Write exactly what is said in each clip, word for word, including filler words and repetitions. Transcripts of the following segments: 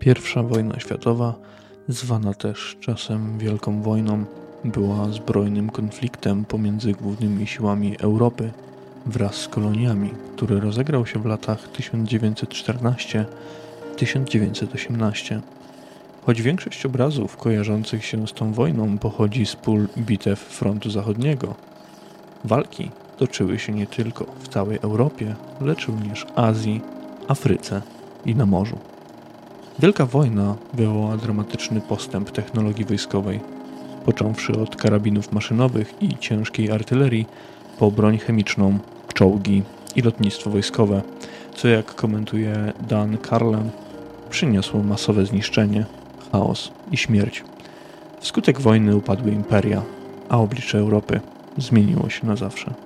Pierwsza wojna światowa, zwana też czasem Wielką Wojną, była zbrojnym konfliktem pomiędzy głównymi siłami Europy wraz z koloniami, który rozegrał się w latach tysiąc dziewięćset czternastego do tysiąc dziewięćset osiemnastego. Choć większość obrazów kojarzących się z tą wojną pochodzi z pól bitew frontu zachodniego, walki toczyły się nie tylko w całej Europie, lecz również Azji, Afryce i na morzu. Wielka wojna wywołała dramatyczny postęp technologii wojskowej, począwszy od karabinów maszynowych i ciężkiej artylerii, po broń chemiczną, czołgi i lotnictwo wojskowe, co jak komentuje Dan Carlin, przyniosło masowe zniszczenie, chaos i śmierć. Wskutek wojny upadły imperia, a oblicze Europy zmieniło się na zawsze.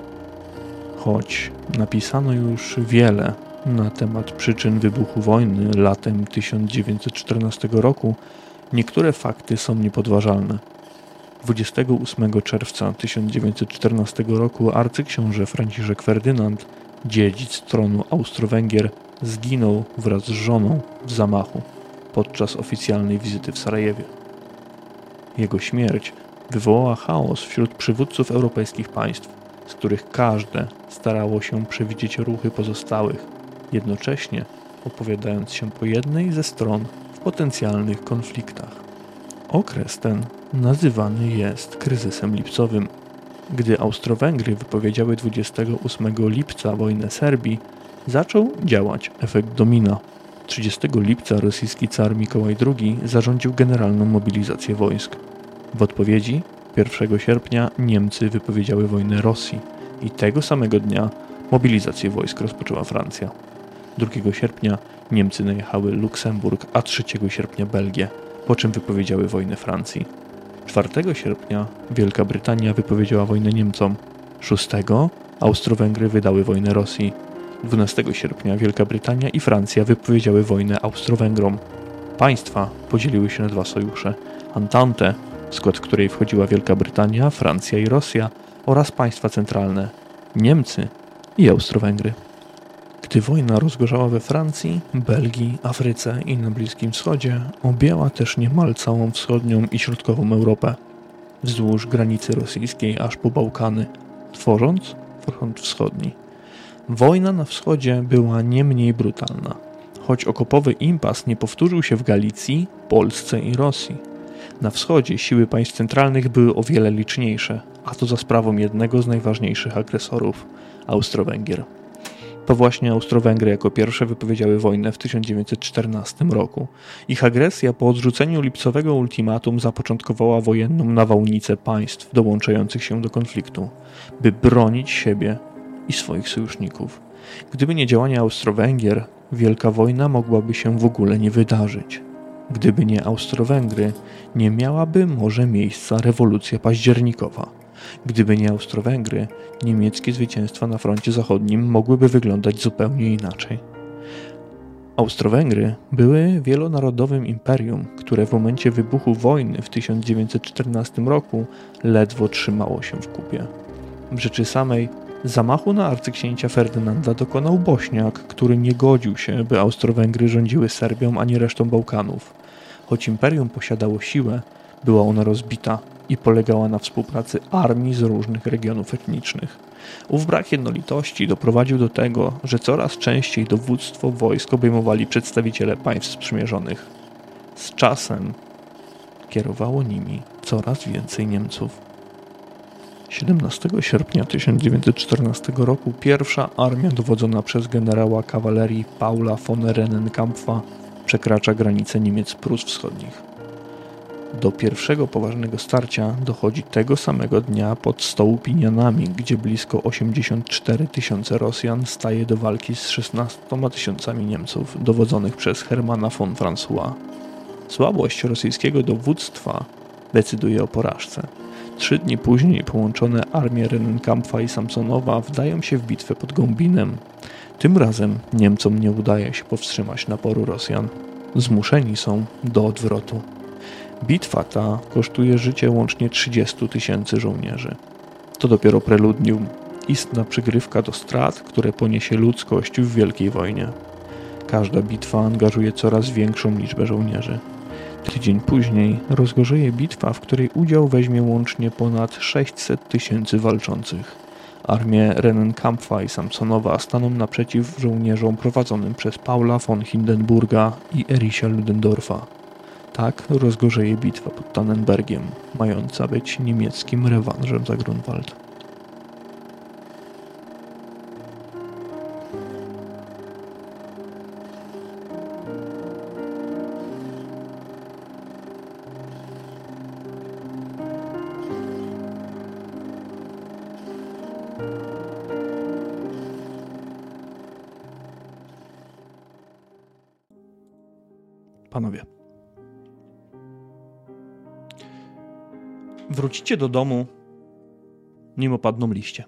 Choć napisano już wiele na temat przyczyn wybuchu wojny latem tysiąc dziewięćset czternastego roku, niektóre fakty są niepodważalne. dwudziestego ósmego czerwca tysiąc dziewięćset czternastego roku arcyksiąże Franciszek Ferdynand, dziedzic tronu Austro-Węgier, zginął wraz z żoną w zamachu podczas oficjalnej wizyty w Sarajewie. Jego śmierć wywołała chaos wśród przywódców europejskich państw, z których każde starało się przewidzieć ruchy pozostałych, jednocześnie opowiadając się po jednej ze stron w potencjalnych konfliktach. Okres ten nazywany jest kryzysem lipcowym. Gdy Austro-Węgry wypowiedziały dwudziestego ósmego lipca wojnę Serbii, zaczął działać efekt domina. trzydziestego lipca rosyjski car Mikołaj drugi zarządził generalną mobilizację wojsk. W odpowiedzi pierwszego sierpnia Niemcy wypowiedziały wojnę Rosji i tego samego dnia mobilizację wojsk rozpoczęła Francja. drugiego sierpnia Niemcy najechały Luksemburg, a trzeciego sierpnia Belgię, po czym wypowiedziały wojnę Francji. czwartego sierpnia Wielka Brytania wypowiedziała wojnę Niemcom. szóstego Austro-Węgry wydały wojnę Rosji. dwunastego sierpnia Wielka Brytania i Francja wypowiedziały wojnę Austro-Węgrom. Państwa podzieliły się na dwa sojusze: Entente, w skład której wchodziła Wielka Brytania, Francja i Rosja, oraz państwa centralne, Niemcy i Austro-Węgry. Gdy wojna rozgorzała we Francji, Belgii, Afryce i na Bliskim Wschodzie, objęła też niemal całą wschodnią i środkową Europę, wzdłuż granicy rosyjskiej aż po Bałkany, tworząc front wschodni. Wojna na wschodzie była nie mniej brutalna, choć okopowy impas nie powtórzył się w Galicji, Polsce i Rosji. Na wschodzie siły państw centralnych były o wiele liczniejsze, a to za sprawą jednego z najważniejszych agresorów – Austro-Węgier. To właśnie Austro-Węgry jako pierwsze wypowiedziały wojnę w tysiąc dziewięćset czternastego roku. Ich agresja po odrzuceniu lipcowego ultimatum zapoczątkowała wojenną nawałnicę państw dołączających się do konfliktu, by bronić siebie i swoich sojuszników. Gdyby nie działania Austro-Węgier, Wielka Wojna mogłaby się w ogóle nie wydarzyć. Gdyby nie Austro-Węgry, nie miałaby może miejsca rewolucja październikowa. Gdyby nie Austro-Węgry, niemieckie zwycięstwa na froncie zachodnim mogłyby wyglądać zupełnie inaczej. Austro-Węgry były wielonarodowym imperium, które w momencie wybuchu wojny w tysiąc dziewięćset czternastego roku ledwo trzymało się w kupie. W rzeczy samej zamachu na arcyksięcia Ferdynanda dokonał Bośniak, który nie godził się, by Austro-Węgry rządziły Serbią ani resztą Bałkanów. Choć imperium posiadało siłę, była ona rozbita i polegała na współpracy armii z różnych regionów etnicznych. Ów brak jednolitości doprowadził do tego, że coraz częściej dowództwo wojsk obejmowali przedstawiciele państw sprzymierzonych. Z czasem kierowało nimi coraz więcej Niemców. siedemnastego sierpnia tysiąc dziewięćset czternastego roku pierwsza armia dowodzona przez generała kawalerii Paula von Rennenkampfa przekracza granice Niemiec Prus Wschodnich. Do pierwszego poważnego starcia dochodzi tego samego dnia pod Stołupinianami, gdzie blisko osiemdziesiąt cztery tysiące Rosjan staje do walki z szesnastoma tysiącami Niemców dowodzonych przez Hermana von François. Słabość rosyjskiego dowództwa decyduje o porażce. Trzy dni później połączone armie Rennenkampfa i Samsonowa wdają się w bitwę pod Gąbinem. Tym razem Niemcom nie udaje się powstrzymać naporu Rosjan. Zmuszeni są do odwrotu. Bitwa ta kosztuje życie łącznie trzydziestu tysięcy żołnierzy. To dopiero preludium, istna przygrywka do strat, które poniesie ludzkość w Wielkiej Wojnie. Każda bitwa angażuje coraz większą liczbę żołnierzy. Tydzień później rozgorzeje bitwa, w której udział weźmie łącznie ponad sześćset tysięcy walczących. Armie Rennenkampfa i Samsonowa staną naprzeciw żołnierzom prowadzonym przez Paula von Hindenburga i Ericha Ludendorffa. Tak rozgorzeje bitwa pod Tannenbergiem, mająca być niemieckim rewanżem za Grunwald. Panowie, wrócicie do domu, nim opadną liście.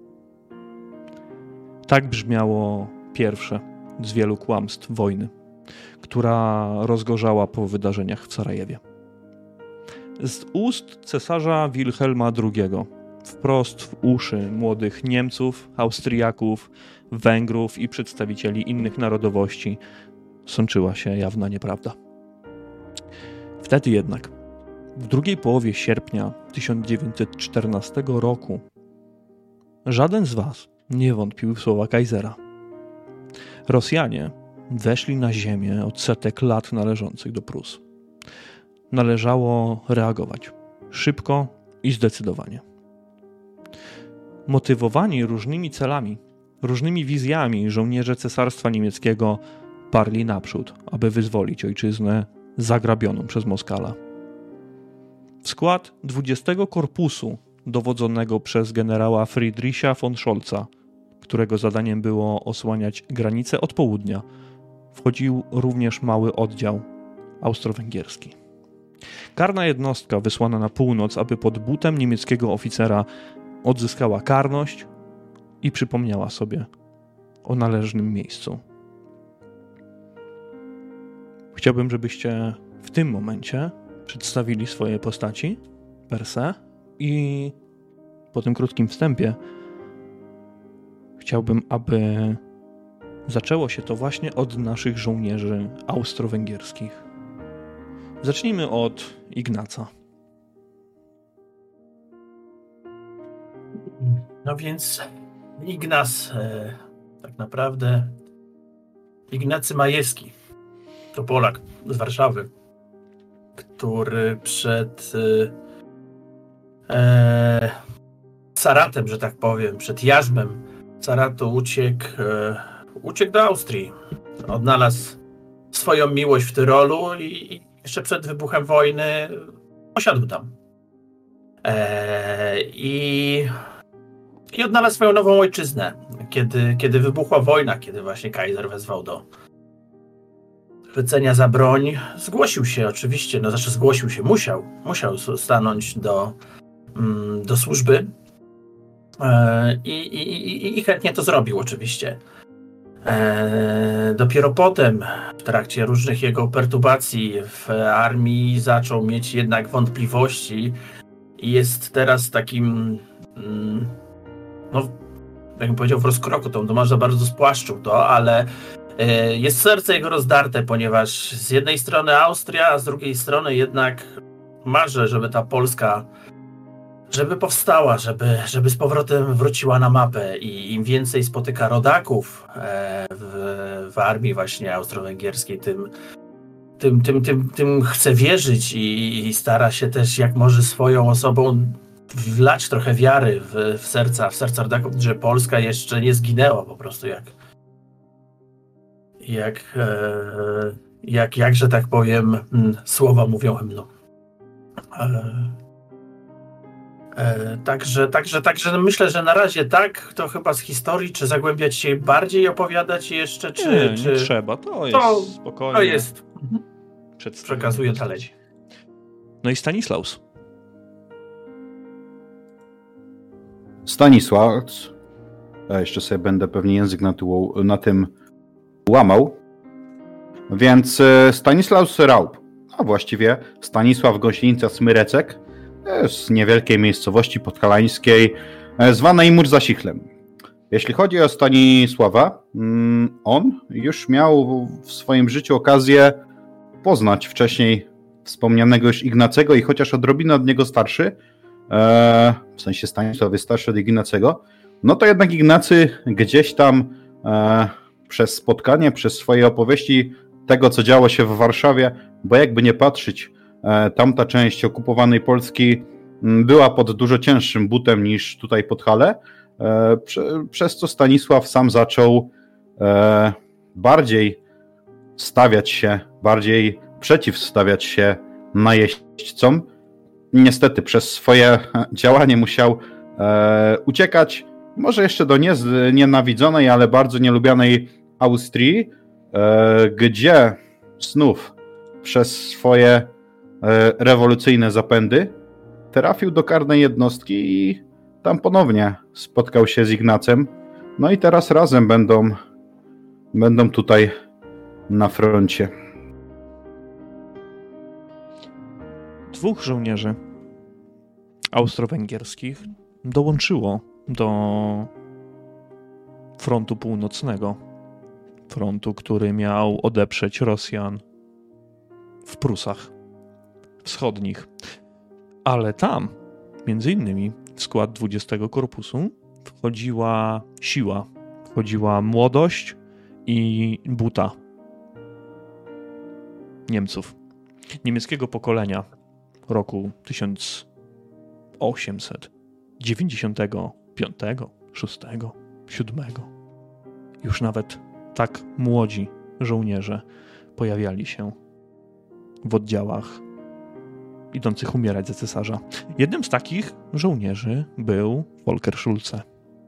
Tak brzmiało pierwsze z wielu kłamstw wojny, która rozgorzała po wydarzeniach w Sarajewie. Z ust cesarza Wilhelma drugiego, wprost w uszy młodych Niemców, Austriaków, Węgrów i przedstawicieli innych narodowości sączyła się jawna nieprawda. Wtedy jednak, w drugiej połowie sierpnia tysiąc dziewięćset czternastego roku, żaden z was nie wątpił w słowa Kaisera. Rosjanie weszli na ziemię od setek lat należących do Prus. Należało reagować szybko i zdecydowanie. Motywowani różnymi celami, różnymi wizjami, żołnierze Cesarstwa Niemieckiego parli naprzód, aby wyzwolić ojczyznę zagrabioną przez Moskala. W skład dwudziestego Korpusu, dowodzonego przez generała Friedricha von Scholza, którego zadaniem było osłaniać granice od południa, wchodził również mały oddział austro-węgierski. Karna jednostka wysłana na północ, aby pod butem niemieckiego oficera odzyskała karność i przypomniała sobie o należnym miejscu. Chciałbym, żebyście w tym momencie przedstawili swoje postaci per se i po tym krótkim wstępie chciałbym, aby zaczęło się to właśnie od naszych żołnierzy austro-węgierskich. Zacznijmy od Ignaca. No więc Ignac, e, tak naprawdę Ignacy Majewski, to Polak z Warszawy, który przed e, Saratem, że tak powiem, przed jarzmem Saratu uciekł, e, uciekł do Austrii. Odnalazł swoją miłość w Tyrolu i jeszcze przed wybuchem wojny osiadł tam. E, i, I odnalazł swoją nową ojczyznę, kiedy, kiedy wybuchła wojna, kiedy właśnie Kaiser wezwał do chwycenia za broń. Zgłosił się oczywiście, no znaczy zgłosił się, musiał, musiał stanąć do, do służby i, i, i chętnie to zrobił oczywiście. Dopiero potem, w trakcie różnych jego perturbacji w armii, zaczął mieć jednak wątpliwości i jest teraz takim, no jakbym powiedział, w rozkroku, to może za bardzo spłaszczył to, ale jest serce jego rozdarte, ponieważ z jednej strony Austria, a z drugiej strony jednak marzy, żeby ta Polska, żeby powstała, żeby, żeby z powrotem wróciła na mapę i im więcej spotyka rodaków w, w armii właśnie austro-węgierskiej, tym, tym, tym, tym, tym chce wierzyć i, i stara się też jak może swoją osobą wlać trochę wiary w, w serca, w serca rodaków, że Polska jeszcze nie zginęła po prostu jak Jak, jak, jak, że tak powiem, słowa mówią hymnu. Także, także, także myślę, że na razie tak, to chyba z historii, czy zagłębiać się bardziej, opowiadać jeszcze, czy... Nie, czy... nie trzeba, to jest to, spokojnie. To jest. Przekazuję dalej. No i Stanisłaus. Stanisław, ja jeszcze sobie będę pewnie język na, tyłu, na tym łamał, więc Stanisław Raup, a właściwie Stanisław Gościńca-Smyrecek z niewielkiej miejscowości podhalańskiej zwanej Murzasichlem. Jeśli chodzi o Stanisława, on już miał w swoim życiu okazję poznać wcześniej wspomnianego już Ignacego i chociaż odrobinę od niego starszy, w sensie Stanisław jest starszy od Ignacego, no to jednak Ignacy gdzieś tam przez spotkanie, przez swoje opowieści tego, co działo się w Warszawie, bo jakby nie patrzeć, tamta część okupowanej Polski była pod dużo cięższym butem niż tutaj Podhale, przez co Stanisław sam zaczął bardziej stawiać się, bardziej przeciwstawiać się najeźdźcom. Niestety przez swoje działanie musiał uciekać, może jeszcze do nienawidzonej, ale bardzo nielubianej Austrii, gdzie znów przez swoje rewolucyjne zapędy trafił do karnej jednostki i tam ponownie spotkał się z Ignacem. No i teraz razem będą, będą tutaj na froncie. Dwóch żołnierzy austro-węgierskich dołączyło do frontu północnego. Frontu, który miał odeprzeć Rosjan w Prusach Wschodnich. Ale tam, między innymi w skład dwudziestego Korpusu wchodziła siła, wchodziła młodość i buta Niemców. Niemieckiego pokolenia roku tysiąc osiemset dziewięćdziesiątego piątego, szóstego, siódmego. Już nawet tak młodzi żołnierze pojawiali się w oddziałach idących umierać za cesarza. Jednym z takich żołnierzy był Volker Schulze.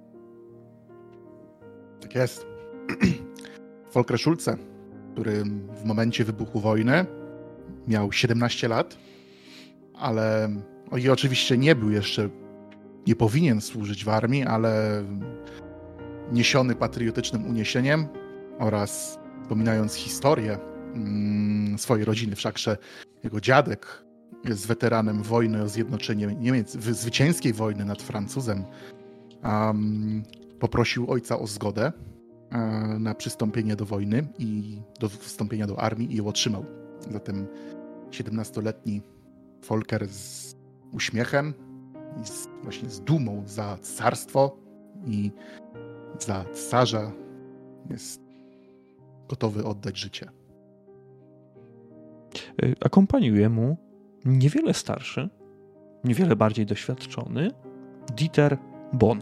Tak jest. Volker Schulze, który w momencie wybuchu wojny miał siedemnaście lat, ale o i oczywiście nie był jeszcze, nie powinien służyć w armii, ale niesiony patriotycznym uniesieniem oraz wspominając historię mm, swojej rodziny, wszakże jego dziadek jest weteranem wojny o zjednoczenie Niemiec, zwycięskiej wojny nad Francuzem, um, poprosił ojca o zgodę um, na przystąpienie do wojny i do wstąpienia do armii i ją otrzymał. Zatem siedemnastoletni Volker z uśmiechem i z, właśnie z dumą za cesarstwo i za cesarza jest gotowy oddać życie. Akompaniuje mu niewiele starszy, niewiele bardziej doświadczony Dieter Bonn.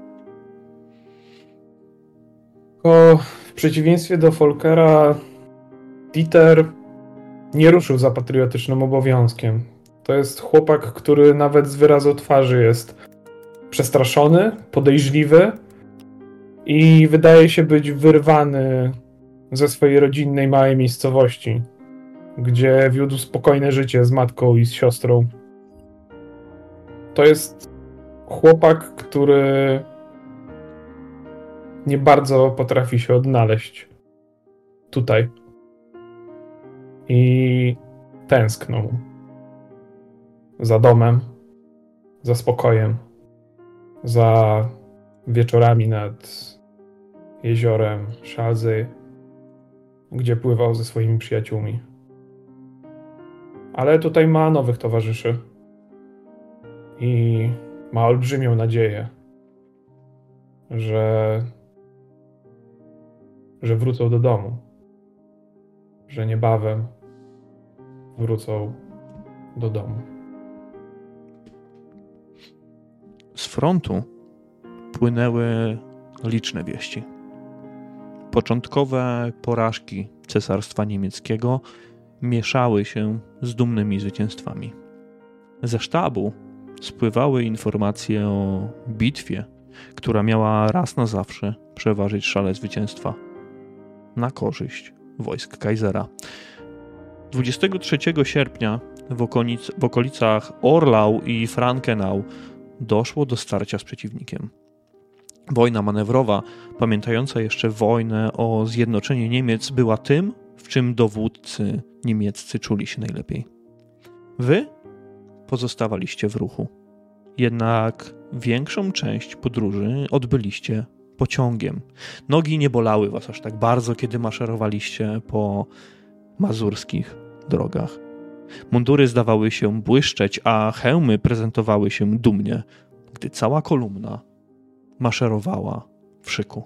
Tylko w przeciwieństwie do Volkera, Dieter nie ruszył za patriotycznym obowiązkiem. To jest chłopak, który nawet z wyrazu twarzy jest przestraszony, podejrzliwy i wydaje się być wyrwany ze swojej rodzinnej małej miejscowości, gdzie wiódł spokojne życie z matką i z siostrą. To jest chłopak, który nie bardzo potrafi się odnaleźć tutaj. I tęsknął za domem, za spokojem, za wieczorami nad jeziorem Szalzy, gdzie pływał ze swoimi przyjaciółmi. Ale tutaj ma nowych towarzyszy i ma olbrzymią nadzieję, że, że wrócą do domu, że niebawem wrócą do domu. Z frontu płynęły liczne wieści. Początkowe porażki Cesarstwa Niemieckiego mieszały się z dumnymi zwycięstwami. Ze sztabu spływały informacje o bitwie, która miała raz na zawsze przeważyć szale zwycięstwa na korzyść wojsk Kaisera. dwudziestego trzeciego sierpnia w, okolic, w okolicach Orlau i Frankenau doszło do starcia z przeciwnikiem. Wojna manewrowa, pamiętająca jeszcze wojnę o zjednoczenie Niemiec, była tym, w czym dowódcy niemieccy czuli się najlepiej. Wy pozostawaliście w ruchu. Jednak większą część podróży odbyliście pociągiem. Nogi nie bolały was aż tak bardzo, kiedy maszerowaliście po mazurskich drogach. Mundury zdawały się błyszczeć, a hełmy prezentowały się dumnie, gdy cała kolumna maszerowała w szyku.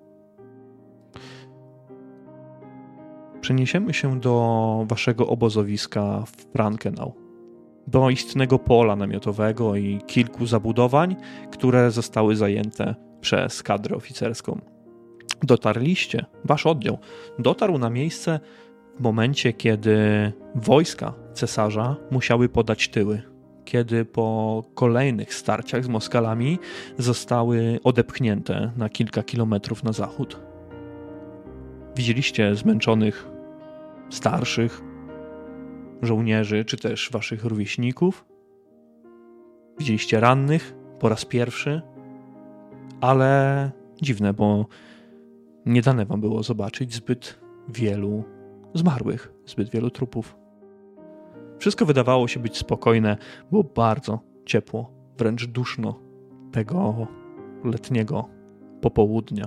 Przeniesiemy się do waszego obozowiska w Frankenau, do istnego pola namiotowego i kilku zabudowań, które zostały zajęte przez kadrę oficerską. Dotarliście, wasz oddział dotarł na miejsce w momencie, kiedy wojska cesarza musiały podać tyły, kiedy po kolejnych starciach z Moskalami zostały odepchnięte na kilka kilometrów na zachód. Widzieliście zmęczonych starszych żołnierzy, czy też waszych rówieśników. Widzieliście rannych po raz pierwszy, ale dziwne, bo nie dane wam było zobaczyć zbyt wielu zmarłych, zbyt wielu trupów. Wszystko wydawało się być spokojne, było bardzo ciepło, wręcz duszno tego letniego popołudnia.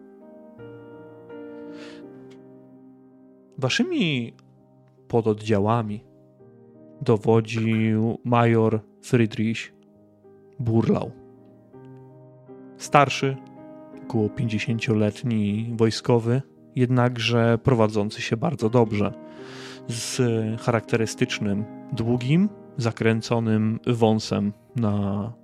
Waszymi pododdziałami dowodził major Friedrich Burlau. Starszy, około pięćdziesięcioletni wojskowy, jednakże prowadzący się bardzo dobrze, z charakterystycznym, długim, zakręconym wąsem na,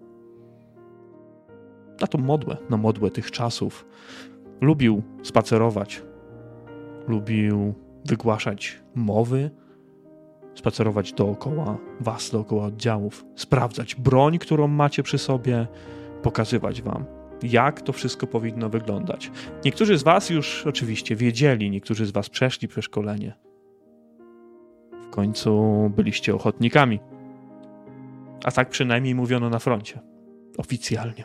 na tą modłę, na modłę tych czasów. Lubił spacerować, lubił wygłaszać mowy, spacerować dookoła was, dookoła oddziałów, sprawdzać broń, którą macie przy sobie, pokazywać wam, jak to wszystko powinno wyglądać. Niektórzy z was już oczywiście wiedzieli, niektórzy z was przeszli przeszkolenie. W końcu byliście ochotnikami. A tak przynajmniej mówiono na froncie. Oficjalnie.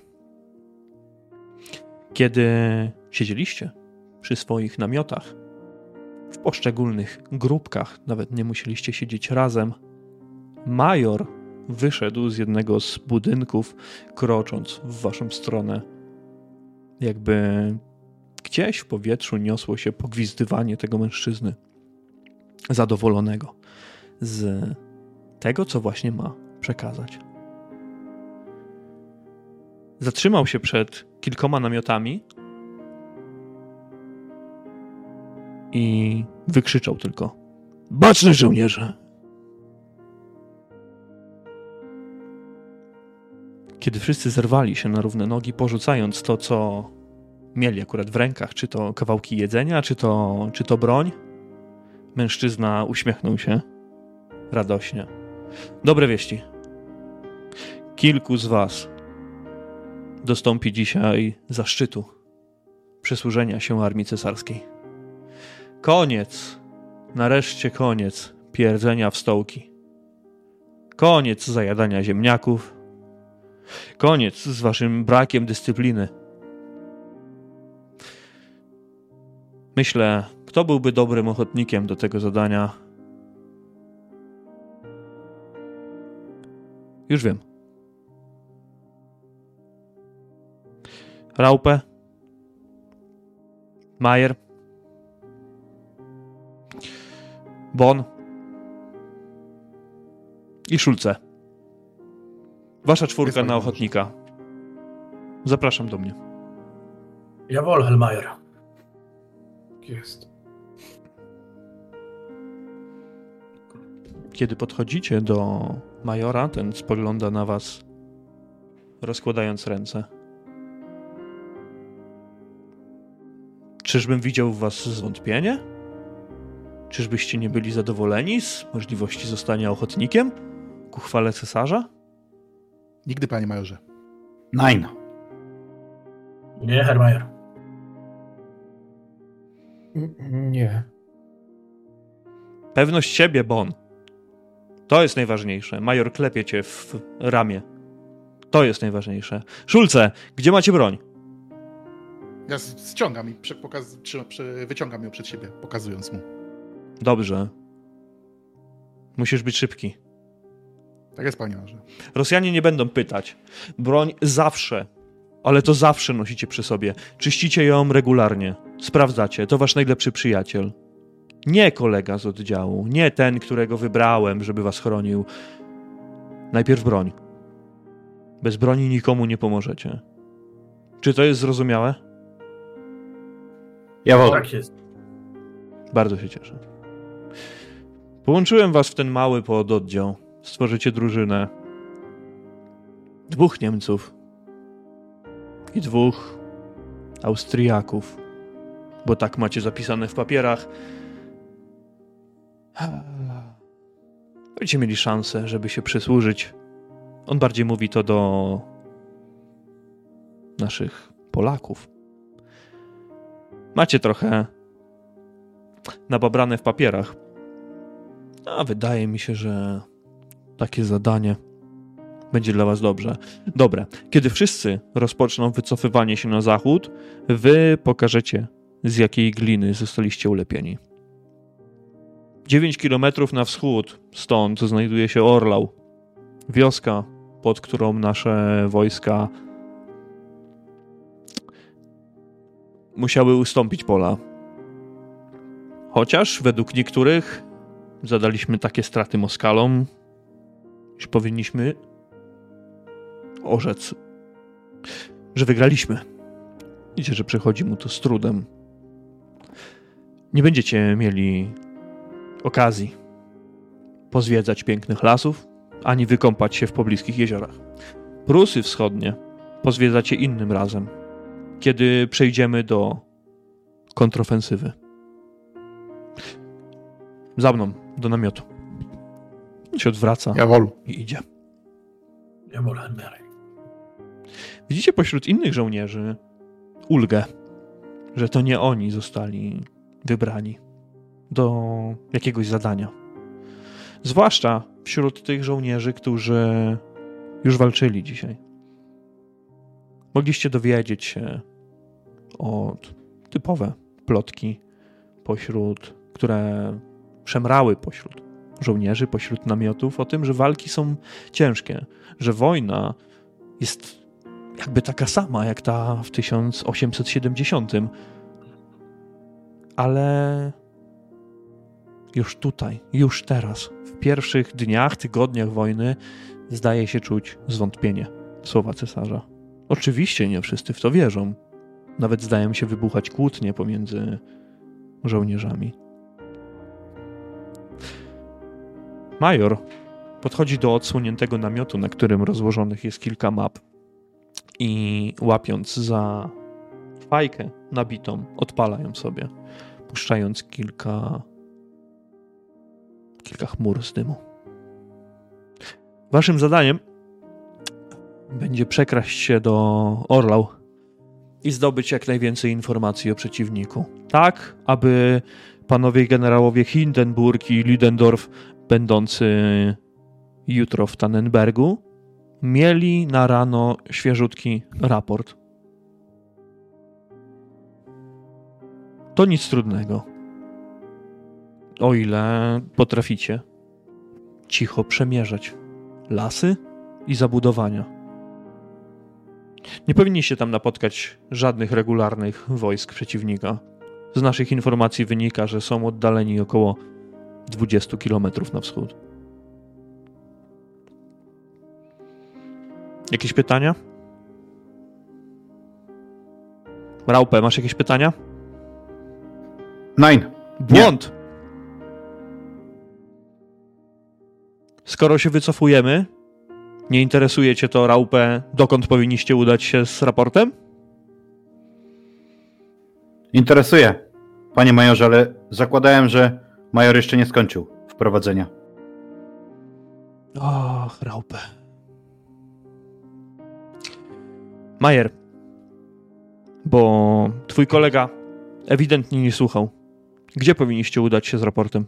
Kiedy siedzieliście przy swoich namiotach, w poszczególnych grupkach, nawet nie musieliście siedzieć razem, major wyszedł z jednego z budynków, krocząc w waszą stronę. Jakby gdzieś w powietrzu niosło się pogwizdywanie tego mężczyzny, zadowolonego z tego, co właśnie ma przekazać. Zatrzymał się przed kilkoma namiotami i wykrzyczał tylko: baczne żołnierze! Kiedy wszyscy zerwali się na równe nogi, porzucając to, co mieli akurat w rękach, czy to kawałki jedzenia, czy to, czy to broń, mężczyzna uśmiechnął się radośnie. Dobre wieści. Kilku z was dostąpi dzisiaj zaszczytu przysłużenia się armii cesarskiej. Koniec, nareszcie koniec pierdzenia w stołki. Koniec zajadania ziemniaków. Koniec z waszym brakiem dyscypliny. Myślę, kto byłby dobrym ochotnikiem do tego zadania? Już wiem. Raupe, Majer, Bon i Schulze. Wasza czwórka na ochotnika. Zapraszam do mnie. Jawohl, Hellmeier. Jest. Kiedy podchodzicie do majora, ten spogląda na was, rozkładając ręce. Czyżbym widział w was zwątpienie? Czyżbyście nie byli zadowoleni z możliwości zostania ochotnikiem ku chwale cesarza? Nigdy, panie majorze. Nein. Nie, Hellmeier. Nie. Pewność siebie, Bon. To jest najważniejsze. Major klepie cię w ramię. To jest najważniejsze. Schulze, gdzie macie broń? Ja ściągam i prze, pokaz, trzyma, prze, wyciągam ją przed siebie, pokazując mu. Dobrze. Musisz być szybki. Tak jest, panie majorze. Rosjanie nie będą pytać. Broń zawsze ale to zawsze nosicie przy sobie. Czyścicie ją regularnie. Sprawdzacie. To wasz najlepszy przyjaciel. Nie kolega z oddziału. Nie ten, którego wybrałem, żeby was chronił. Najpierw broń. Bez broni nikomu nie pomożecie. Czy to jest zrozumiałe? Ja Tak jest. Bardzo się cieszę. Połączyłem was w ten mały pododdział. Stworzycie drużynę. Dwóch Niemców. I dwóch Austriaków. Bo tak macie zapisane w papierach. Będziecie mieli szansę, żeby się przysłużyć. On bardziej mówi to do naszych Polaków. Macie trochę nababrane w papierach. A wydaje mi się, że takie zadanie będzie dla was dobrze. Dobre. Kiedy wszyscy rozpoczną wycofywanie się na zachód, wy pokażecie, z jakiej gliny zostaliście ulepieni. Dziewięć kilometrów na wschód stąd znajduje się Orlau. Wioska, pod którą nasze wojska musiały ustąpić pola. Chociaż według niektórych zadaliśmy takie straty Moskalom, iż powinniśmy orzec, że wygraliśmy. Widzicie, że przychodzi mu to z trudem. Nie będziecie mieli okazji pozwiedzać pięknych lasów, ani wykąpać się w pobliskich jeziorach. Prusy Wschodnie pozwiedzacie innym razem, kiedy przejdziemy do kontrofensywy. Za mną, do namiotu. On się odwraca Jawol. i idzie. Jawol, Henry. Widzicie pośród innych żołnierzy ulgę, że to nie oni zostali wybrani do jakiegoś zadania. Zwłaszcza wśród tych żołnierzy, którzy już walczyli dzisiaj. Mogliście dowiedzieć się od typowe plotki, pośród, które szemrały pośród żołnierzy, pośród namiotów, o tym, że walki są ciężkie, że wojna jest jakby taka sama, jak ta w tysiąc osiemset siedemdziesiątym. Ale już tutaj, już teraz, w pierwszych dniach, tygodniach wojny zdaje się czuć zwątpienie słowa cesarza. Oczywiście nie wszyscy w to wierzą. Nawet zdają się wybuchać kłótnie pomiędzy żołnierzami. Major podchodzi do odsłoniętego namiotu, na którym rozłożonych jest kilka map i łapiąc za fajkę nabitą, odpala ją sobie, puszczając kilka kilka chmur z dymu. Waszym zadaniem będzie przekraść się do Orlau i zdobyć jak najwięcej informacji o przeciwniku. Tak, aby panowie generałowie Hindenburg i Ludendorff, będący jutro w Tannenbergu, mieli na rano świeżutki raport. To nic trudnego. O ile potraficie cicho przemierzać lasy i zabudowania. Nie powinniście tam napotkać żadnych regularnych wojsk przeciwnika. Z naszych informacji wynika, że są oddaleni około dwadzieścia kilometrów na wschód. Jakieś pytania? Raupe, masz jakieś pytania? Nein. Błąd! Nie. Skoro się wycofujemy, nie interesuje cię to, Raupe, dokąd powinniście udać się z raportem? Interesuje, panie majorze, ale zakładałem, że major jeszcze nie skończył wprowadzenia. Och, Raupe. Majer, bo twój kolega ewidentnie nie słuchał. Gdzie powinniście udać się z raportem?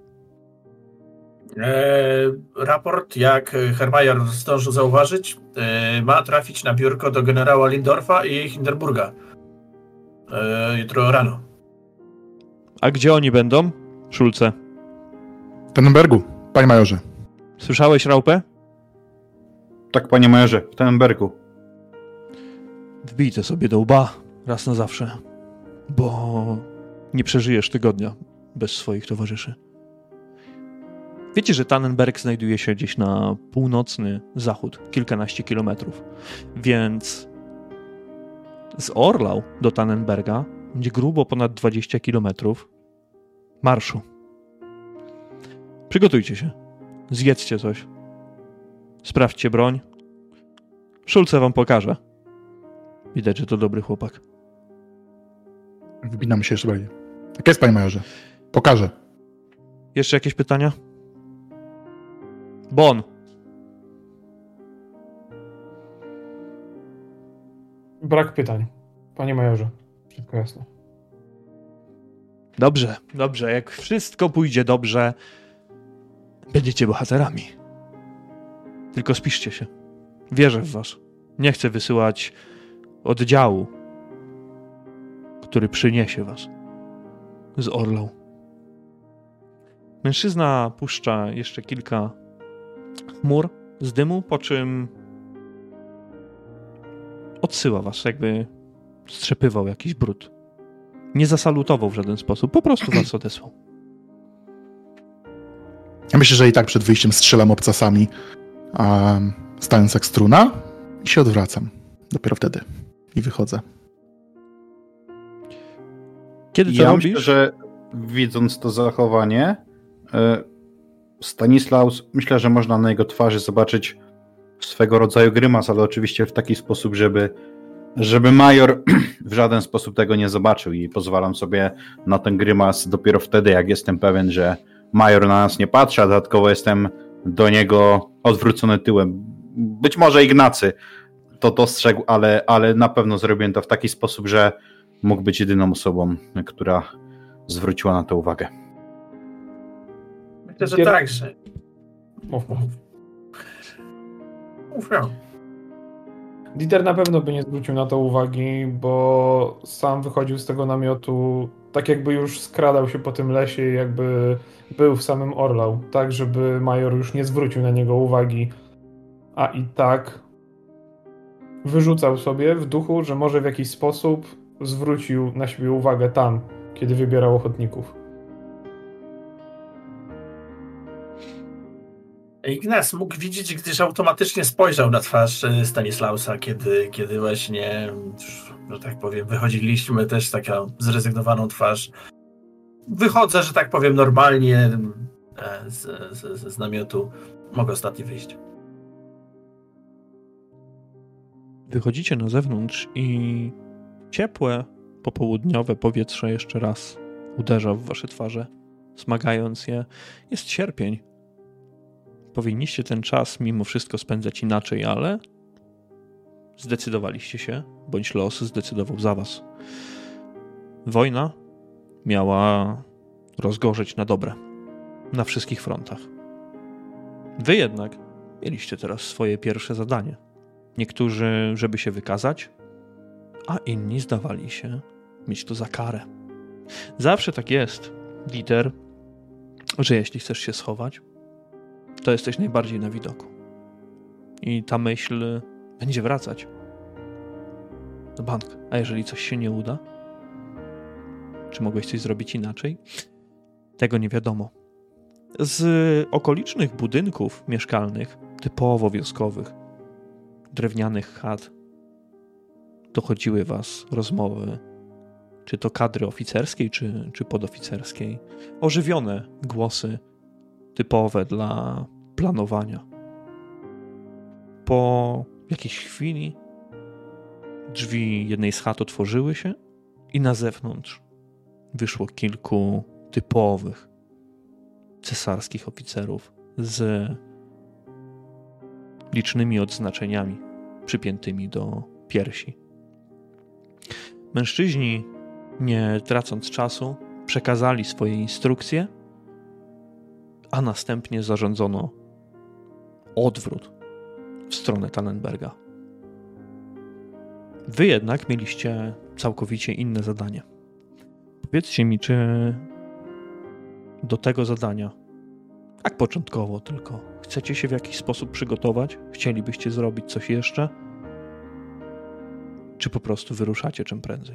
E, raport, jak Herr zdążył zauważyć, e, ma trafić na biurko do generała Lindorfa i Hindenburga. E, jutro rano. A gdzie oni będą, Szulce? W Tannenbergu, panie majorze. Słyszałeś, Raupe? Tak, panie majorze, w Tannenbergu. Wbij to sobie do łba raz na zawsze, bo nie przeżyjesz tygodnia bez swoich towarzyszy. Wiecie, że Tannenberg znajduje się gdzieś na północny zachód, kilkanaście kilometrów, więc z Orlau do Tannenberga będzie grubo ponad dwadzieścia kilometrów marszu. Przygotujcie się, zjedzcie coś, sprawdźcie broń. Szulce wam pokaże. Widać, że to dobry chłopak. Wybinam się jeszcze bardziej. Tak jest, panie majorze. Pokażę. Jeszcze jakieś pytania? Bon. Brak pytań. Panie majorze, wszystko jasne. Dobrze, dobrze. Jak wszystko pójdzie dobrze, będziecie bohaterami. Tylko spiszcie się. Wierzę w was. Nie chcę wysyłać oddziału, który przyniesie was z Orlą. Mężczyzna puszcza jeszcze kilka chmur z dymu, po czym odsyła was, jakby strzepywał jakiś brud. Nie zasalutował w żaden sposób, po prostu was odesłał. Ja myślę, że i tak przed wyjściem strzelam obcasami, um, stając jak struna i się odwracam. Dopiero wtedy. I wychodzę. Kiedy to ja robisz? myślę, że widząc to zachowanie, Stanislaus, myślę, że można na jego twarzy zobaczyć swego rodzaju grymas, ale oczywiście w taki sposób, żeby, żeby major w żaden sposób tego nie zobaczył i pozwalam sobie na ten grymas dopiero wtedy, jak jestem pewien, że major na nas nie patrzy, a dodatkowo jestem do niego odwrócony tyłem. Być może Ignacy to dostrzegł, ale, ale na pewno zrobiłem to w taki sposób, że mógł być jedyną osobą, która zwróciła na to uwagę. Myślę, że tak, że... Mów, mów. Mów, ja. Dieter na pewno by nie zwrócił na to uwagi, bo sam wychodził z tego namiotu tak jakby już skradał się po tym lesie i jakby był w samym Orlau, tak żeby major już nie zwrócił na niego uwagi, a i tak wyrzucał sobie w duchu, że może w jakiś sposób zwrócił na siebie uwagę tam, kiedy wybierał ochotników. Ignacy mógł widzieć, gdyż automatycznie spojrzał na twarz Stanislausa, kiedy, kiedy właśnie, że tak powiem, wychodziliśmy też taką zrezygnowaną twarz. Wychodzę, że tak powiem, normalnie z, z, z namiotu. Mogę ostatni wyjść. Wychodzicie na zewnątrz i ciepłe, popołudniowe powietrze jeszcze raz uderza w wasze twarze, smagając je. Jest sierpień. Powinniście ten czas mimo wszystko spędzać inaczej, ale zdecydowaliście się, bądź los zdecydował za was. Wojna miała rozgorzeć na dobre, na wszystkich frontach. Wy jednak mieliście teraz swoje pierwsze zadanie. Niektórzy, żeby się wykazać, a inni zdawali się mieć to za karę. Zawsze tak jest, Dieter, że jeśli chcesz się schować, to jesteś najbardziej na widoku. I ta myśl będzie wracać. No bank, a jeżeli coś się nie uda? Czy mogłeś coś zrobić inaczej? Tego nie wiadomo. Z okolicznych budynków mieszkalnych, typowo wioskowych, drewnianych chat, dochodziły was rozmowy, czy to kadry oficerskiej, czy, czy podoficerskiej. Ożywione głosy typowe dla planowania. Po jakiejś chwili drzwi jednej z chat otworzyły się i na zewnątrz wyszło kilku typowych cesarskich oficerów z licznymi odznaczeniami przypiętymi do piersi. Mężczyźni, nie tracąc czasu, przekazali swoje instrukcje, a następnie zarządzono odwrót w stronę Tannenberga. Wy jednak mieliście całkowicie inne zadanie. Powiedzcie mi, czy do tego zadania, tak początkowo tylko, chcecie się w jakiś sposób przygotować? Chcielibyście zrobić coś jeszcze? czy po prostu wyruszacie czym prędzej?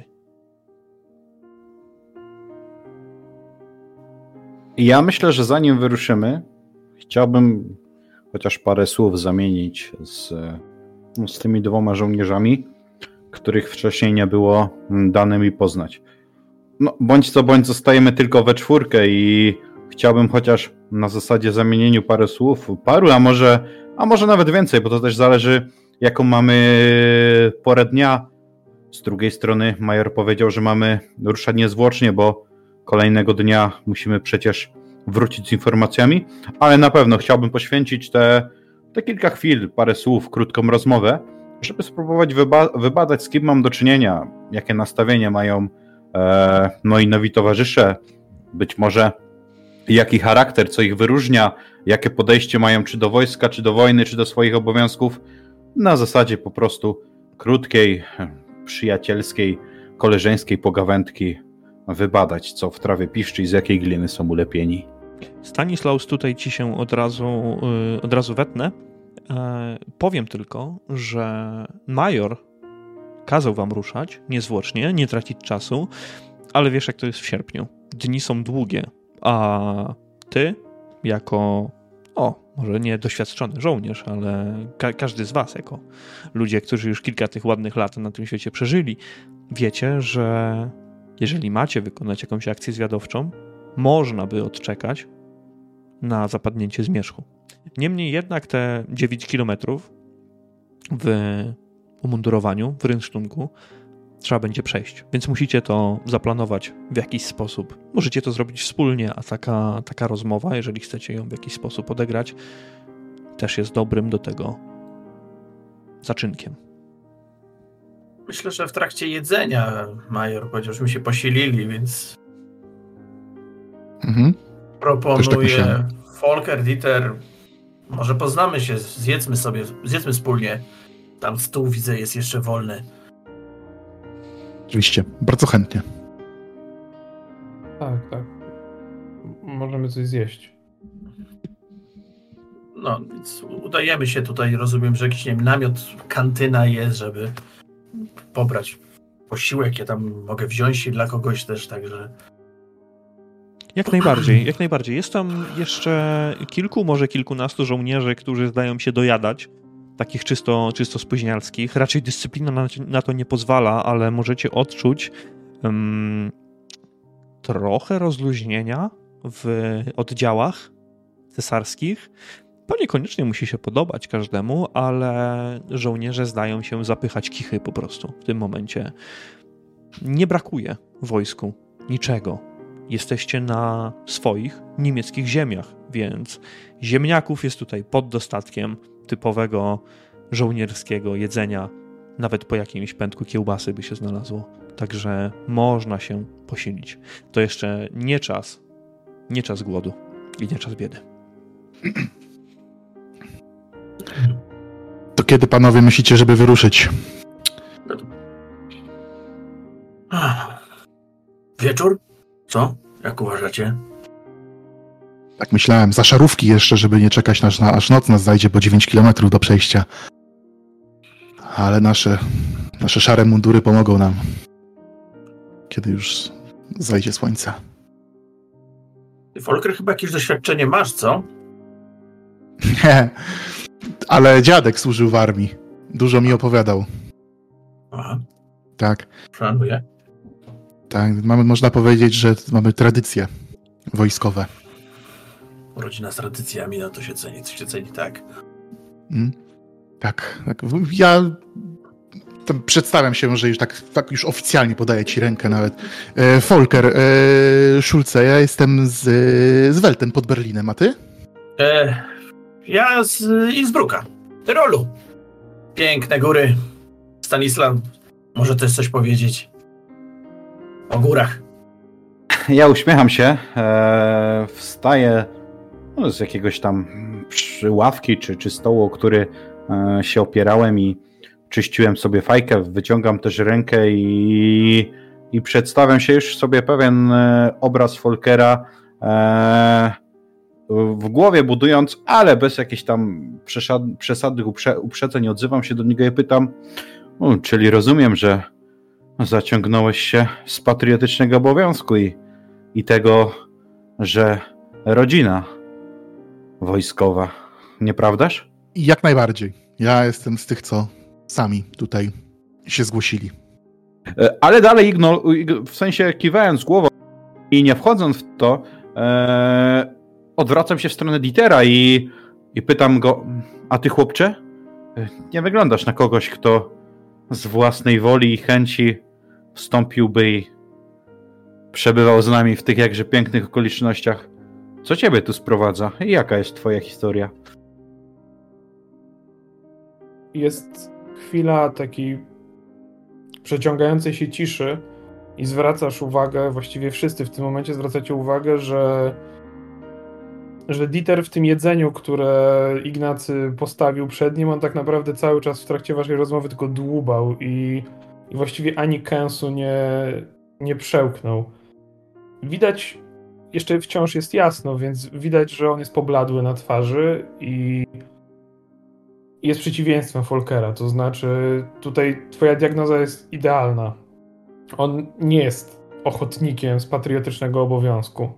Ja myślę, że zanim wyruszymy, chciałbym chociaż parę słów zamienić z, no, z tymi dwoma żołnierzami, których wcześniej nie było dane mi poznać. No, bądź co bądź zostajemy tylko we czwórkę i chciałbym chociaż na zasadzie zamienieniu parę słów, paru, a może, a może nawet więcej, bo to też zależy, jaką mamy porę dnia. Z drugiej strony major powiedział, że mamy ruszać niezwłocznie, bo kolejnego dnia musimy przecież wrócić z informacjami, ale na pewno chciałbym poświęcić te, te kilka chwil, parę słów, krótką rozmowę, żeby spróbować wyba- wybadać, z kim mam do czynienia, jakie nastawienie mają e, moi nowi towarzysze, być może jaki charakter, co ich wyróżnia, jakie podejście mają czy do wojska, czy do wojny, czy do swoich obowiązków, na zasadzie po prostu krótkiej, przyjacielskiej, koleżeńskiej pogawędki, wybadać, co w trawie piszczy i z jakiej gliny są ulepieni. Stanislaus, tutaj ci się od razu, yy, od razu wetnę. Yy, powiem tylko, że major kazał wam ruszać niezwłocznie, nie tracić czasu, ale wiesz, jak to jest w sierpniu. Dni są długie, a ty jako, o, może nie doświadczony żołnierz, ale ka- każdy z was jako ludzie, którzy już kilka tych ładnych lat na tym świecie przeżyli, wiecie, że jeżeli macie wykonać jakąś akcję zwiadowczą, można by odczekać na zapadnięcie zmierzchu. Niemniej jednak te dziewięć kilometrów w umundurowaniu, w rynsztunku trzeba będzie przejść, więc musicie to zaplanować w jakiś sposób. Możecie to zrobić wspólnie, a taka, taka rozmowa, jeżeli chcecie ją w jakiś sposób odegrać, też jest dobrym do tego zaczynkiem. Myślę, że w trakcie jedzenia major powiedział, żeśmy się posilili, więc Mhm. proponuję tak Volker, Dieter, może poznamy się, zjedzmy sobie, zjedzmy wspólnie. Tam stół widzę jest jeszcze wolny. Oczywiście, bardzo chętnie. Tak, tak. Możemy coś zjeść. No, więc udajemy się tutaj, rozumiem, że jakiś, nie wiem, namiot, kantyna jest, żeby pobrać posiłek. Ja tam mogę wziąć się dla kogoś też, także... Jak najbardziej, jak najbardziej. Jest tam jeszcze kilku, może kilkunastu żołnierzy, którzy zdają się dojadać, takich czysto, czysto spóźnialskich. Raczej dyscyplina na, na to nie pozwala, ale możecie odczuć um, trochę rozluźnienia w oddziałach cesarskich. To niekoniecznie musi się podobać każdemu, ale żołnierze zdają się zapychać kichy po prostu w tym momencie. Nie brakuje w wojsku niczego. Jesteście na swoich niemieckich ziemiach, więc ziemniaków jest tutaj pod dostatkiem typowego żołnierskiego jedzenia. Nawet po jakimś pętku kiełbasy by się znalazło. Także można się posilić. To jeszcze nie czas, nie czas głodu i nie czas biedy. To kiedy panowie myślicie, żeby wyruszyć? Wieczór? Co? Jak uważacie? Tak myślałem, za szarówki jeszcze, żeby nie czekać aż, na, aż noc nas zajdzie, bo dziewięć kilometrów do przejścia. Ale nasze, nasze szare mundury pomogą nam, kiedy już zajdzie słońce. Ty, Volker, chyba jakieś doświadczenie masz, co? Nie, ale dziadek służył w armii. Dużo mi opowiadał. Aha, Tak, szanuję. tak. Mamy, można powiedzieć, że mamy tradycje wojskowe. Rodzina z tradycjami, no to się ceni, to się ceni, tak. Mm. Tak, tak. Ja tam przedstawiam się, że już tak, tak już oficjalnie podaję ci rękę nawet. E, Volker, e, Schulze, ja jestem z, z Welten pod Berlinem, a ty? E, ja z Innsbrucka, Tyrolu. Piękne góry. Stanisław, może też coś powiedzieć o górach? Ja uśmiecham się, e, wstaję no, z jakiegoś tam przy ławki czy, czy stołu, o który e, się opierałem i czyściłem sobie fajkę, wyciągam też rękę i, i przedstawiam się już sobie pewien e, obraz Volkera e, w głowie budując, ale bez jakichś tam przesad, przesadnych uprze, uprzedzeń. Odzywam się do niego i pytam: U, czyli rozumiem, że zaciągnąłeś się z patriotycznego obowiązku i, i tego, że rodzina wojskowa, nieprawdaż? Jak najbardziej. Ja jestem z tych, co sami tutaj się zgłosili. Ale dalej, w sensie kiwając głową i nie wchodząc w to, e, odwracam się w stronę Dietera i, i pytam go, a ty, chłopcze, nie wyglądasz na kogoś, kto z własnej woli i chęci wstąpiłby i przebywał z nami w tych jakże pięknych okolicznościach. Co ciebie tu sprowadza i jaka jest twoja historia? Jest chwila takiej przeciągającej się ciszy i zwracasz uwagę, właściwie wszyscy w tym momencie zwracacie uwagę, że że Dieter w tym jedzeniu, które Ignacy postawił przed nim, on tak naprawdę cały czas w trakcie waszej rozmowy tylko dłubał i, i właściwie ani kęsu nie, nie przełknął. Widać, jeszcze wciąż jest jasno, więc widać, że on jest pobladły na twarzy i jest przeciwieństwem Folkera, to znaczy tutaj twoja diagnoza jest idealna. On nie jest ochotnikiem z patriotycznego obowiązku.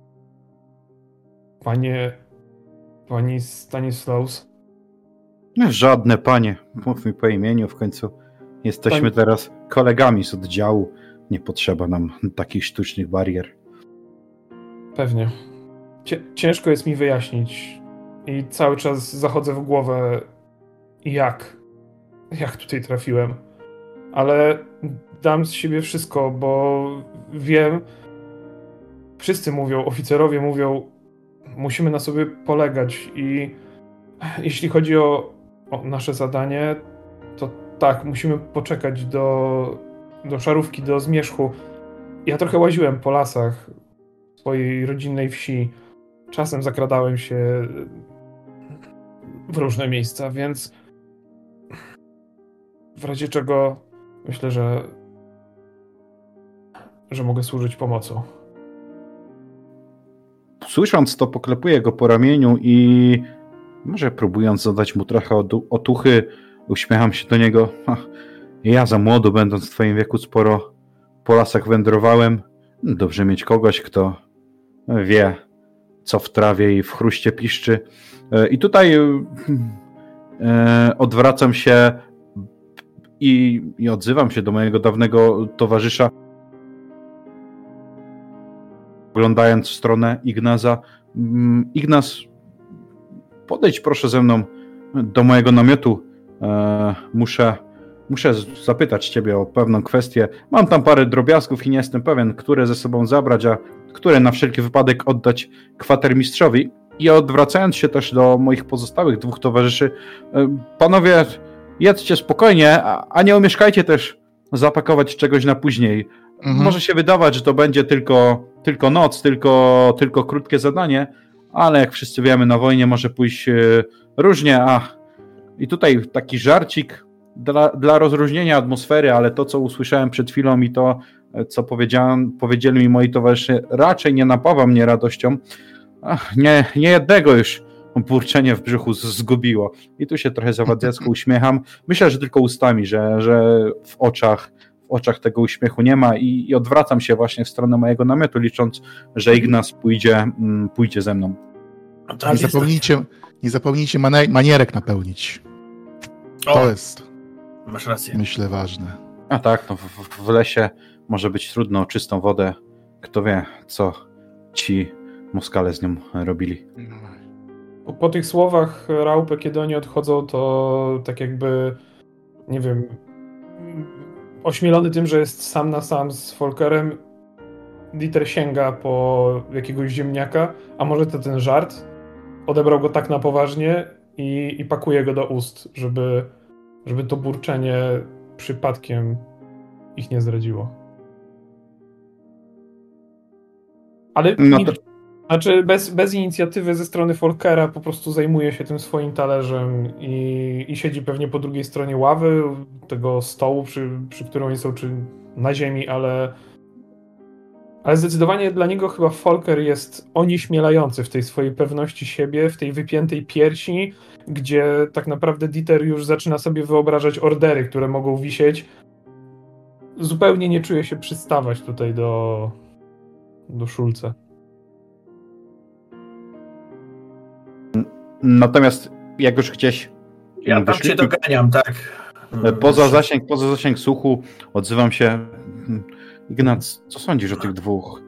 Panie... Pani Stanislaus? Żadne, panie. Mów mi po imieniu, w końcu jesteśmy Pani... teraz kolegami z oddziału. Nie potrzeba nam takich sztucznych barier. Pewnie. Ciężko jest mi wyjaśnić i cały czas zachodzę w głowę, jak? Jak tutaj trafiłem? Ale dam z siebie wszystko, bo wiem, wszyscy mówią, oficerowie mówią, musimy na sobie polegać i jeśli chodzi o, o nasze zadanie, to tak, musimy poczekać do, do Szarówki, do zmierzchu. Ja trochę łaziłem po lasach swojej rodzinnej wsi. Czasem zakradałem się w różne miejsca, więc w razie czego myślę, że że mogę służyć pomocą. Słysząc to, poklepuję go po ramieniu i może próbując zadać mu trochę otuchy, uśmiecham się do niego. Ja za młodu, będąc w twoim wieku, sporo po lasach wędrowałem. Dobrze mieć kogoś, kto wie, co w trawie i w chruście piszczy. I tutaj odwracam się i, i odzywam się do mojego dawnego towarzysza, oglądając w stronę Ignaza. Ignaz, podejdź proszę ze mną do mojego namiotu. Muszę, muszę zapytać ciebie o pewną kwestię. Mam tam parę drobiazgów i nie jestem pewien, które ze sobą zabrać, a które na wszelki wypadek oddać kwatermistrzowi. I odwracając się też do moich pozostałych dwóch towarzyszy, panowie, jedzcie spokojnie, a nie omieszkajcie też zapakować czegoś na później. Mhm. Może się wydawać, że to będzie tylko, tylko noc, tylko, tylko krótkie zadanie, ale jak wszyscy wiemy, na wojnie może pójść różnie. A i tutaj taki żarcik dla, dla rozróżnienia atmosfery, ale to, co usłyszałem przed chwilą i to, co powiedziałem, powiedzieli mi moi towarzysze, raczej nie napawa mnie radością. Ach, nie, nie jednego już burczenie w brzuchu zgubiło. I tu się trochę zawadzecko uśmiecham. Myślę, że tylko ustami, że, że w oczach w oczach tego uśmiechu nie ma i, i odwracam się właśnie w stronę mojego namiotu, licząc, że Ignaz pójdzie, mm, pójdzie ze mną. Nie zapomnijcie, nie zapomnijcie manierek napełnić. To o, jest, masz rację. Myślę, ważne. A tak, no w, w lesie może być trudno o czystą wodę. Kto wie, co ci Moskale z nią robili. Po, po tych słowach Raupy, kiedy oni odchodzą, to tak jakby, nie wiem, ośmielony tym, że jest sam na sam z Folkerem, Dieter sięga po jakiegoś ziemniaka, a może to ten żart odebrał go tak na poważnie i, i pakuje go do ust, żeby, żeby to burczenie przypadkiem ich nie zdradziło. Ale no to... znaczy bez, bez inicjatywy ze strony Folkera po prostu zajmuje się tym swoim talerzem i, i siedzi pewnie po drugiej stronie ławy, tego stołu, przy, przy którym oni są, czy na ziemi, ale Ale zdecydowanie dla niego chyba Volker jest onieśmielający w tej swojej pewności siebie, w tej wypiętej piersi, gdzie tak naprawdę Dieter już zaczyna sobie wyobrażać ordery, które mogą wisieć. Zupełnie nie czuje się przystawać tutaj do, do Schulze. Natomiast jak już gdzieś Ja tam cię doganiam, tak. Poza zasięg, poza zasięg słuchu odzywam się. Ignac, co sądzisz o tych dwóch?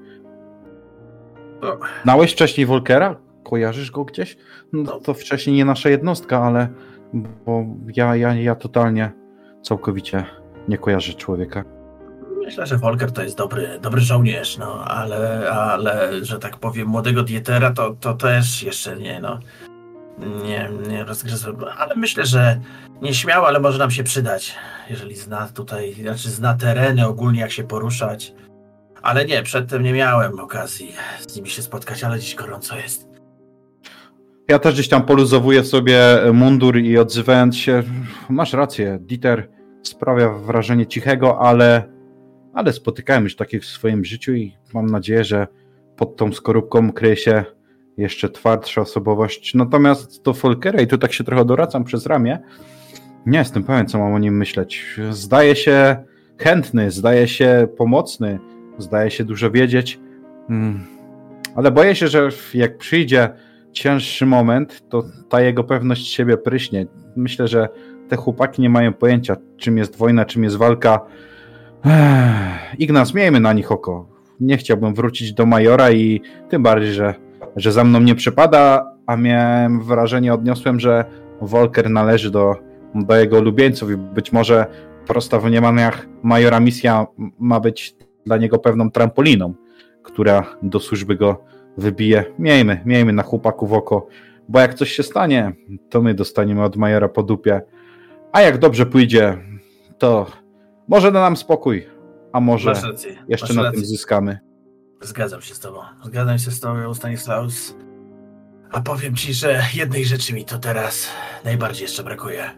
Znałeś wcześniej Volkera? Kojarzysz go gdzieś? No to wcześniej nie nasza jednostka, ale bo ja, ja, ja totalnie, całkowicie nie kojarzę człowieka. Myślę, że Volker to jest dobry, dobry żołnierz, no, ale, ale, że tak powiem, młodego Dietera to, to też jeszcze nie, no, nie, nie rozgryzłem, ale myślę, że nieśmiało, ale może nam się przydać, jeżeli zna tutaj, znaczy zna tereny, ogólnie jak się poruszać, ale nie, przedtem nie miałem okazji z nimi się spotkać, ale dziś gorąco jest. Ja też gdzieś tam poluzowuję sobie mundur i odzywając się, masz rację, Dieter sprawia wrażenie cichego, ale, ale spotykałem już takich w swoim życiu i mam nadzieję, że pod tą skorupką kryje się jeszcze twardsza osobowość. Natomiast do Volkera, i tu tak się trochę doracam przez ramię, nie jestem pewien, co mam o nim myśleć. Zdaje się chętny, zdaje się pomocny, zdaje się dużo wiedzieć, ale boję się, że jak przyjdzie cięższy moment, to ta jego pewność siebie pryśnie. Myślę, że te chłopaki nie mają pojęcia, czym jest wojna, czym jest walka. Ech, Ignac, miejmy na nich oko. Nie chciałbym wrócić do majora i tym bardziej, że, że za mną nie przypada, a miałem wrażenie, odniosłem, że Volker należy do, do jego ulubieńców i być może prosta w mniemaniach majora misja ma być dla niego pewną trampoliną, która do służby go wybije. Miejmy, miejmy na chłopaków oko, bo jak coś się stanie, to my dostaniemy od majora po dupie, a jak dobrze pójdzie, to może da nam spokój, a może jeszcze na tym zyskamy. Zgadzam się z tobą. Zgadzam się z tobą, Stanislaus. A powiem ci, że jednej rzeczy mi to teraz najbardziej jeszcze brakuje.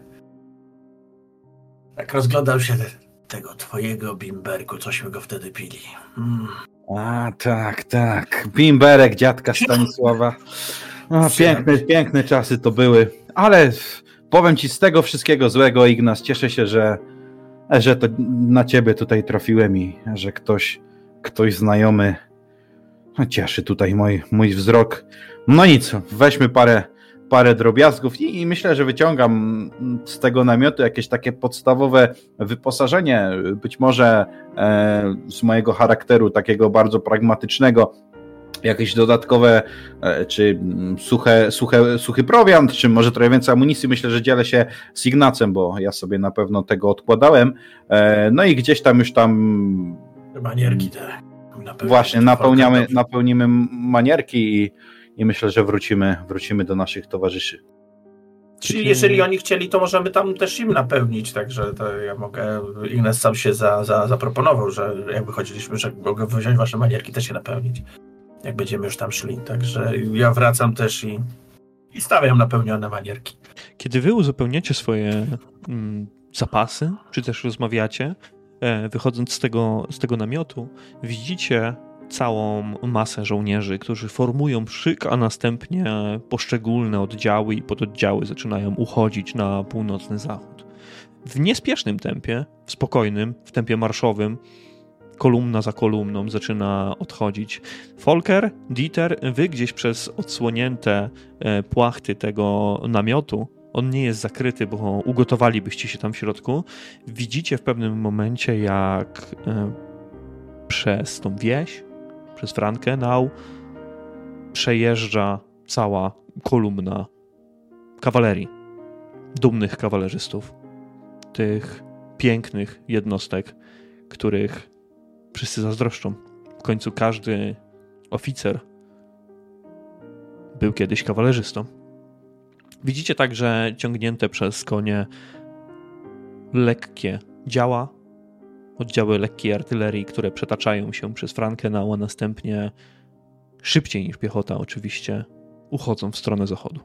Jak rozglądał się tego twojego bimberku, cośmy go wtedy pili. Mm. A, tak, tak. Bimberek dziadka Stanisława. O, piękne, piękne czasy to były. Ale powiem ci, z tego wszystkiego złego, Ignac, cieszę się, że, że to na ciebie tutaj trafiłem i że ktoś, ktoś znajomy cieszy tutaj mój, mój wzrok. No nic, weźmy parę, parę drobiazgów i, i myślę, że wyciągam z tego namiotu jakieś takie podstawowe wyposażenie, być może e, z mojego charakteru takiego bardzo pragmatycznego, jakieś dodatkowe, e, czy suche, suche, suchy prowiant, czy może trochę więcej amunicji. Myślę, że dzielę się z Ignacem, bo ja sobie na pewno tego odkładałem. E, no i gdzieś tam już tam... Manierki te. Właśnie, napełniamy, napełnimy manierki i I myślę, że wrócimy, wrócimy do naszych towarzyszy. Czyli jeżeli oni chcieli, to możemy tam też im napełnić, także to ja mogę, Ignac sam się za, za, zaproponował, że jak wychodziliśmy, że mogę wziąć wasze manierki, też je napełnić, jak będziemy już tam szli. Także ja wracam też i, i stawiam napełnione manierki. Kiedy wy uzupełniacie swoje mm, zapasy, czy też rozmawiacie, e, wychodząc z tego, z tego namiotu, widzicie całą masę żołnierzy, którzy formują szyk, a następnie poszczególne oddziały i pododdziały zaczynają uchodzić na północny zachód. W niespiesznym tempie, w spokojnym, w tempie marszowym, kolumna za kolumną zaczyna odchodzić. Volker, Dieter, wy gdzieś przez odsłonięte płachty tego namiotu, on nie jest zakryty, bo ugotowalibyście się tam w środku, widzicie w pewnym momencie, jak przez tą wieś, przez Frankenau przejeżdża cała kolumna kawalerii, dumnych kawalerzystów, tych pięknych jednostek, których wszyscy zazdroszczą. W końcu każdy oficer był kiedyś kawalerzystą. Widzicie także ciągnięte przez konie lekkie działa, oddziały lekkiej artylerii, które przetaczają się przez Frankenau, a następnie szybciej niż piechota oczywiście uchodzą w stronę zachodu.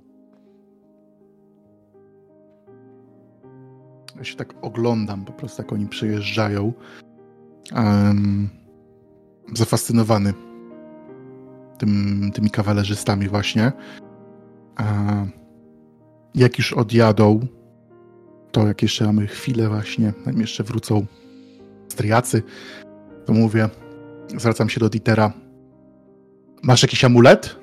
Ja się tak oglądam, po prostu jak oni przyjeżdżają. Um, zafascynowany tym, tymi kawalerzystami właśnie. A jak już odjadą, to jak jeszcze mamy chwilę właśnie, zanim jeszcze wrócą stryjacy, to mówię, zwracam się do Dietera. Masz jakiś amulet?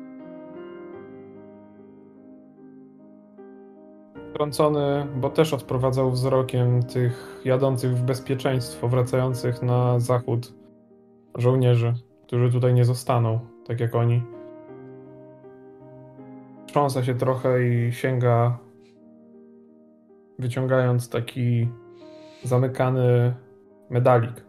Trącony, bo też odprowadzał wzrokiem tych jadących w bezpieczeństwo, wracających na zachód żołnierzy, którzy tutaj nie zostaną, tak jak oni. Trząsa się trochę i sięga, wyciągając taki zamykany medalik.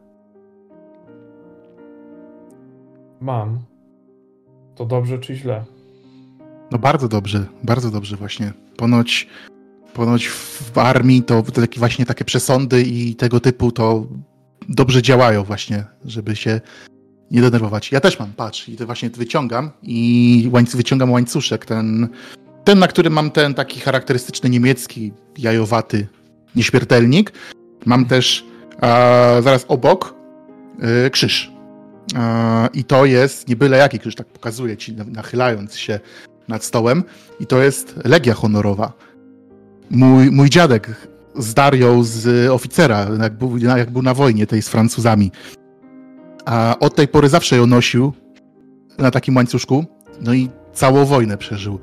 Mam. To dobrze czy źle? No bardzo dobrze, bardzo dobrze właśnie. Ponoć, ponoć w armii to, to takie właśnie takie przesądy i tego typu to dobrze działają właśnie, żeby się nie denerwować. Ja też mam, patrz, i to właśnie wyciągam i łańc- wyciągam łańcuszek, ten, ten, na którym mam ten taki charakterystyczny niemiecki, jajowaty nieśmiertelnik. Mam też a, zaraz obok y, krzyż. A, I to jest nie byle jaki krzyż, tak pokazuję ci, nachylając się nad stołem. I to jest Legia Honorowa. Mój, mój dziadek zdarł ją z oficera, jak był, jak był na wojnie tej z Francuzami. A od tej pory zawsze ją nosił na takim łańcuszku. No i całą wojnę przeżył.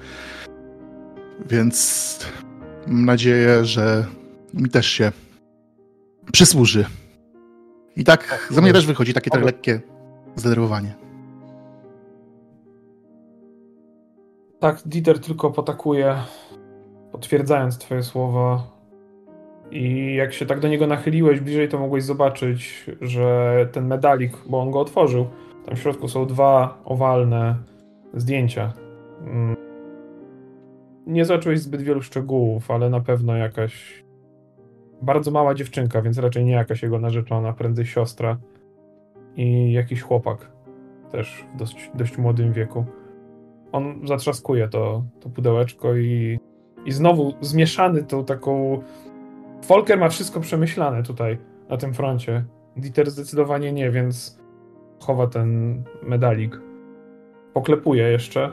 Więc mam nadzieję, że mi też się przysłuży. I tak, tak za mnie też wychodzi takie tak lekkie zdenerwowanie. Tak, Dieter tylko potakuje, potwierdzając twoje słowa. I jak się tak do niego nachyliłeś bliżej, to mogłeś zobaczyć, że ten medalik, bo on go otworzył, tam w środku są dwa owalne zdjęcia. Nie zobaczyłeś zbyt wielu szczegółów, ale na pewno jakaś bardzo mała dziewczynka, więc raczej nie jakaś jego narzeczona, prędzej siostra i jakiś chłopak, też w dość, dość młodym wieku. On zatrzaskuje to, to pudełeczko i, i znowu zmieszany tą taką... Volker ma wszystko przemyślane tutaj, na tym froncie. Dieter zdecydowanie nie, więc chowa ten medalik. Poklepuje jeszcze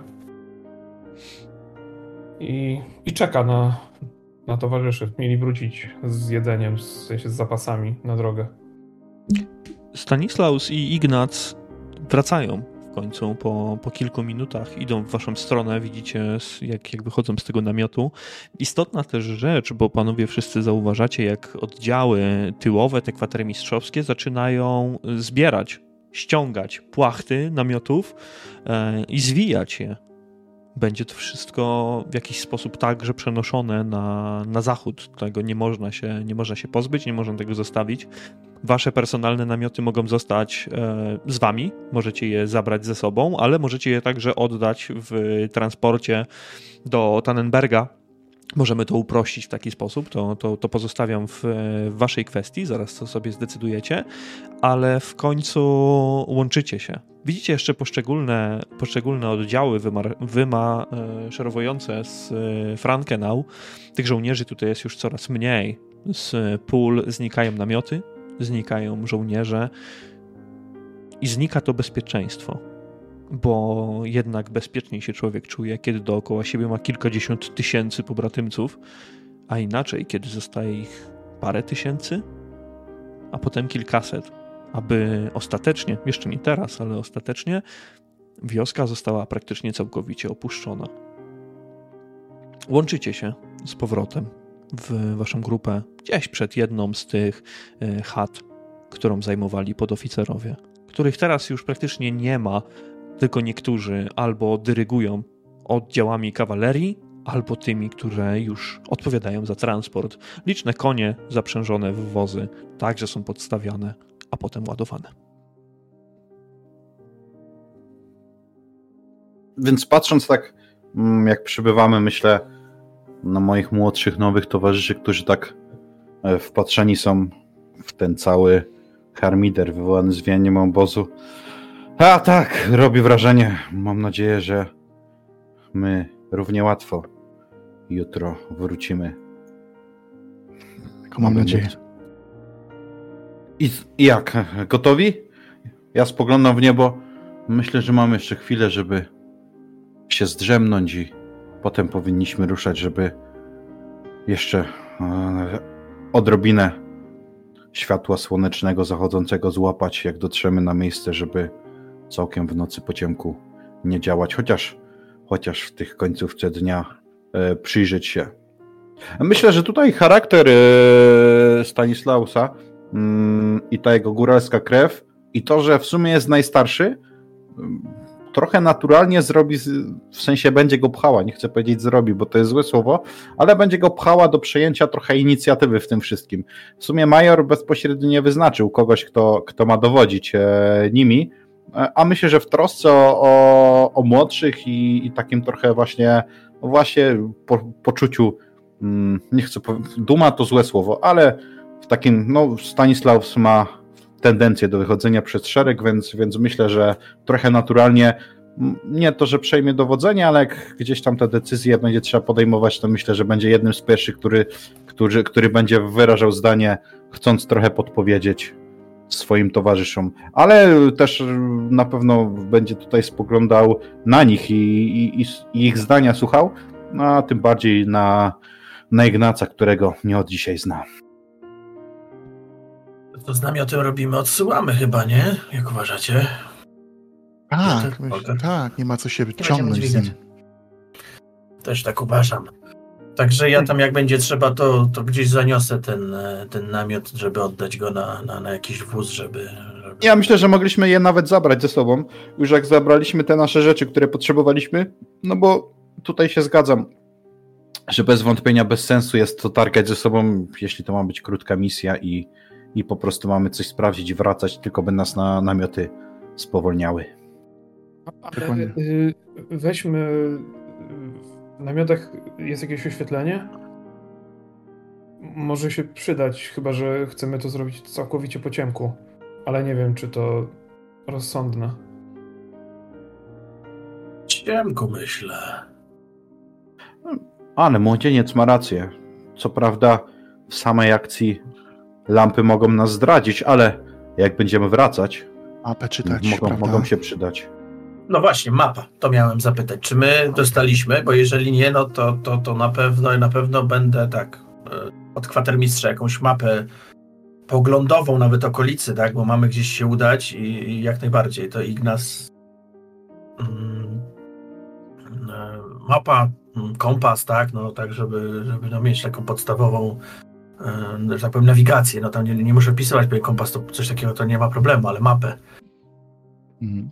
i, i czeka na, na towarzyszy. Mieli wrócić z jedzeniem, w sensie z zapasami na drogę. Stanislaus i Ignac wracają w końcu po, po kilku minutach, idą w waszą stronę, widzicie jak, jak wychodzą z tego namiotu. Istotna też rzecz, bo panowie wszyscy zauważacie, jak oddziały tyłowe, te kwatermistrzowskie zaczynają zbierać, ściągać płachty namiotów e, i zwijać je. Będzie to wszystko w jakiś sposób także przenoszone na, na zachód. Tego nie można się, nie można się pozbyć, nie można tego zostawić. Wasze personalne namioty mogą zostać e, z wami, możecie je zabrać ze sobą, ale możecie je także oddać w transporcie do Tannenberga. Możemy to uprościć w taki sposób, to, to, to pozostawiam w, w waszej kwestii, zaraz to sobie zdecydujecie, ale w końcu łączycie się. Widzicie jeszcze poszczególne, poszczególne oddziały wymar, wymaszerowujące z Frankenau. Tych żołnierzy tutaj jest już coraz mniej. Z pól znikają namioty, znikają żołnierze i znika to bezpieczeństwo, bo jednak bezpieczniej się człowiek czuje, kiedy dookoła siebie ma kilkadziesiąt tysięcy pobratymców, a inaczej, kiedy zostaje ich parę tysięcy, a potem kilkaset, aby ostatecznie, jeszcze nie teraz, ale ostatecznie wioska została praktycznie całkowicie opuszczona. Łączycie się z powrotem w waszą grupę gdzieś przed jedną z tych chat, którą zajmowali podoficerowie, których teraz już praktycznie nie ma, tylko niektórzy albo dyrygują oddziałami kawalerii, albo tymi, które już odpowiadają za transport. Liczne konie zaprzężone w wozy także są podstawiane, a potem ładowane. Więc patrząc tak, jak przybywamy, myślę, na moich młodszych, nowych towarzyszy, którzy tak wpatrzeni są w ten cały harmider wywołany zwijaniem obozu. A tak, robi wrażenie. Mam nadzieję, że my równie łatwo jutro wrócimy. Taką mam nadzieję. I, I jak? Gotowi? Ja spoglądam w niebo. Myślę, że mamy jeszcze chwilę, żeby się zdrzemnąć i potem powinniśmy ruszać, żeby jeszcze e, odrobinę światła słonecznego zachodzącego złapać, jak dotrzemy na miejsce, żeby całkiem w nocy po ciemku nie działać, chociaż, chociaż w tych końcówce dnia e, przyjrzeć się. Myślę, że tutaj charakter e, Stanislausa mm, i ta jego góralska krew i to, że w sumie jest najstarszy, trochę naturalnie zrobi, w sensie będzie go pchała, nie chcę powiedzieć zrobi, bo to jest złe słowo, ale będzie go pchała do przejęcia trochę inicjatywy w tym wszystkim. W sumie major bezpośrednio nie wyznaczył kogoś, kto, kto ma dowodzić e, nimi, a myślę, że w trosce o, o, o młodszych i, i takim trochę właśnie, właśnie po, poczuciu, mm, nie chcę powiedzieć, duma to złe słowo, ale w takim, no Stanislaus ma tendencję do wychodzenia przed szereg, więc, więc myślę, że trochę naturalnie, nie to, że przejmie dowodzenie, ale jak gdzieś tam te decyzje będzie trzeba podejmować, to myślę, że będzie jednym z pierwszych, który, który, który będzie wyrażał zdanie, chcąc trochę podpowiedzieć swoim towarzyszom, ale też na pewno będzie tutaj spoglądał na nich i, i, i ich zdania słuchał, a tym bardziej na, na Ignaca, którego nie od dzisiaj zna. To z namiotem robimy, odsyłamy chyba, nie? Jak uważacie? Tak, No myślę, tak, nie ma co się nie ciągnąć z nim. Też tak uważam. Także ja tam jak będzie trzeba, to, to gdzieś zaniosę ten, ten namiot, żeby oddać go na, na, na jakiś wóz, żeby, żeby... Ja myślę, że mogliśmy je nawet zabrać ze sobą, już jak zabraliśmy te nasze rzeczy, które potrzebowaliśmy, no bo tutaj się zgadzam, że bez wątpienia, bez sensu jest to targać ze sobą, jeśli to ma być krótka misja i, i po prostu mamy coś sprawdzić i wracać, tylko by nas na namioty spowolniały. Ale y, weźmy... W namiotach jest jakieś oświetlenie? Może się przydać, chyba że chcemy to zrobić całkowicie po ciemku. Ale nie wiem, czy to rozsądne. Ciemku, myślę. Ale młodzieniec ma rację. Co prawda w samej akcji lampy mogą nas zdradzić, ale jak będziemy wracać, mapę czytać, mogą, mogą się przydać. No właśnie, mapa. To miałem zapytać. Czy my dostaliśmy? Bo jeżeli nie, no to, to, to na pewno na pewno będę tak od kwatermistrza jakąś mapę poglądową, nawet okolicy, tak? Bo mamy gdzieś się udać i, i jak najbardziej. To Ignas mm, mapa, kompas, tak? No tak, żeby, żeby no, mieć taką podstawową że tak powiem nawigację. No tam nie, nie muszę wpisywać, bo kompas to coś takiego to nie ma problemu, ale mapę. Mhm.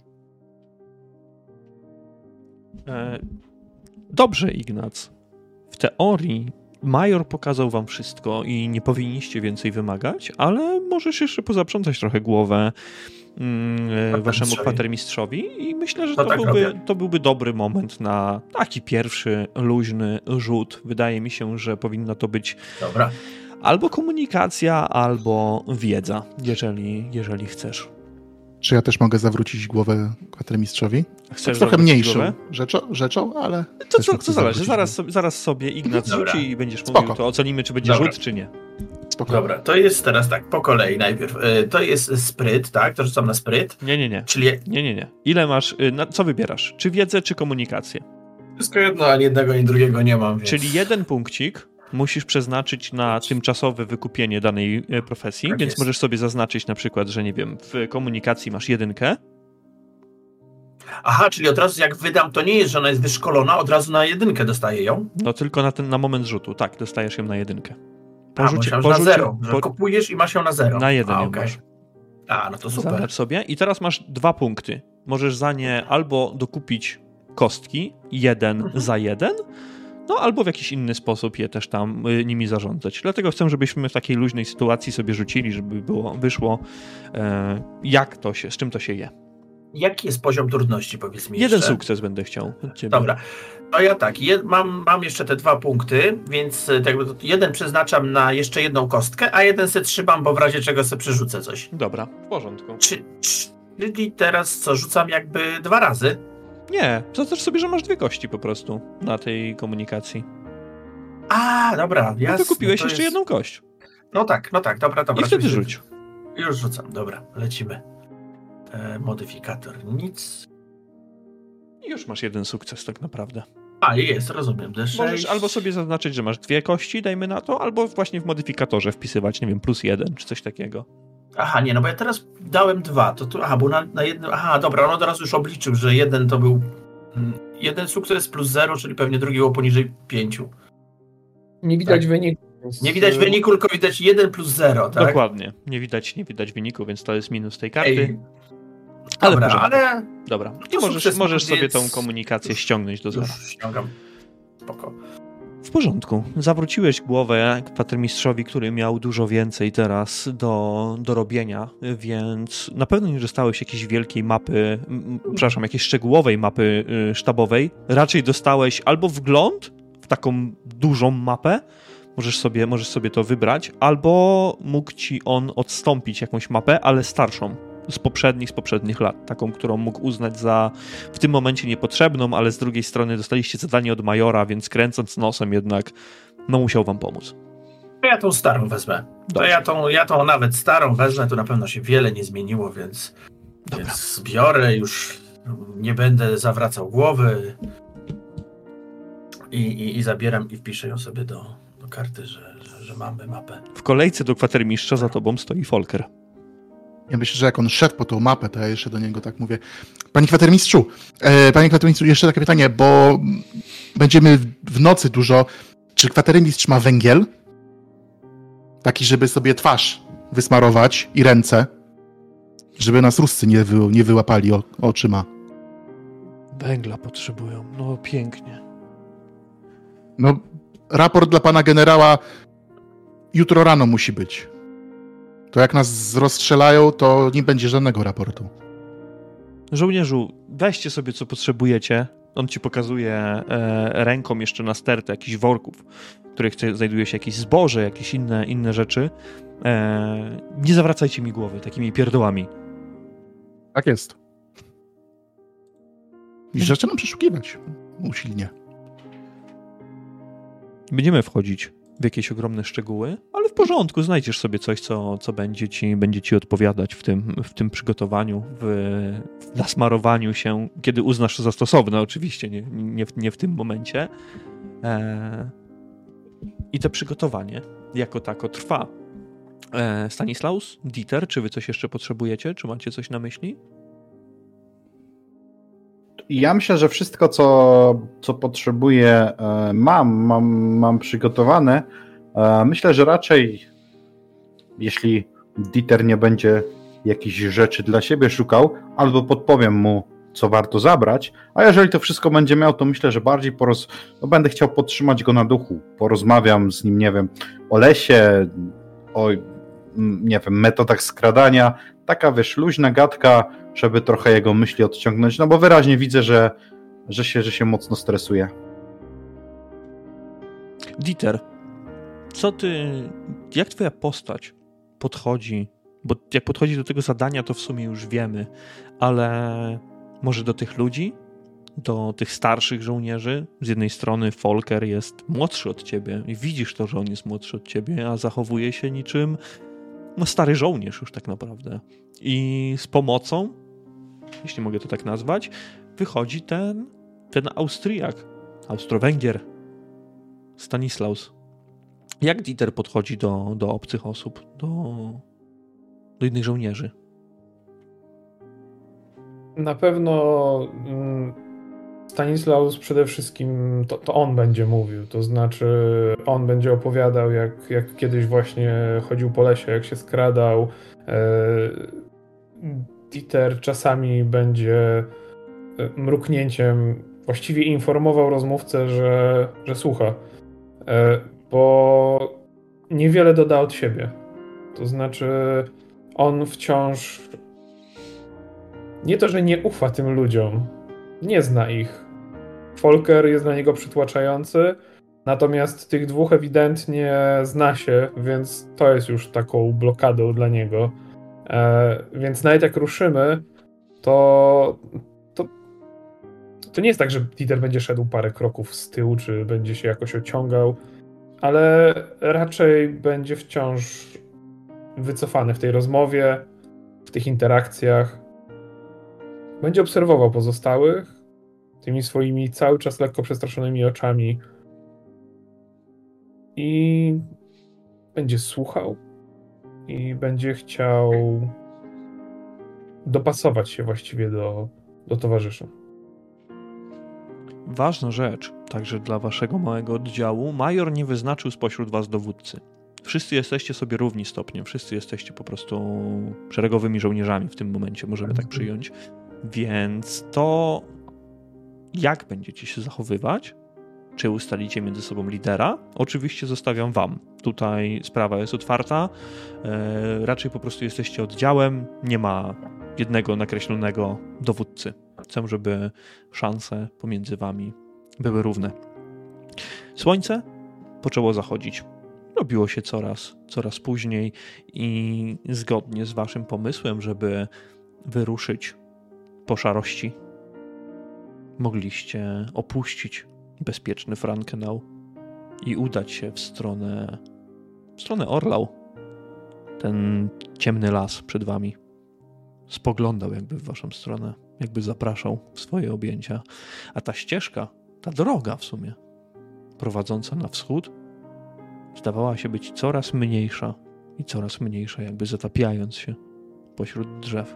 Dobrze, Ignac. W teorii major pokazał wam wszystko i nie powinniście więcej wymagać, ale możesz jeszcze pozaprzątać trochę głowę mm, waszemu kwatermistrzowi i myślę, że to, to, tak byłby, to byłby dobry moment na taki pierwszy luźny rzut. Wydaje mi się, że powinna to być Dobra. albo komunikacja, albo wiedza, jeżeli, jeżeli chcesz. Czy ja też mogę zawrócić głowę kwatermistrzowi? Chcesz trochę mniejszą głowę? rzeczą, rzeczą, ale... To co, co zależy, zaraz sobie, zaraz sobie Ignac Dobra. rzuci i będziesz Spoko. mówił, to ocenimy, czy będzie Dobra. rzut, czy nie. Spokojnie. Dobra, to jest teraz tak, po kolei najpierw. To jest spryt, tak? To rzucam na spryt. Nie, nie, nie. Czyli Nie, nie, nie. Ile masz, y, na, co wybierasz? Czy wiedzę, czy komunikację? wszystko jedno, ani jednego, ani drugiego nie mam. Więc... Czyli jeden punkcik musisz przeznaczyć na tymczasowe wykupienie danej e, profesji, Tak więc jest. możesz sobie zaznaczyć na przykład, że nie wiem, w komunikacji masz jedynkę. Aha, czyli od razu jak wydam, to nie jest, że ona jest wyszkolona, od razu na jedynkę dostaję ją? No tylko na ten na moment rzutu, tak, dostajesz ją na jedynkę. Po A, rzucie- myślałem, po że na rzucie- zero, że po- kupujesz i masz ją na zero. Na jeden A, ją okej. masz. A, no to super. Zaznacz sobie i teraz masz dwa punkty. Możesz za nie albo dokupić kostki, jeden Mhm. za jeden, no albo w jakiś inny sposób je też tam y, nimi zarządzać. Dlatego chcę, żebyśmy w takiej luźnej sytuacji sobie rzucili, żeby było, wyszło e, jak to się, z czym to się je. Jaki jest poziom trudności, powiedz mi Jeden jeszcze? sukces będę chciał od ciebie. Dobra, to ja tak, je, mam, mam jeszcze te dwa punkty, więc e, tak jakby to jeden przeznaczam na jeszcze jedną kostkę, a jeden se trzymam, bo w razie czego se przerzucę coś. Dobra, w porządku. Czy, czy, czyli teraz co, rzucam jakby dwa razy? Nie, zaznacz sobie, że masz dwie kości po prostu na tej komunikacji. A, dobra, No jasne. to kupiłeś to jeszcze jest... jedną kość. No tak, no tak, dobra, dobra. I wtedy oczywiście. rzuć. Już rzucam, dobra, lecimy. e, modyfikator. Nic. I już masz jeden sukces tak naprawdę. A, jest, rozumiem. D sześć. Możesz albo sobie zaznaczyć, że masz dwie kości, dajmy na to, albo właśnie w modyfikatorze wpisywać, nie wiem, plus jeden, czy coś takiego. Aha, nie, no bo ja teraz dałem dwa. To tu, aha, bo na, na jednym. Aha, dobra, on od razu już obliczył, że jeden to był. Mm, jeden sukces plus zero, czyli pewnie drugi było poniżej pięciu. Nie widać Tak. wyniku. Więc... Nie widać wyniku, tylko widać jeden plus zero, tak? Dokładnie. Nie widać, nie widać wyniku, więc to jest minus tej karty. Ej, Ale dobra, w porządku. ale Dobra. I to możesz, sukces, możesz sobie więc tą komunikację ściągnąć do zera. już ściągam. Spoko. W porządku. Zawróciłeś głowę kwatermistrzowi, który miał dużo więcej teraz do, do robienia, więc na pewno nie dostałeś jakiejś wielkiej mapy, m, przepraszam, jakiejś szczegółowej mapy y, sztabowej. Raczej dostałeś albo wgląd w taką dużą mapę, możesz sobie, możesz sobie to wybrać, albo mógł ci on odstąpić jakąś mapę, ale starszą. Z poprzednich, z poprzednich lat. Taką, którą mógł uznać za w tym momencie niepotrzebną, ale z drugiej strony dostaliście zadanie od majora, więc kręcąc nosem jednak, no musiał wam pomóc. To ja tą starą wezmę. To Dobrze. ja tą, ja tą nawet starą wezmę, tu na pewno się wiele nie zmieniło, więc, więc zbiorę, już nie będę zawracał głowy i, i, i zabieram i wpiszę ją sobie do, do karty, że, że, że mamy mapę. W kolejce do kwatermistrza za tobą stoi Volker. Ja myślę, że jak on szedł po tą mapę, to ja jeszcze do niego tak mówię. Panie kwatermistrzu, e, panie kwatermistrzu, jeszcze takie pytanie, bo będziemy w, w nocy dużo. Czy kwatermistrz ma węgiel? Taki, żeby sobie twarz wysmarować i ręce, żeby nas Ruscy nie, wy, nie wyłapali o, oczyma. Węgla potrzebują. No pięknie. No, raport dla pana generała jutro rano musi być. To jak nas rozstrzelają, to nie będzie żadnego raportu. Żołnierzu, weźcie sobie co potrzebujecie. On ci pokazuje e, ręką jeszcze na stertę jakichś worków, w których znajduje się jakieś zboże, jakieś inne, inne rzeczy. E, nie zawracajcie mi głowy takimi pierdołami. Tak jest. I zaczynam przeszukiwać usilnie. Będziemy wchodzić w jakieś ogromne szczegóły, ale w porządku, znajdziesz sobie coś, co, co będzie ci, będzie ci odpowiadać w tym, w tym przygotowaniu, w, w nasmarowaniu się, kiedy uznasz to za stosowne, oczywiście, nie, nie, w, nie w tym momencie. E, I to przygotowanie jako tako trwa. E, Stanislaus, Dieter, czy wy coś jeszcze potrzebujecie? Czy macie coś na myśli? Ja myślę, że wszystko, co, co potrzebuję, mam, mam, mam przygotowane. Myślę, że raczej, jeśli Dieter nie będzie jakichś rzeczy dla siebie szukał, albo podpowiem mu, co warto zabrać, a jeżeli to wszystko będzie miał, to myślę, że bardziej poroz... no, będę chciał podtrzymać go na duchu. Porozmawiam z nim, nie wiem, o lesie, o, nie wiem, metodach skradania. Taka, wiesz, luźna gadka, żeby trochę jego myśli odciągnąć, no bo wyraźnie widzę, że, że, się, że się mocno stresuje. Dieter, co ty, jak twoja postać podchodzi, bo jak podchodzi do tego zadania, to w sumie już wiemy, ale może do tych ludzi, do tych starszych żołnierzy? Z jednej strony Volker jest młodszy od ciebie i widzisz to, że on jest młodszy od ciebie, a zachowuje się niczym no, stary żołnierz już tak naprawdę. I z pomocą, jeśli mogę to tak nazwać, wychodzi ten, ten Austriak, Austro-Węgier, Stanislaus. Jak Dieter podchodzi do, do obcych osób, do, do innych żołnierzy? Na pewno mm, Stanislaus przede wszystkim to, to on będzie mówił, to znaczy on będzie opowiadał, jak, jak kiedyś właśnie chodził po lesie, jak się skradał. Dieter czasami będzie mruknięciem właściwie informował rozmówcę, że, że słucha, bo niewiele doda od siebie. To znaczy on wciąż nie to, że nie ufa tym ludziom, nie zna ich. Volker jest dla niego przytłaczający, natomiast tych dwóch ewidentnie zna się, więc to jest już taką blokadą dla niego. E, więc nawet jak ruszymy, to, to to nie jest tak, że Dieter będzie szedł parę kroków z tyłu, czy będzie się jakoś ociągał, ale raczej będzie wciąż wycofany w tej rozmowie, w tych interakcjach. będzie obserwował pozostałych tymi swoimi cały czas lekko przestraszonymi oczami i będzie słuchał i będzie chciał dopasować się właściwie do, do towarzyszy. Ważna rzecz, także dla waszego małego oddziału, major nie wyznaczył spośród was dowódcy. Wszyscy jesteście sobie równi stopniem, wszyscy jesteście po prostu szeregowymi żołnierzami w tym momencie, możemy tak przyjąć. Więc to, jak będziecie się zachowywać, czy ustalicie między sobą lidera, oczywiście zostawiam wam. Tutaj sprawa jest otwarta, e, raczej po prostu jesteście oddziałem, nie ma jednego nakreślonego dowódcy. Chcę, żeby szanse pomiędzy wami były równe. Słońce poczęło zachodzić. Robiło się coraz, coraz później i zgodnie z waszym pomysłem, żeby wyruszyć po szarości, mogliście opuścić bezpieczny Frankenau i udać się w stronę, w stronę Orlau. Ten ciemny las przed wami spoglądał jakby w waszą stronę, jakby zapraszał w swoje objęcia. A ta ścieżka, ta droga w sumie, prowadząca na wschód, zdawała się być coraz mniejsza i coraz mniejsza, jakby zatapiając się pośród drzew.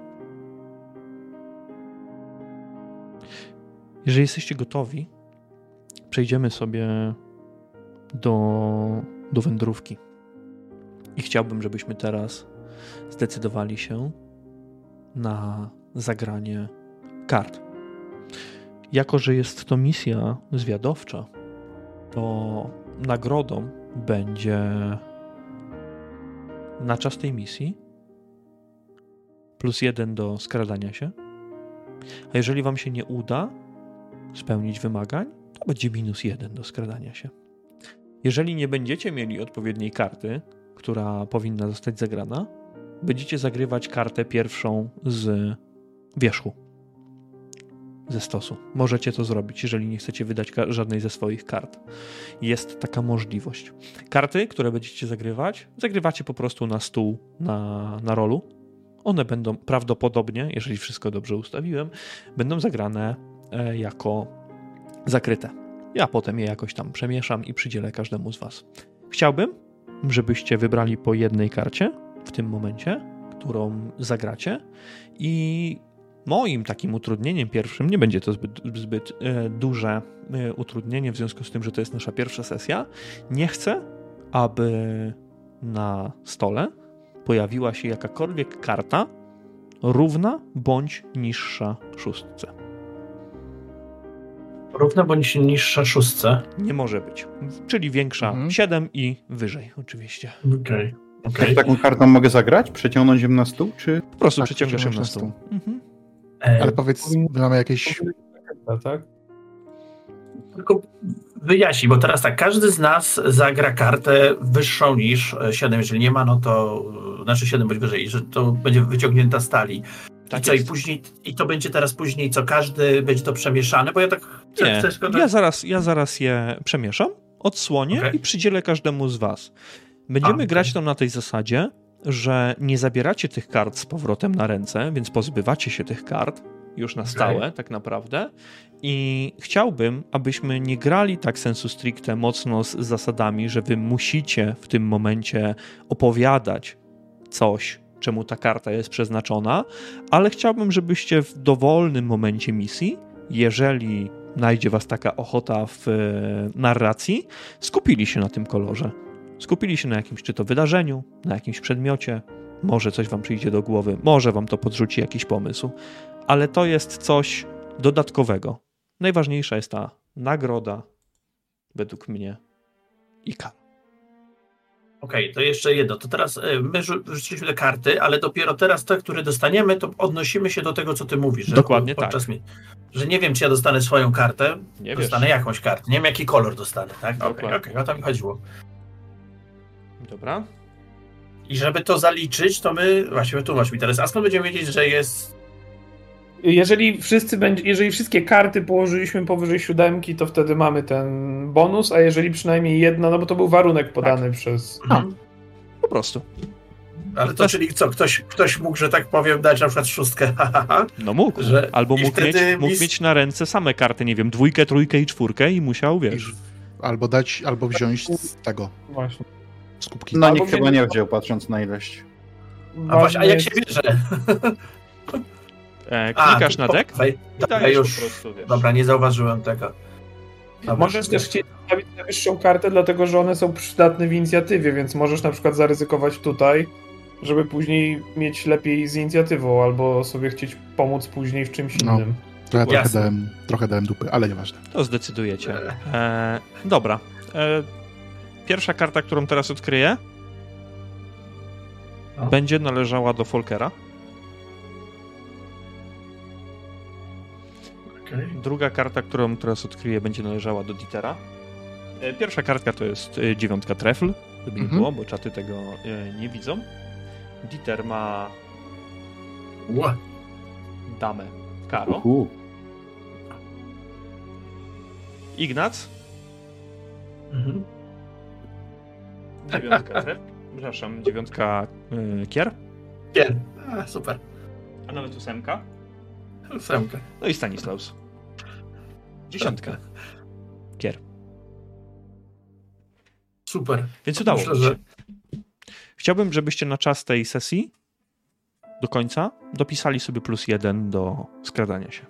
Jeżeli jesteście gotowi, przejdziemy sobie do, do wędrówki. I chciałbym, żebyśmy teraz zdecydowali się na zagranie kart. Jako że jest to misja zwiadowcza, to nagrodą będzie na czas tej misji plus jeden do skradania się. A jeżeli wam się nie uda spełnić wymagań, to będzie minus jeden do skradania się. Jeżeli nie będziecie mieli odpowiedniej karty, która powinna zostać zagrana, będziecie zagrywać kartę pierwszą z wierzchu, ze stosu. Możecie to zrobić, jeżeli nie chcecie wydać żadnej ze swoich kart. Jest taka możliwość. Karty, które będziecie zagrywać, zagrywacie po prostu na stół, na, na rolu. One będą prawdopodobnie, jeżeli wszystko dobrze ustawiłem, będą zagrane e, jako zakryte. Ja potem je jakoś tam przemieszam i przydzielę każdemu z was. Chciałbym, żebyście wybrali po jednej karcie w tym momencie, którą zagracie i moim takim utrudnieniem pierwszym, nie będzie to zbyt, zbyt e, duże e, utrudnienie w związku z tym, że to jest nasza pierwsza sesja, nie chcę, aby na stole pojawiła się jakakolwiek karta równa bądź niższa szóstce. Równa bądź niższa szóstce? Nie może być. Czyli większa mhm. siedem i wyżej oczywiście. Okej. Okay. Okay. Jak taką kartą mogę zagrać? Przeciągnąć ją na stół? Czy... Po prostu tak, przeciągasz ją na stół. Mhm. Ale powiedz, mamy jakieś... Tak? Tylko wyjaśnij, bo teraz tak, każdy z nas zagra kartę wyższą niż siedem, jeżeli nie ma, no to znaczy siedem bądź wyżej, że to będzie wyciągnięta z talii. Tak I co, jest. i później, i to będzie teraz później, co każdy będzie to przemieszane, bo ja tak chcę... Nie, chcę skończyć... ja, zaraz, ja zaraz je przemieszam, odsłonię okay. i przydzielę każdemu z was. Będziemy A, okay. grać to na tej zasadzie, że nie zabieracie tych kart z powrotem na ręce, więc pozbywacie się tych kart już na stałe okay. tak naprawdę i chciałbym, abyśmy nie grali tak sensu stricte mocno z zasadami, że wy musicie w tym momencie opowiadać coś, czemu ta karta jest przeznaczona, ale chciałbym, żebyście w dowolnym momencie misji, jeżeli najdzie was taka ochota w narracji, skupili się na tym kolorze. Skupili się na jakimś czy to wydarzeniu, na jakimś przedmiocie, może coś wam przyjdzie do głowy, może wam to podrzuci jakiś pomysł, ale to jest coś dodatkowego. Najważniejsza jest ta nagroda, według mnie, i kara. Okej, okay, to jeszcze jedno. To teraz my rzuciliśmy te karty, ale dopiero teraz te, które dostaniemy, to odnosimy się do tego, co ty mówisz. Że Dokładnie tak. Mi, że nie wiem, czy ja dostanę swoją kartę, nie dostanę wiesz. jakąś kartę. Nie wiem, jaki kolor dostanę, tak? Okej, okay, okay, o to mi chodziło. Dobra. I żeby to zaliczyć, to my... Właściwie tłumacz mi teraz. A skąd będziemy wiedzieć, że jest... Jeżeli wszyscy będzie, jeżeli wszystkie karty położyliśmy powyżej siódemki, to wtedy mamy ten bonus, a jeżeli przynajmniej jedna, no bo to był warunek podany tak. przez... Aha. Po prostu. Ale to, to czyli co, ktoś, ktoś mógł, że tak powiem, dać na przykład szóstkę, No mógł, że... albo mógł, mieć, mógł mis... mieć na ręce same karty, nie wiem, dwójkę, trójkę i czwórkę i musiał, wiesz... Albo dać, albo wziąć z tego. Właśnie. Z kubki. No nikt chyba nie wziął, patrząc na ilość. A właśnie, a jak się bierze? E, klikasz a, na deck i dajesz już, po prostu, wiesz. Dobra, nie zauważyłem tego. Dobra, możesz też chcieć zostawić najwyższą kartę, dlatego że one są przydatne w inicjatywie, więc możesz na przykład zaryzykować tutaj, żeby później mieć lepiej z inicjatywą, albo sobie chcieć pomóc później w czymś no, innym. To ja trochę dałem, trochę dałem dupy, ale nieważne. To zdecydujecie. E, dobra. E, pierwsza karta, którą teraz odkryję, no. będzie należała do Folkera. Okay. Druga karta, którą teraz odkryję, będzie należała do Dietera. E, pierwsza kartka to jest e, dziewiątka trefl, żeby nie mm-hmm. było, bo czaty tego e, nie widzą. Dieter ma What? damę karo. Uh-huh. Ignac. Mhm. Dziewiątka tref. Przepraszam, dziewiątka y, kier. Kier. A, super. A nawet ósemka. Ósemka. No i Stanislaus. Dziesiątka. Kier. Super. Więc udało mi się. Że... Chciałbym, żebyście na czas tej sesji do końca dopisali sobie plus jeden do skradania się.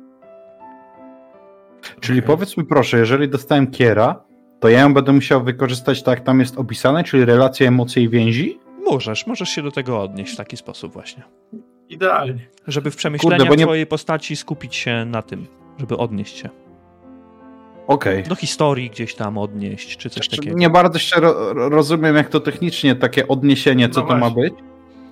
Czyli okay. powiedz mi proszę, jeżeli dostałem kiera, to ja ją będę musiał wykorzystać tak, jak tam jest opisane, czyli relacje, emocje i więzi? Możesz, możesz się do tego odnieść w taki sposób właśnie. Idealnie. Żeby w przemyśleniach Kurde, nie... twojej postaci skupić się na tym, żeby odnieść się. Okej. Okay. Do historii gdzieś tam odnieść, czy coś takiego. Nie bardzo się ro- rozumiem, jak to technicznie, takie odniesienie, co no to ma być.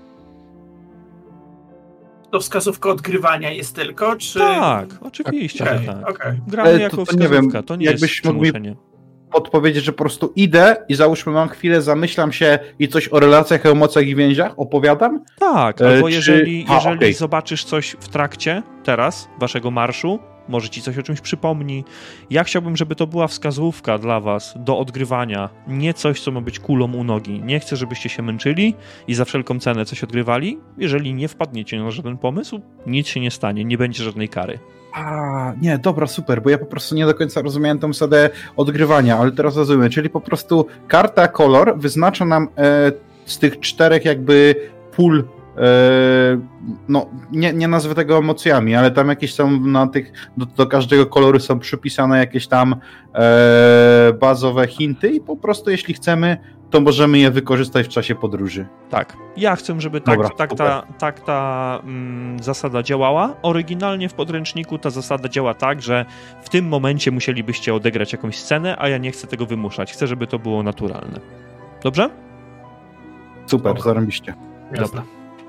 To wskazówka odgrywania jest tylko, czy... Tak, oczywiście, okay, że tak. Okay. Gramy to, jako to wskazówka, nie wiem, to nie jakbyś jest mógł mi podpowiedzieć, że po prostu idę i załóżmy mam chwilę, zamyślam się i coś o relacjach, o emocjach i więziach opowiadam? Tak, albo e, jeżeli, czy... A, jeżeli okay. zobaczysz coś w trakcie teraz waszego marszu, może ci coś o czymś przypomni. Ja chciałbym, żeby to była wskazówka dla was do odgrywania, nie coś, co ma być kulą u nogi. Nie chcę, żebyście się męczyli i za wszelką cenę coś odgrywali. Jeżeli nie wpadniecie na żaden pomysł, nic się nie stanie, nie będzie żadnej kary. A, nie, dobra, super, bo ja po prostu nie do końca rozumiałem tą zasadę odgrywania, ale teraz rozumiem, czyli po prostu karta kolor wyznacza nam e, z tych czterech jakby pól, no nie, nie nazwę tego emocjami, ale tam jakieś są na tych, do, do każdego koloru są przypisane jakieś tam e, bazowe hinty i po prostu jeśli chcemy, to możemy je wykorzystać w czasie podróży. Tak. Ja chcę, żeby tak, Dobra, tak, ta, tak ta mm, zasada działała. Oryginalnie w podręczniku ta zasada działa tak, że w tym momencie musielibyście odegrać jakąś scenę, a ja nie chcę tego wymuszać. Chcę, żeby to było naturalne. Dobrze? Super, zarąbiście. Dobra.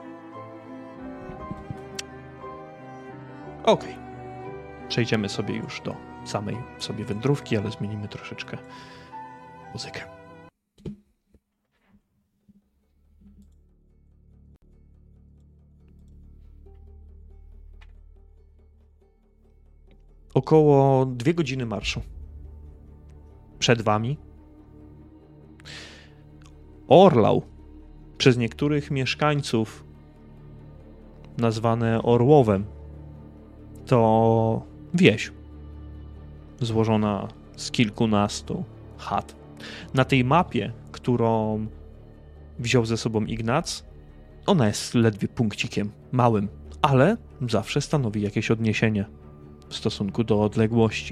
Okej. Okay. Przejdziemy sobie już do samej sobie wędrówki, ale zmienimy troszeczkę muzykę. Około dwie godziny marszu. Przed wami Orlau, przez niektórych mieszkańców nazwane Orłowem, to wieś złożona z kilkunastu chat. Na tej mapie, którą wziął ze sobą Ignac, ona jest ledwie punkcikiem małym, ale zawsze stanowi jakieś odniesienie w stosunku do odległości.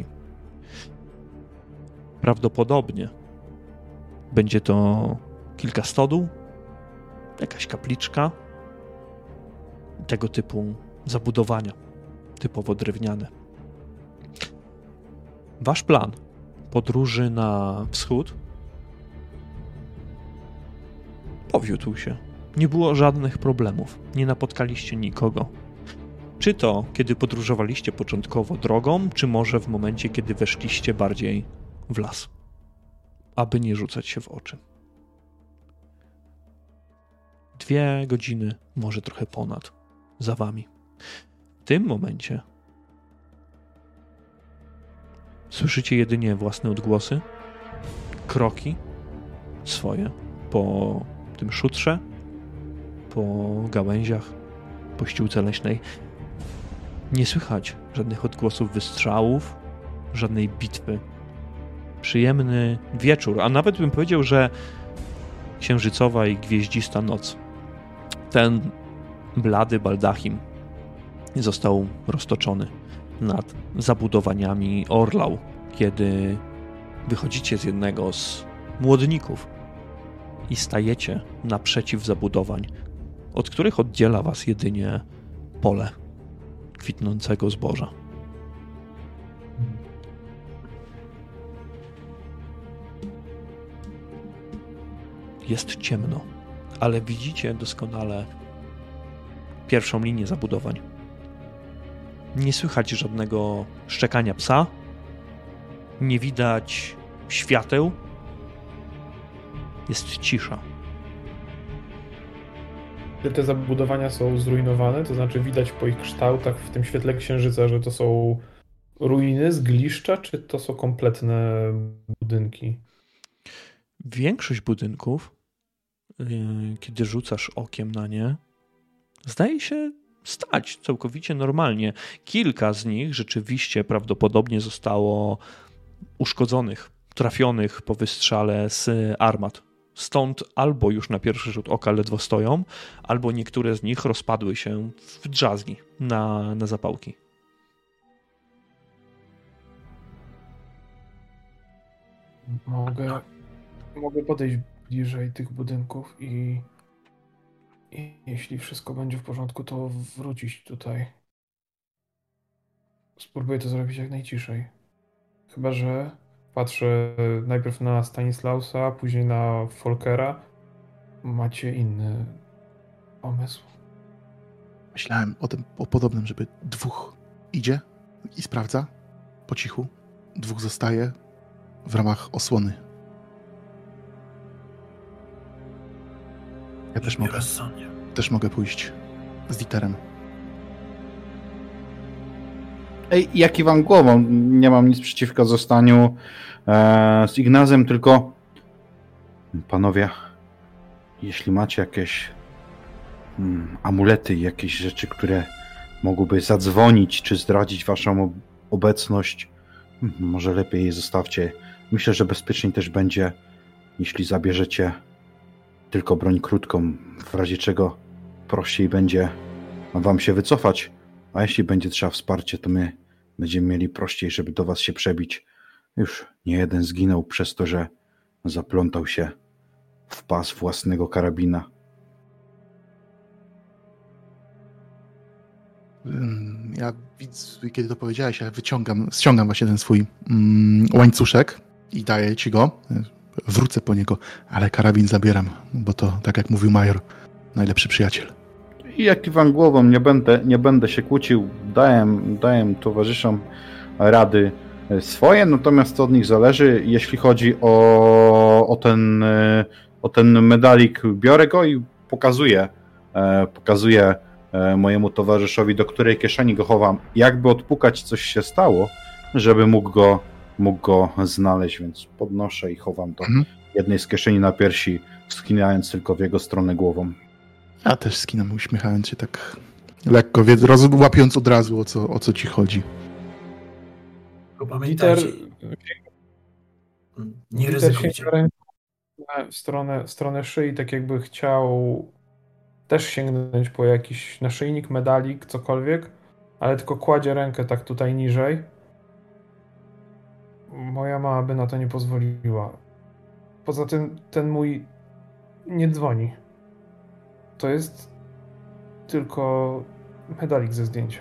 Prawdopodobnie będzie to kilka stodół, jakaś kapliczka, tego typu zabudowania, typowo drewniane. Wasz plan podróży na wschód powiódł się. Nie było żadnych problemów. Nie napotkaliście nikogo. Czy to, kiedy podróżowaliście początkowo drogą, czy może w momencie, kiedy weszliście bardziej w las, aby nie rzucać się w oczy. Dwie godziny, może trochę ponad, za wami. W tym momencie słyszycie jedynie własne odgłosy, kroki swoje po tym szutrze po gałęziach, po ściółce leśnej. Nie słychać żadnych odgłosów wystrzałów, żadnej bitwy. Przyjemny wieczór, a nawet bym powiedział, że księżycowa i gwieździsta noc. Ten blady baldachim został roztoczony nad zabudowaniami orlał, kiedy wychodzicie z jednego z młodników i stajecie naprzeciw zabudowań, od których oddziela was jedynie pole kwitnącego zboża. Jest ciemno, ale widzicie doskonale pierwszą linię zabudowań. Nie słychać żadnego szczekania psa, nie widać świateł, jest cisza. Czy te zabudowania są zrujnowane? To znaczy widać po ich kształtach w tym świetle księżyca, że to są ruiny, zgliszcza, czy to są kompletne budynki? Większość budynków, kiedy rzucasz okiem na nie, zdaje się stać całkowicie normalnie. Kilka z nich rzeczywiście prawdopodobnie zostało uszkodzonych, trafionych po wystrzale z armat. Stąd albo już na pierwszy rzut oka ledwo stoją, albo niektóre z nich rozpadły się w drzazgi na, na zapałki. Mogę, mogę podejść bliżej tych budynków i, i jeśli wszystko będzie w porządku, to wrócić tutaj. Spróbuję to zrobić jak najciszej. Chyba że patrzę najpierw na Stanislausa, później na Volkera. Macie inny pomysł? Myślałem o tym, o podobnym, żeby dwóch idzie i sprawdza po cichu, dwóch zostaje w ramach osłony. Ja też mogę, też mogę pójść z Dieterem. Ej, ja kiwam głową, nie mam nic przeciwko zostaniu e, z Ignazem, tylko panowie, jeśli macie jakieś mm, amulety, jakieś rzeczy, które mogłyby zadzwonić czy zdradzić waszą obecność, może lepiej je zostawcie. Myślę, że bezpieczniej też będzie, jeśli zabierzecie tylko broń krótką, w razie czego prościej będzie wam się wycofać, a jeśli będzie trzeba wsparcie, to my będziemy mieli prościej, żeby do was się przebić. Już nie jeden zginął przez to, że zaplątał się w pas własnego karabina. Ja widzę, kiedy to powiedziałeś, ja wyciągam, ściągam właśnie ten swój mm, łańcuszek i daję ci go. Wrócę po niego, ale karabin zabieram, bo to, tak jak mówił major, najlepszy przyjaciel. I jak kiwam głową, nie będę, nie będę się kłócił, dałem, dałem towarzyszom rady swoje, natomiast to od nich zależy. Jeśli chodzi o, o, ten, o ten medalik, biorę go i pokazuję, pokazuję mojemu towarzyszowi, do której kieszeni go chowam. Jakby odpukać coś się stało, żeby mógł go, mógł go znaleźć, więc podnoszę i chowam do mhm. jednej z kieszeni na piersi, skinając tylko w jego stronę głową. Ja też skinam, uśmiechając się tak lekko, łapiąc od razu, o co, o co ci chodzi. Pamiętajcie, nie ryzykujcie. W stronę, w stronę szyi, tak jakby chciał też sięgnąć po jakiś naszyjnik, medalik, cokolwiek, ale tylko kładzie rękę tak tutaj niżej. Moja mama by na to nie pozwoliła. Poza tym ten mój nie dzwoni. To jest tylko medalik ze zdjęcia.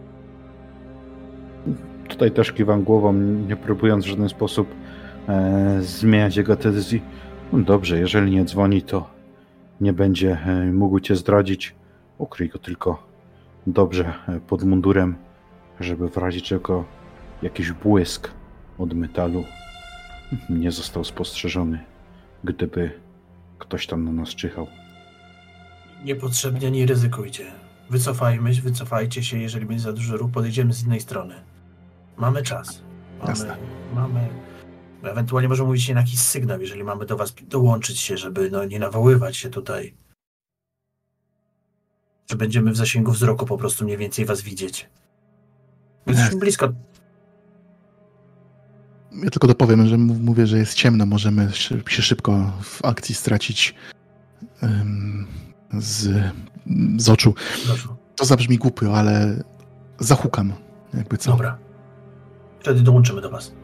Tutaj też kiwam głową, nie próbując w żaden sposób e, zmieniać jego decyzji. No dobrze, jeżeli nie dzwoni, to nie będzie e, mógł cię zdradzić. Ukryj go tylko dobrze e, pod mundurem, żeby w razie czego jakiś błysk od metalu nie został spostrzeżony, gdyby ktoś tam na nas czyhał. Niepotrzebnie nie ryzykujcie. Wycofajmy, wycofajcie się, jeżeli będzie za dużo ruch, podejdziemy z innej strony. Mamy czas. Mamy, mamy... Ewentualnie możemy mówić się na jakiś sygnał, jeżeli mamy do was dołączyć się, żeby no, nie nawoływać się tutaj. że będziemy w zasięgu wzroku po prostu mniej więcej was widzieć. Jesteśmy blisko. Ja tylko dopowiem, że mówię, że jest ciemno, możemy się szybko w akcji stracić um, z, z oczu. Dobrze. To zabrzmi głupio, ale zahukam, jakby co. Dobra. Wtedy dołączymy do was.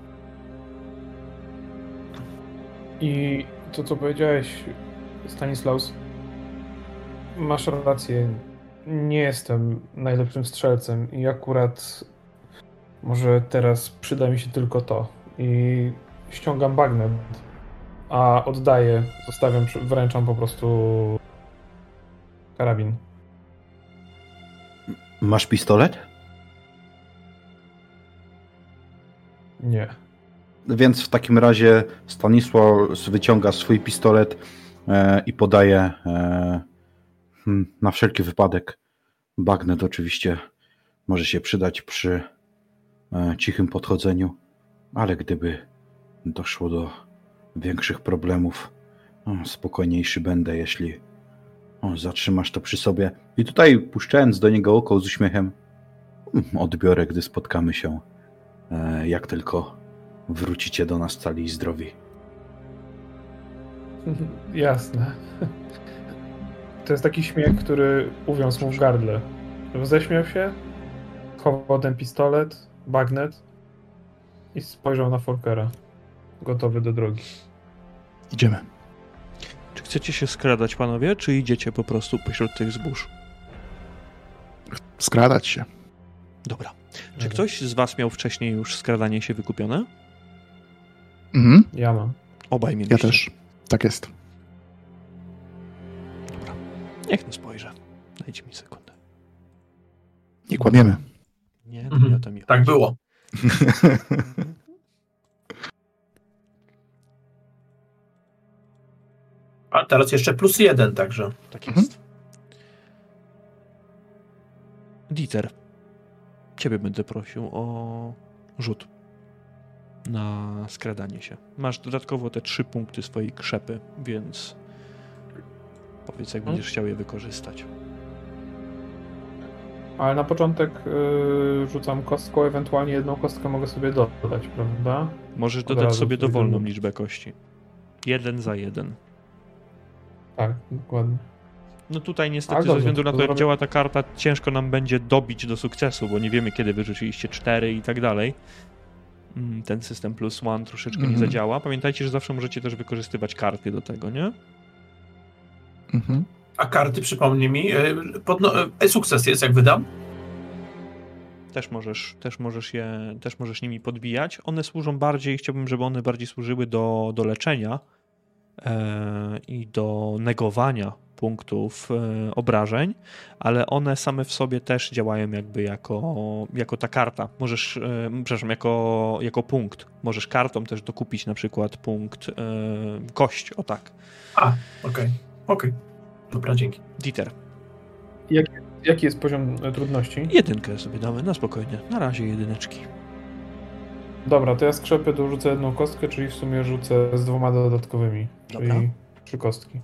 I to, co powiedziałeś, Stanislaus, masz rację. Nie jestem najlepszym strzelcem i akurat może teraz przyda mi się tylko to. I ściągam bagnet, a oddaję, zostawiam, wręczam po prostu karabin. Masz pistolet? Nie. Więc w takim razie Stanisław wyciąga swój pistolet e, i podaje e, hmm, na wszelki wypadek. Bagnet oczywiście może się przydać przy e, cichym podchodzeniu, ale gdyby doszło do większych problemów, o, spokojniejszy będę, jeśli o, zatrzymasz to przy sobie. I tutaj puszczając do niego oko z uśmiechem, odbiorę, gdy spotkamy się, e, jak tylko wrócicie do nas cali i zdrowi. Jasne. To jest taki śmiech, który uwiązł mu w gardle. Roześmiał się, chował ten pistolet, bagnet i spojrzał na Folkera. Gotowy do drogi. Idziemy. Czy chcecie się skradać, panowie, czy idziecie po prostu pośród tych zbóż? Skradać się. Dobra. Czy ktoś z was miał wcześniej już skradanie się wykupione? Mhm. Ja mam. Obaj mieliście. Ja też. Tak jest. Dobra. Niech no spojrzę. Dajcie mi sekundę. Nie kłamiemy. Nie, Mhm. nie o to mi chodzi. Tak było. A teraz jeszcze plus jeden, także. Tak Mhm. jest. Dieter, ciebie będę prosił o rzut na skradanie się. Masz dodatkowo te trzy punkty swojej krzepy, więc powiedz, jak Hmm? będziesz chciał je wykorzystać. Ale na początek yy, rzucam kostką, ewentualnie jedną kostkę mogę sobie dodać, prawda? Możesz Od dodać razu sobie sobie dowolną wymówić. liczbę kości. Jeden za jeden. Tak, dokładnie. No tutaj niestety, Ale ze dobrze, względu na to, to jak zrobię- działa ta karta, ciężko nam będzie dobić do sukcesu, bo nie wiemy, kiedy wyrzuciliście cztery i tak dalej. Mm, Ten system plus one troszeczkę nie Mhm. zadziała. Pamiętajcie, że zawsze możecie też wykorzystywać karty do tego, nie? Mhm. A karty, przypomnij mi, e, podno- e, sukces jest, jak wydam? Też możesz, też możesz je, też możesz nimi podbijać. One służą bardziej, chciałbym, żeby one bardziej służyły do, do leczenia e, i do negowania punktów e, obrażeń, ale one same w sobie też działają jakby jako, jako ta karta. Możesz, e, przepraszam, jako, jako punkt. Możesz kartą też dokupić na przykład punkt e, kość, o tak. A, okej, okej. Dobra, dzięki. Dieter, Jak, jaki jest poziom e, trudności? jedynkę sobie damy, na spokojnie. Na razie jedyneczki. Dobra, to ja z krzepy dorzucę jedną kostkę, czyli w sumie rzucę z dwoma dodatkowymi. Dobra. Czyli trzy kostki.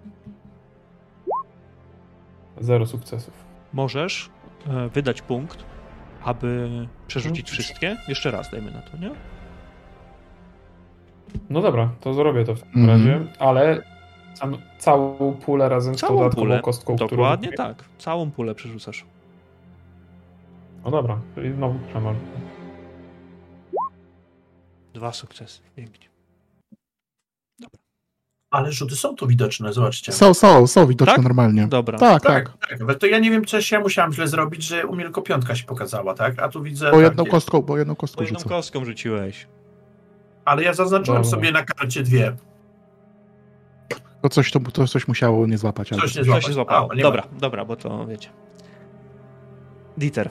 Zero sukcesów. Możesz e, wydać punkt, aby przerzucić Mhm. wszystkie. Jeszcze raz dajmy na to, nie? No dobra, to zrobię to w takim Mhm. razie, ale sam, całą pulę razem z tą Całą dodatkową pulę. kostką, którą Dokładnie kupię. tak. Całą pulę przerzucasz. No dobra, czyli znowu przemarz. Dwa sukcesy. Pięknie. Ale rzuty są tu widoczne, zobaczcie. Są, są, są widoczne Tak? normalnie. Dobra. Tak, Tak, tak. tak, ale to ja nie wiem, coś ja musiałem źle zrobić, że u mnie tylko piątka się pokazała, tak? A tu widzę... Bo tak, jedną jest. kostką, bo jedną Po kostką jedną rzucę. kostką rzuciłeś. Ale ja zaznaczyłem Dobra. sobie na karcie dwie. To coś, to, to coś musiało nie złapać. ale- Coś nie To złapać. się złapało. A, nie Dobra, dobra, bo to wiecie. Dieter.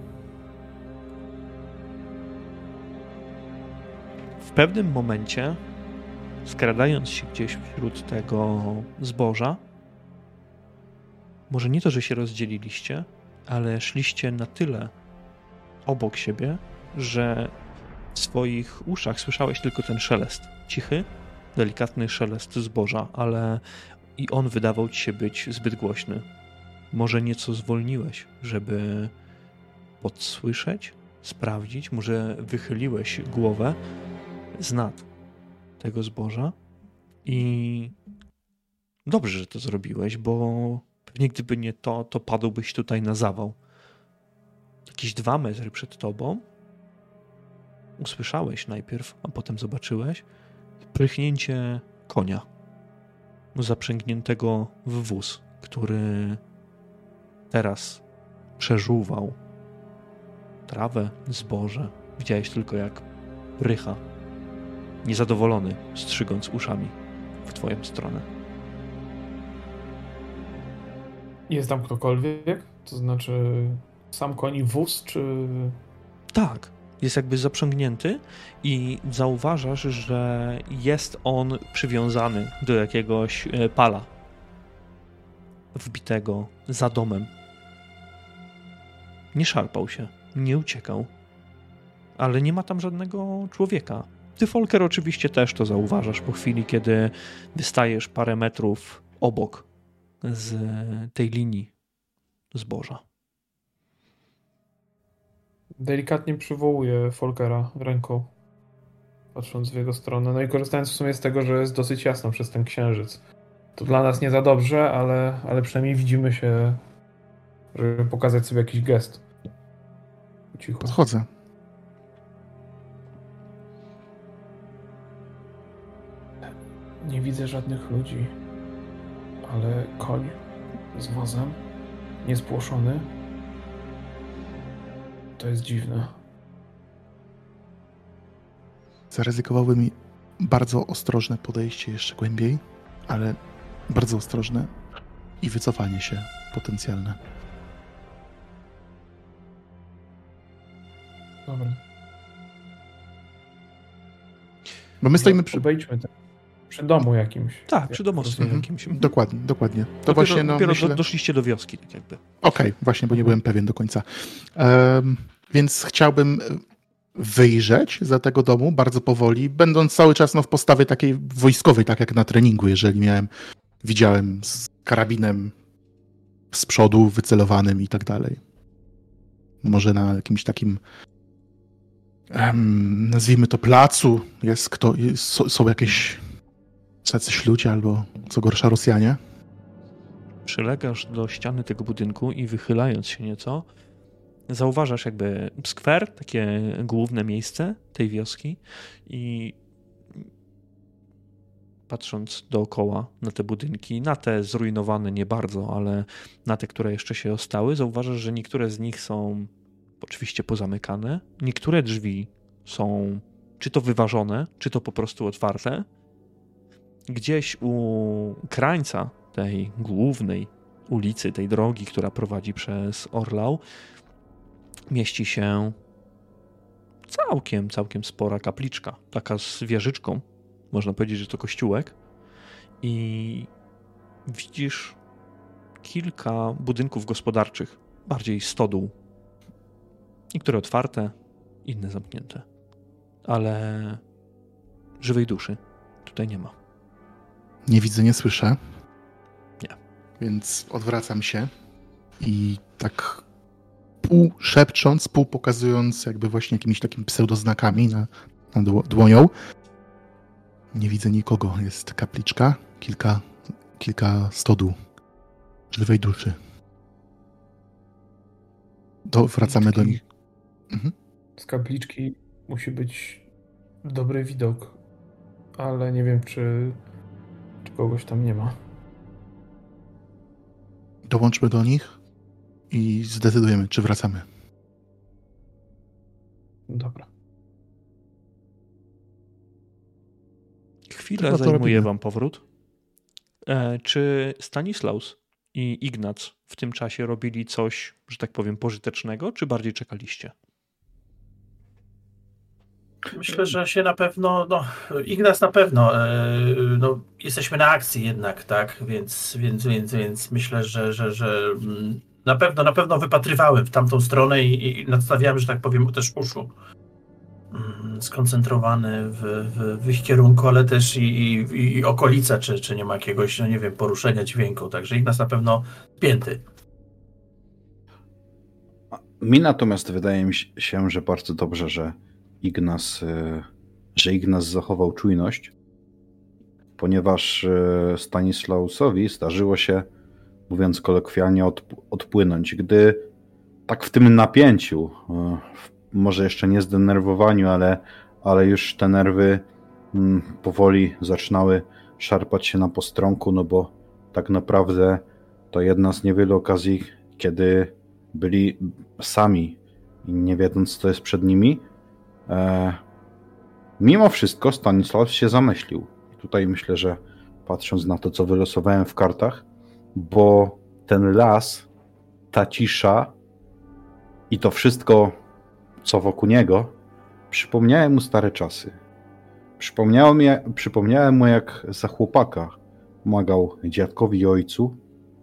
W pewnym momencie, skradając się gdzieś wśród tego zboża, może nie to, że się rozdzieliliście, ale szliście na tyle obok siebie, że w swoich uszach słyszałeś tylko ten szelest. Cichy, delikatny szelest zboża, ale i on wydawał ci się być zbyt głośny. Może nieco zwolniłeś, żeby podsłyszeć, sprawdzić, może wychyliłeś głowę z nad tego zboża i dobrze, że to zrobiłeś, bo pewnie gdyby nie to, to padłbyś tutaj na zawał. Jakieś dwa metry przed tobą usłyszałeś najpierw, a potem zobaczyłeś prychnięcie konia zaprzęgniętego w wóz, który teraz przeżuwał trawę, zboże. Widziałeś tylko, jak prycha, niezadowolony, strzygąc uszami w twoją stronę. Jest tam ktokolwiek? To znaczy sam koń i wóz, czy... Tak, jest jakby zaprzęgnięty i zauważasz, że jest on przywiązany do jakiegoś pala wbitego za domem. Nie szarpał się, nie uciekał, ale nie ma tam żadnego człowieka. Ty, Volker, oczywiście też to zauważasz po chwili, kiedy wystajesz parę metrów obok z tej linii zboża. Delikatnie przywołuję Volkera ręką, patrząc w jego stronę. No i korzystając w sumie z tego, że jest dosyć jasno przez ten księżyc. To dla nas nie za dobrze, ale, ale przynajmniej widzimy się, żeby pokazać sobie jakiś gest. Cicho. Podchodzę. Nie widzę żadnych ludzi, ale koń z wozem, niespłoszony. To jest dziwne. Zaryzykowałbym mi bardzo ostrożne podejście jeszcze głębiej, ale bardzo ostrożne i wycofanie się potencjalne. Dobra. Bo my stoimy przy... Obejdźmy tak. Przy domu jakimś. Tak, przy domostwie Mhm. jakimś. Dokładnie, dokładnie. To Dopiero, właśnie, no, dopiero myślę... do, doszliście do wioski, tak jakby. Okej, okay, właśnie, bo nie byłem pewien do końca. Um, więc chciałbym wyjrzeć za tego domu bardzo powoli, będąc cały czas no, w postawie takiej wojskowej, tak jak na treningu, jeżeli miałem, widziałem z karabinem z przodu, wycelowanym i tak dalej. Może na jakimś takim um, nazwijmy to placu, jest kto, jest, są jakieś jacyś ludzie albo co gorsza Rosjanie. Przylegasz do ściany tego budynku i wychylając się nieco, zauważasz jakby skwer, takie główne miejsce tej wioski i patrząc dookoła na te budynki, na te zrujnowane nie bardzo, ale na te, które jeszcze się ostały, zauważasz, że niektóre z nich są oczywiście pozamykane, niektóre drzwi są czy to wyważone, czy to po prostu otwarte. Gdzieś u krańca tej głównej ulicy, tej drogi, która prowadzi przez Orlau, mieści się całkiem, całkiem spora kapliczka. Taka z wieżyczką. Można powiedzieć, że to kościółek. I widzisz kilka budynków gospodarczych, bardziej stodół. Niektóre otwarte, inne zamknięte. Ale żywej duszy tutaj nie ma. Nie widzę, nie słyszę. Nie. Więc odwracam się i tak pół szepcząc, pół pokazując jakby właśnie jakimiś takimi pseudoznakami na, na dłonią. Nie widzę nikogo. Jest kapliczka, kilka, kilka stodół żywej duszy. To wracamy do nich. Mhm. Z kapliczki musi być dobry widok, ale nie wiem, czy, czy kogoś tam nie ma. Dołączmy do nich i zdecydujemy, czy wracamy. Dobra. Chwilę No to zajmuje robimy. wam powrót. E, czy Stanislaus i Ignac w tym czasie robili coś, że tak powiem, pożytecznego, czy bardziej czekaliście? Myślę, że się na pewno, no, Ignac na pewno, e, no, jesteśmy na akcji jednak, tak, więc, więc, więc, więc myślę, że, że, że na pewno, na pewno wypatrywałem w tamtą stronę i, i nadstawiałem, że tak powiem, też uszu skoncentrowany w, w, w ich kierunku, ale też i, i, i okolica, czy, czy nie ma jakiegoś, no nie wiem, poruszenia dźwięku, także Ignac na pewno spięty. Mi natomiast wydaje mi się, że bardzo dobrze, że Ignas, że Ignas zachował czujność, ponieważ Stanislausowi zdarzyło się, mówiąc kolokwialnie, odp- odpłynąć. Gdy tak w tym napięciu, może jeszcze nie zdenerwowaniu, ale, ale już te nerwy powoli zaczynały szarpać się na postronku, no bo tak naprawdę to jedna z niewielu okazji, kiedy byli sami i nie wiedząc, co jest przed nimi. E, mimo wszystko Stanisław się zamyślił. I tutaj myślę, że patrząc na to, co wylosowałem w kartach, bo ten las, ta cisza i to wszystko, co wokół niego, przypomniałem mu stare czasy. Przypomniałem, je, przypomniałem mu, jak za chłopaka pomagał dziadkowi i ojcu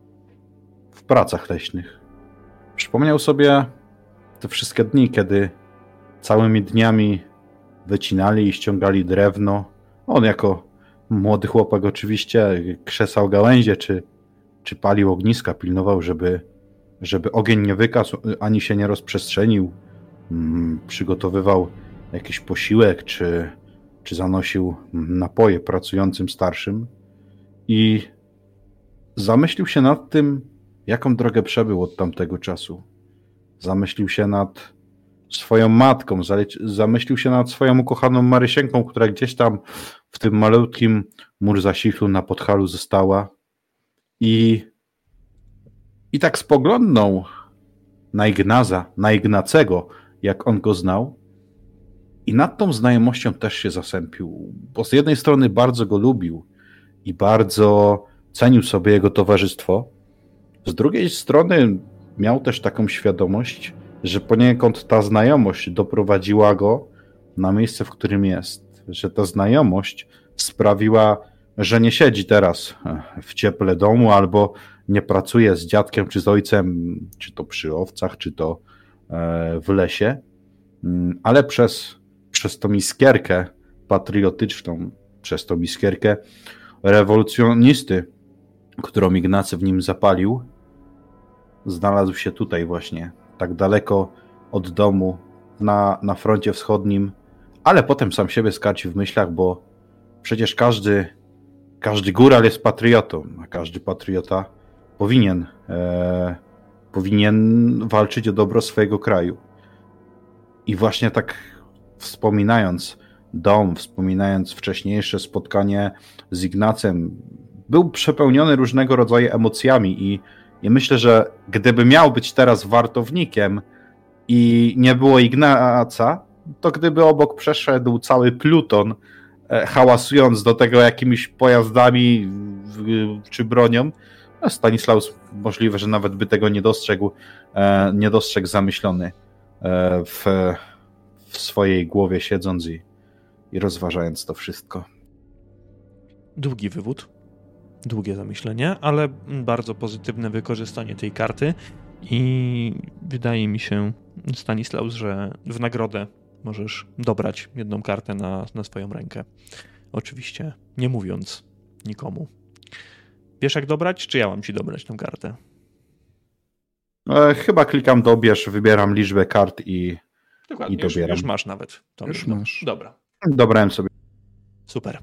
w pracach leśnych. Przypomniał sobie te wszystkie dni, kiedy całymi dniami wycinali i ściągali drewno. On jako młody chłopak oczywiście krzesał gałęzie, czy, czy palił ogniska, pilnował, żeby, żeby ogień nie wykasł, ani się nie rozprzestrzenił. Hmm, przygotowywał jakiś posiłek, czy, czy zanosił napoje pracującym starszym. I zamyślił się nad tym, jaką drogę przebył od tamtego czasu. Zamyślił się nad swoją matką, zamyślił się nad swoją ukochaną Marysienką, która gdzieś tam w tym malutkim Murzasichlu na Podhalu została. I, i tak spoglądnął na Ignaza, na Ignacego, jak on go znał. I nad tą znajomością też się zasępił, bo z jednej strony bardzo go lubił i bardzo cenił sobie jego towarzystwo. Z drugiej strony miał też taką świadomość, że poniekąd ta znajomość doprowadziła go na miejsce, w którym jest. Że ta znajomość sprawiła, że nie siedzi teraz w cieple domu albo nie pracuje z dziadkiem czy z ojcem, czy to przy owcach, czy to w lesie, ale przez, przez tą iskierkę patriotyczną, przez tą iskierkę rewolucjonisty, którą Ignacy w nim zapalił, znalazł się tutaj właśnie, tak daleko od domu, na, na froncie wschodnim, ale potem sam siebie skarci w myślach, bo przecież każdy, każdy góral jest patriotą, a każdy patriota powinien, e, powinien walczyć o dobro swojego kraju. I właśnie tak wspominając dom, wspominając wcześniejsze spotkanie z Ignacem, był przepełniony różnego rodzaju emocjami i, i myślę, że gdyby miał być teraz wartownikiem i nie było Ignaca, to gdyby obok przeszedł cały pluton, e, hałasując do tego jakimiś pojazdami w, czy bronią, no Stanisław możliwe, że nawet by tego nie dostrzegł, e, nie dostrzegł zamyślony e, w, w swojej głowie siedząc i, i rozważając to wszystko. Długi wywód. Długie zamyślenie, ale bardzo pozytywne wykorzystanie tej karty i wydaje mi się, Stanislaus, że w nagrodę możesz dobrać jedną kartę na, na swoją rękę. Oczywiście nie mówiąc nikomu. Wiesz jak dobrać, czy ja mam ci dobrać tę kartę? E, chyba klikam dobierz, wybieram liczbę kart i, Dokładnie, i dobieram. Już, już masz nawet. To Już no, masz. Dobra. Dobrałem sobie. Super.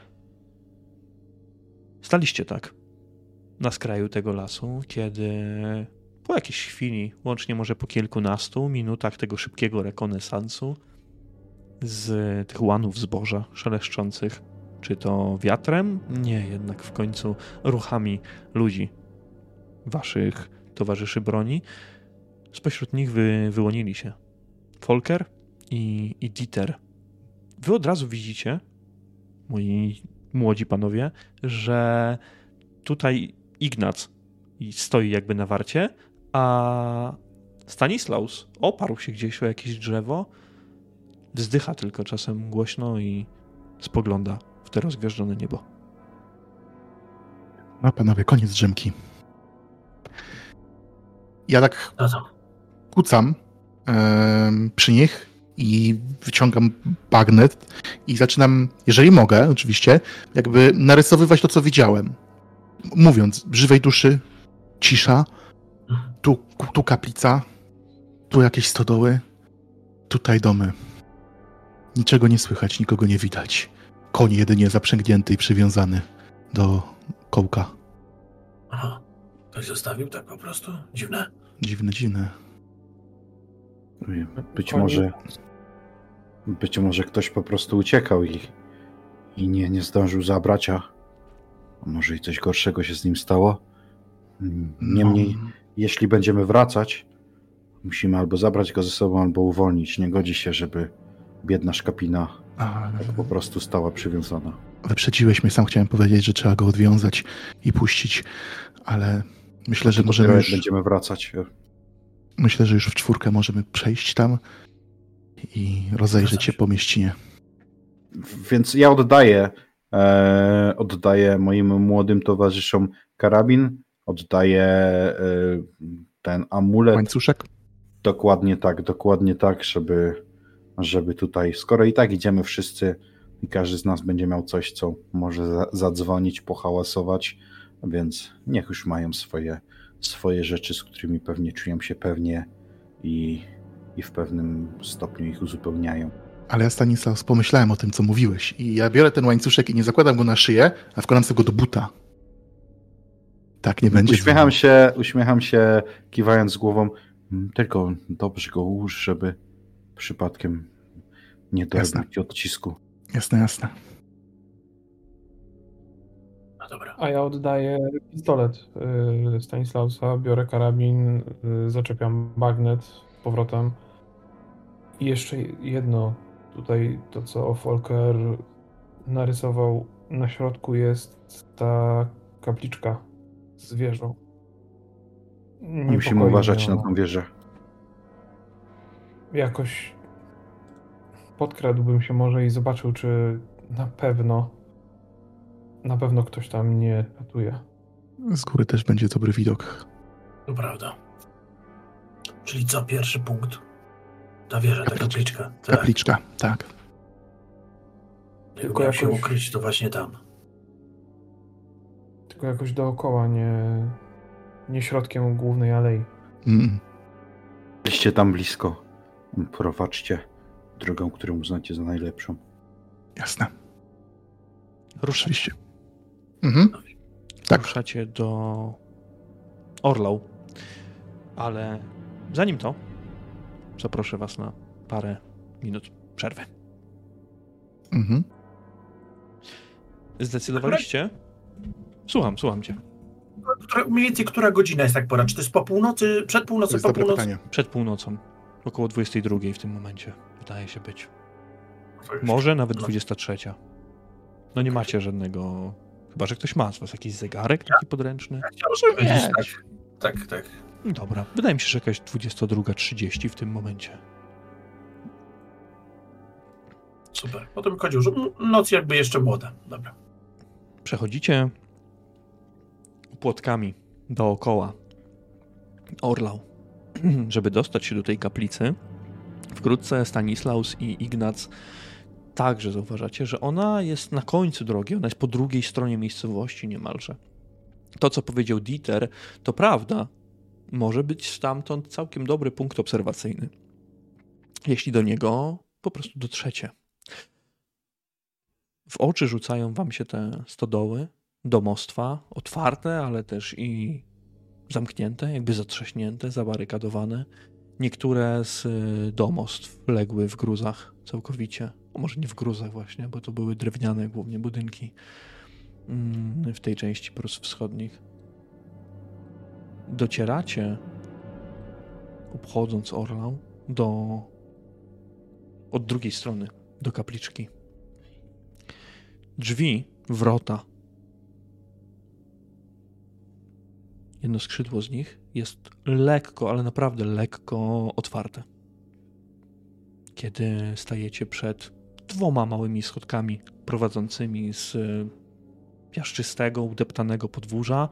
Staliście tak na skraju tego lasu, kiedy po jakiejś chwili, łącznie może po kilkunastu minutach tego szybkiego rekonesansu z tych łanów zboża szeleszczących, czy to wiatrem? Nie, jednak w końcu ruchami ludzi, waszych towarzyszy broni, spośród nich wy, wyłonili się Volker i, i Dieter. Wy od razu widzicie, moi młodzi panowie, że tutaj Ignac stoi jakby na warcie, a Stanislaus oparł się gdzieś o jakieś drzewo, wzdycha tylko czasem głośno i spogląda w te rozgwiażdżone niebo. No panowie, koniec drzemki. Ja tak kucam yy, przy nich i wyciągam bagnet i zaczynam, jeżeli mogę oczywiście, jakby narysowywać to, co widziałem. Mówiąc, żywej duszy, cisza, tu, tu kaplica, Tu jakieś stodoły, tutaj domy. Niczego nie słychać, nikogo nie widać. Koń jedynie zaprzęgnięty i przywiązany do kołka. Aha. Ktoś zostawił tak po prostu? Dziwne. Dziwne, dziwne. Być Koni- może... Być może ktoś po prostu uciekał i, i nie, nie zdążył zabrać, a a może i coś gorszego się z nim stało. Niemniej, No, jeśli będziemy wracać, musimy albo zabrać go ze sobą, albo uwolnić. Nie godzi się, żeby biedna szkapina a, tak po prostu stała przywiązana. wyprzedziłeś mnie, sam chciałem powiedzieć, że trzeba go odwiązać i puścić, ale myślę, że możemy Dopiero już, jak będziemy wracać. myślę, że już w czwórkę możemy przejść tam i rozejrzeć się po mieścinie. Więc ja oddaję, e, oddaję moim młodym towarzyszom karabin, oddaję e, ten amulet. Łańcuszek? Dokładnie tak, dokładnie tak, żeby, żeby tutaj, skoro i tak idziemy wszyscy i każdy z nas będzie miał coś, co może za, zadzwonić, pohałasować, więc niech już mają swoje, swoje rzeczy, z którymi pewnie czują się pewnie i, i w pewnym stopniu ich uzupełniają. Ale ja, Stanisław, pomyślałem o tym, co mówiłeś i ja biorę ten łańcuszek i nie zakładam go na szyję, a wkładam sobie go do buta. Tak nie będzie. Uśmiecham się, uśmiecham się, kiwając głową, tylko dobrze go ułóż, żeby przypadkiem nie dorobić odcisku. Jasne, jasne. No dobra. A ja oddaję pistolet yy, Stanislausa, biorę karabin, yy, zaczepiam bagnet z powrotem. I jeszcze jedno, tutaj to co Volker narysował, na środku jest ta kapliczka z wieżą. Musimy Niepokoi uważać mnie na ona. tą wieżę. Jakoś podkradłbym się może i zobaczył, czy na pewno na pewno ktoś tam nie ratuje. Z góry też będzie dobry widok. To prawda. Czyli co, pierwszy punkt? Ta wieża, ta kapliczka. Tak. Kapliczka, tak. Tylko jak się jakoś- ukryć, to właśnie tam. Tylko jakoś dookoła, nie, nie środkiem głównej alei. Mm. Byliście tam blisko. Prowadźcie drogą, którą uznacie za najlepszą. Jasne. Ruszacie, Oczywiście. Mhm. Tak. ruszacie do Orlau, ale zanim to zaproszę was na parę minut przerwy. Mhm. Zdecydowaliście? Słucham, słucham cię. Która, mniej więcej która godzina jest tak pora? Czy to jest po północy, przed To północą, jest po dobre północy? pytanie. Przed północą. Około dwudziestej drugiej w tym momencie. Wydaje się być. To już- Może nawet no. dwudziesta trzecia. No nie macie żadnego... Chyba, że ktoś ma z was jakiś zegarek taki podręczny. Ja chciałem powiedzieć, Nie. tak. Tak, tak. Dobra. Wydaje mi się, że jakaś dwudziesta druga trzydzieści w tym momencie. Super. O to mi chodziło, że noc jakby jeszcze młoda. Dobra. Przechodzicie płotkami dookoła Orlau, żeby dostać się do tej kaplicy. Wkrótce Stanislaus i Ignac także zauważacie, że ona jest na końcu drogi, ona jest po drugiej stronie miejscowości niemalże. To, co powiedział Dieter, to prawda. Może być stamtąd całkiem dobry punkt obserwacyjny, jeśli do niego po prostu dotrzecie. W oczy rzucają wam się te stodoły, domostwa, otwarte, ale też i zamknięte, jakby zatrzaśnięte, zabarykadowane. Niektóre z domostw legły w gruzach całkowicie. O, może nie w gruzach właśnie, bo to były drewniane głównie budynki w tej części Prus Wschodnich. Docieracie, obchodząc Orlau, do od drugiej strony, do kapliczki. Drzwi, wrota. Jedno skrzydło z nich jest lekko, ale naprawdę lekko otwarte. Kiedy stajecie przed dwoma małymi schodkami prowadzącymi z piaszczystego, udeptanego podwórza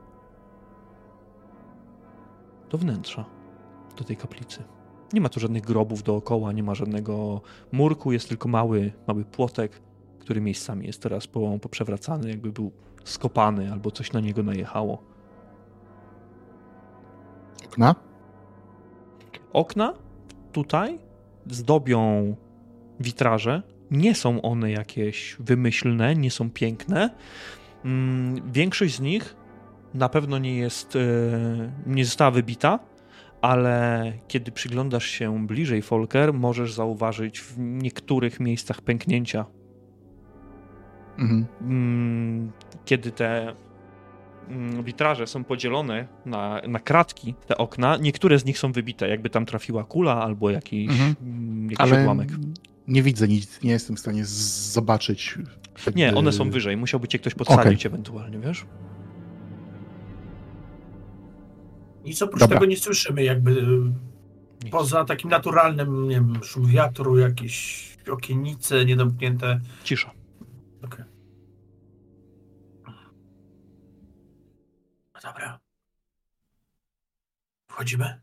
do wnętrza, do tej kaplicy. Nie ma tu żadnych grobów dookoła, nie ma żadnego murku, jest tylko mały, mały płotek, który miejscami jest teraz poprzewracany, jakby był skopany albo coś na niego najechało. Okna? Okna tutaj zdobią witraże. Nie są one jakieś wymyślne, nie są piękne. Większość z nich na pewno nie jest, nie została wybita, ale kiedy przyglądasz się bliżej, Volker, możesz zauważyć w niektórych miejscach pęknięcia. Mhm. Kiedy te witraże są podzielone na, na kratki, te okna, niektóre z nich są wybite, jakby tam trafiła kula albo jakiś, mhm. jakiś ale odłamek. Nie widzę nic, nie jestem w stanie z- zobaczyć. Wtedy... Nie, one są wyżej, musiałby cię ktoś podsadzić okay. ewentualnie, wiesz? Nic oprócz Dobra. tego nie słyszymy, jakby Nic. Poza takim naturalnym, nie wiem, szum wiatru, jakieś okiennice niedomknięte. Cisza. Okej. Okay. No dobra. Wchodzimy?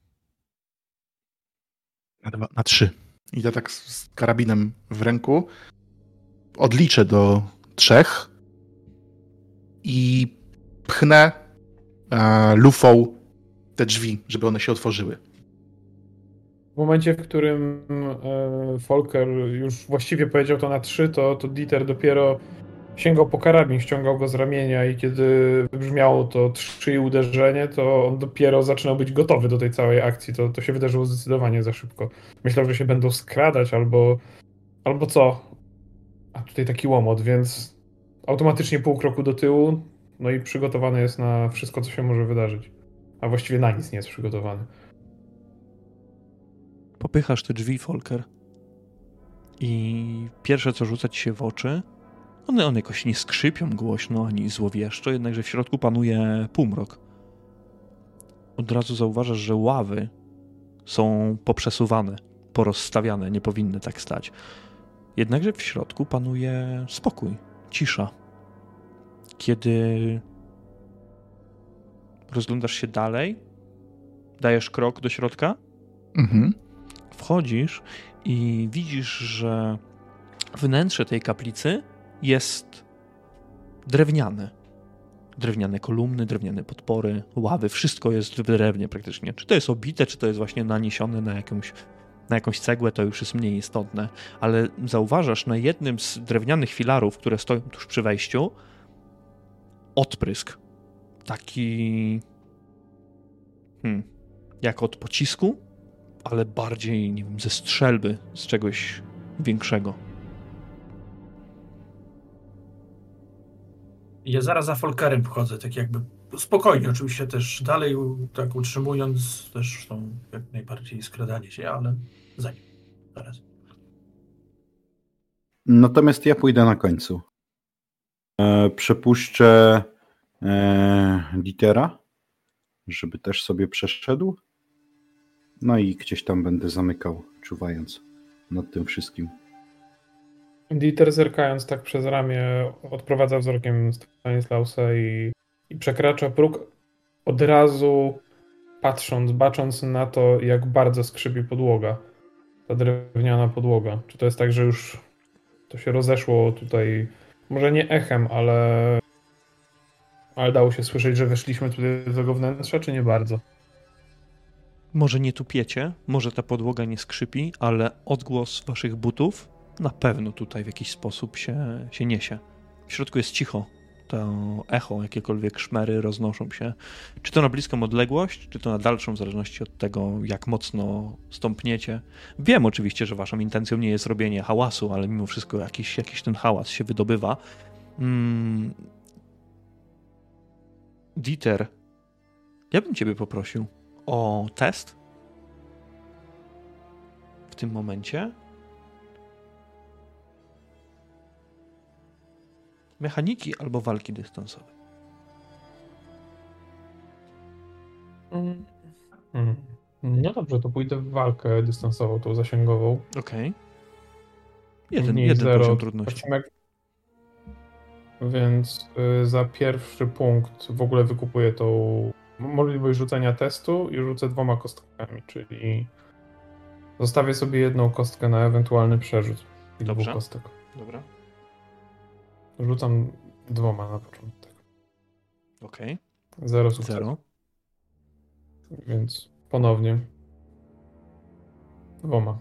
Na, dwa, na trzy. Idę tak z, z karabinem w ręku. Odliczę do trzech i pchnę e, lufą te drzwi, żeby one się otworzyły. W momencie, w którym e, Volker już właściwie powiedział to na trzy, to, to Dieter dopiero sięgał po karabin, ściągał go z ramienia i kiedy wybrzmiało to trzy i uderzenie, to on dopiero zaczynał być gotowy do tej całej akcji. To, to się wydarzyło zdecydowanie za szybko. Myślał, że się będą skradać albo, albo co. A tutaj taki łomot, więc automatycznie pół kroku do tyłu, no i przygotowany jest na wszystko, co się może wydarzyć. A właściwie na nic nie jest przygotowany. Popychasz te drzwi, Volker. I pierwsze, co rzuca ci się w oczy, one, one jakoś nie skrzypią głośno, ani złowieszczo, jednakże w środku panuje półmrok. Od razu zauważasz, że ławy są poprzesuwane, porozstawiane, nie powinny tak stać. Jednakże w środku panuje spokój, cisza. Kiedy rozglądasz się dalej, dajesz krok do środka, mhm. wchodzisz i widzisz, że wnętrze tej kaplicy jest drewniane. Drewniane kolumny, drewniane podpory, ławy, wszystko jest w drewnie praktycznie. Czy to jest obite, czy to jest właśnie naniesione na jakąś, na jakąś cegłę, to już jest mniej istotne. Ale zauważasz na jednym z drewnianych filarów, które stoją tuż przy wejściu, odprysk. Taki hmm, jak od pocisku, ale bardziej, nie wiem, ze strzelby, z czegoś większego. Ja zaraz za Volkerem wchodzę, tak jakby spokojnie, oczywiście też dalej tak utrzymując też tą jak najbardziej skradanie się, ale za nim zaraz. Natomiast ja pójdę na końcu. E, przepuszczę e, Dietera, żeby też sobie przeszedł. No i gdzieś tam będę zamykał, czuwając nad tym wszystkim. Dieter, zerkając tak przez ramię, odprowadza wzrokiem Stanislausa i, i przekracza próg, od razu patrząc, bacząc na to, jak bardzo skrzypi podłoga. Ta drewniana podłoga. Czy to jest tak, że już to się rozeszło tutaj, może nie echem, ale, ale dało się słyszeć, że weszliśmy tutaj do tego wnętrza, czy nie bardzo? Może nie tupiecie, może ta podłoga nie skrzypi, ale odgłos waszych butów na pewno tutaj w jakiś sposób się, się niesie. W środku jest cicho. To echo, jakiekolwiek szmery roznoszą się. Czy to na bliską odległość, czy to na dalszą, w zależności od tego, jak mocno stąpniecie. Wiem oczywiście, że waszą intencją nie jest robienie hałasu, ale mimo wszystko jakiś, jakiś ten hałas się wydobywa. Mm. Dieter, ja bym ciebie poprosił o test w tym momencie. Mechaniki albo walki dystansowej. Mm. Mm. No dobrze, to pójdę w walkę dystansową, tą zasięgową. Okej. Okay. Jeden, Mniej jeden zero, poziom trudności. jak... Więc y, za pierwszy punkt w ogóle wykupuję tą możliwość rzucenia testu i rzucę dwoma kostkami, czyli zostawię sobie jedną kostkę na ewentualny przerzut tych dwóch kostek. Dobra. Rzucam dwoma na początek. Okej. Okay. Zero sukcesów. Zero. Więc ponownie. Dwoma.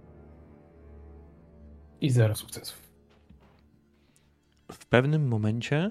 I zero sukcesów. W pewnym momencie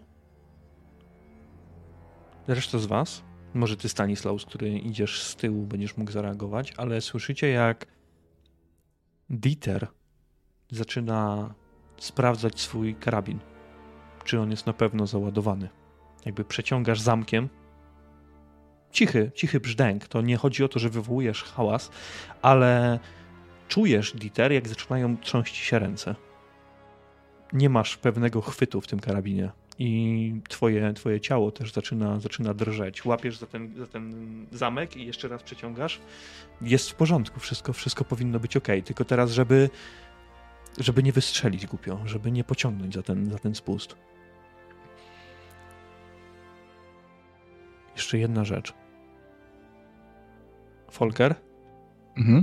reszta z was, może ty Stanislaus, który idziesz z tyłu, będziesz mógł zareagować, ale słyszycie jak Dieter zaczyna sprawdzać swój karabin. Czy on jest na pewno załadowany. Jakby przeciągasz zamkiem. Cichy, cichy brzdęk. To nie chodzi o to, że wywołujesz hałas, ale czujesz, Dieter, jak zaczynają trząść się ręce. Nie masz pewnego chwytu w tym karabinie i twoje, twoje ciało też zaczyna, zaczyna drżeć. Łapiesz za ten, za ten zamek i jeszcze raz przeciągasz. Jest w porządku, wszystko, wszystko powinno być okej. Tylko teraz, żeby, żeby nie wystrzelić głupio, żeby nie pociągnąć za ten, za ten spust. Jeszcze jedna rzecz. Volker? Mhm.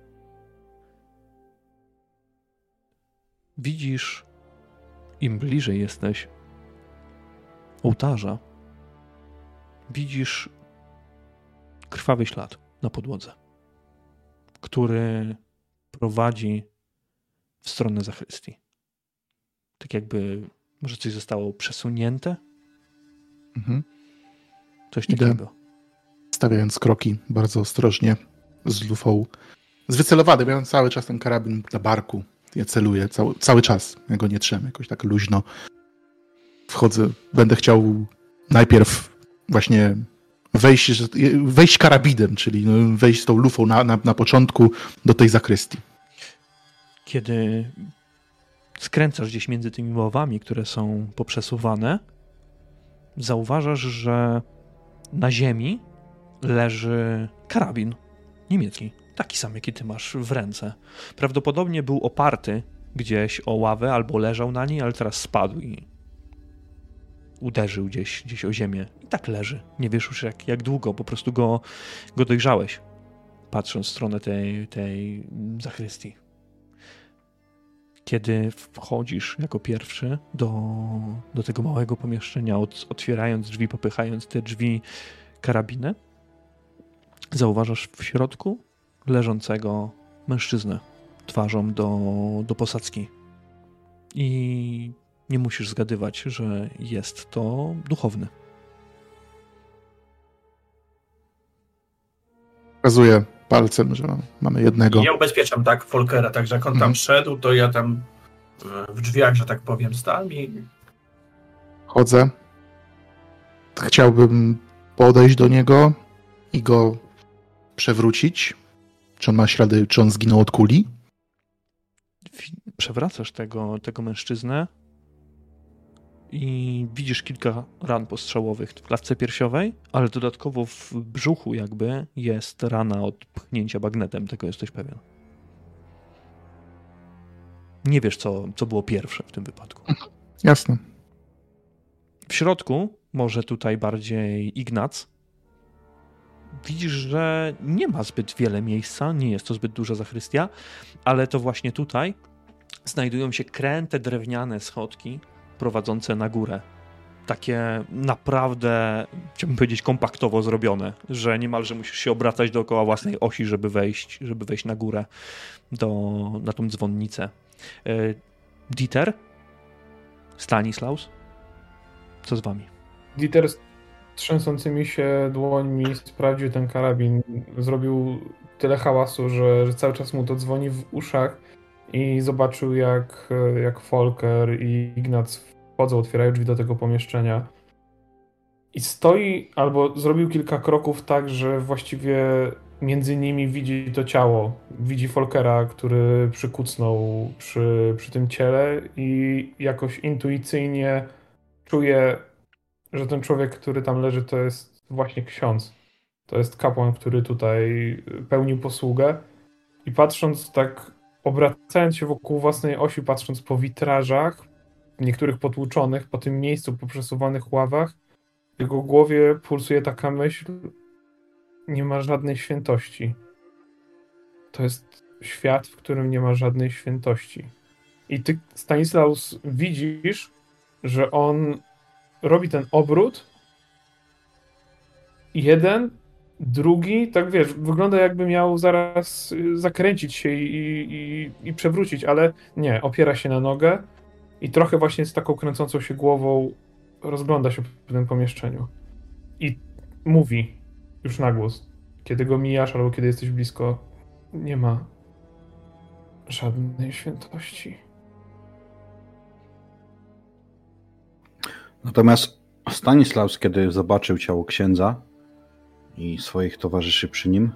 Widzisz, im bliżej jesteś ołtarza, widzisz krwawy ślad na podłodze, który prowadzi w stronę zachrystii. Tak jakby może coś zostało przesunięte? Mhm. Coś Idę, takiego. stawiając kroki bardzo ostrożnie z lufą. Zwycelowany, miałem cały czas ten karabin na barku. Ja celuję cały, cały czas. Ja go nie trzymam jakoś tak luźno. Wchodzę, będę chciał najpierw właśnie wejść, wejść karabinem, czyli wejść z tą lufą na, na, na początku do tej zakrystii. Kiedy skręcasz gdzieś między tymi ławami, które są poprzesuwane, zauważasz, że na ziemi leży karabin niemiecki. Taki sam, jaki ty masz w ręce. Prawdopodobnie był oparty gdzieś o ławę albo leżał na niej, ale teraz spadł i uderzył gdzieś, gdzieś o ziemię. I tak leży. Nie wiesz już jak, jak długo, po prostu go, go dojrzałeś, patrząc w stronę tej, tej zachrystii. Kiedy wchodzisz jako pierwszy do, do tego małego pomieszczenia, od, otwierając drzwi, popychając te drzwi karabinę, zauważasz w środku leżącego mężczyznę twarzą do, do posadzki. I nie musisz zgadywać, że jest to duchowny. Pokazuję palcem, że mamy jednego. Ja ubezpieczam tak Volkera, także jak on tam Mhm. szedł, to ja tam w drzwiach, że tak powiem, stałem i Chodzę. Chciałbym podejść do niego i go przewrócić. Czy on ma ślady, czy on zginął od kuli? Przewracasz tego, tego mężczyznę i widzisz kilka ran postrzałowych w klatce piersiowej, ale dodatkowo w brzuchu jakby jest rana od pchnięcia bagnetem, tego jesteś pewien. Nie wiesz, co, co było pierwsze w tym wypadku. Jasne. W środku, może tutaj bardziej Ignac, widzisz, że nie ma zbyt wiele miejsca, nie jest to zbyt duża zachrystia, ale to właśnie tutaj znajdują się kręte drewniane schodki prowadzące na górę. Takie naprawdę, chciałbym powiedzieć, kompaktowo zrobione, że niemalże musisz się obracać dookoła własnej osi, żeby wejść, żeby wejść na górę, do, na tą dzwonnicę. Dieter? Stanislaus? Co z wami? Dieter z trzęsącymi się dłońmi sprawdził ten karabin. Zrobił tyle hałasu, że, że cały czas mu to dzwoni w uszach i zobaczył, jak, jak Volker i Ignac wchodzą, otwierają drzwi do tego pomieszczenia. I stoi, albo zrobił kilka kroków tak, że właściwie między nimi widzi to ciało. Widzi Volkera, który przykucnął przy, przy tym ciele i jakoś intuicyjnie czuje, że ten człowiek, który tam leży, to jest właśnie ksiądz. To jest kapłan, który tutaj pełnił posługę. I patrząc tak, obracając się wokół własnej osi, patrząc po witrażach, niektórych potłuczonych, po tym miejscu, po przesuwanych ławach, w jego głowie pulsuje taka myśl: nie ma żadnej świętości. To jest świat, w którym nie ma żadnej świętości. I ty, Stanislaus, widzisz, że on robi ten obrót jeden Drugi, tak wiesz, wygląda jakby miał zaraz zakręcić się i, i, i przewrócić, ale nie, opiera się na nogę i trochę właśnie z taką kręcącą się głową rozgląda się po tym pomieszczeniu. I mówi już na głos, kiedy go mijasz albo kiedy jesteś blisko, nie ma żadnej świętości. Natomiast Stanisław, kiedy zobaczył ciało księdza i swoich towarzyszy przy nim,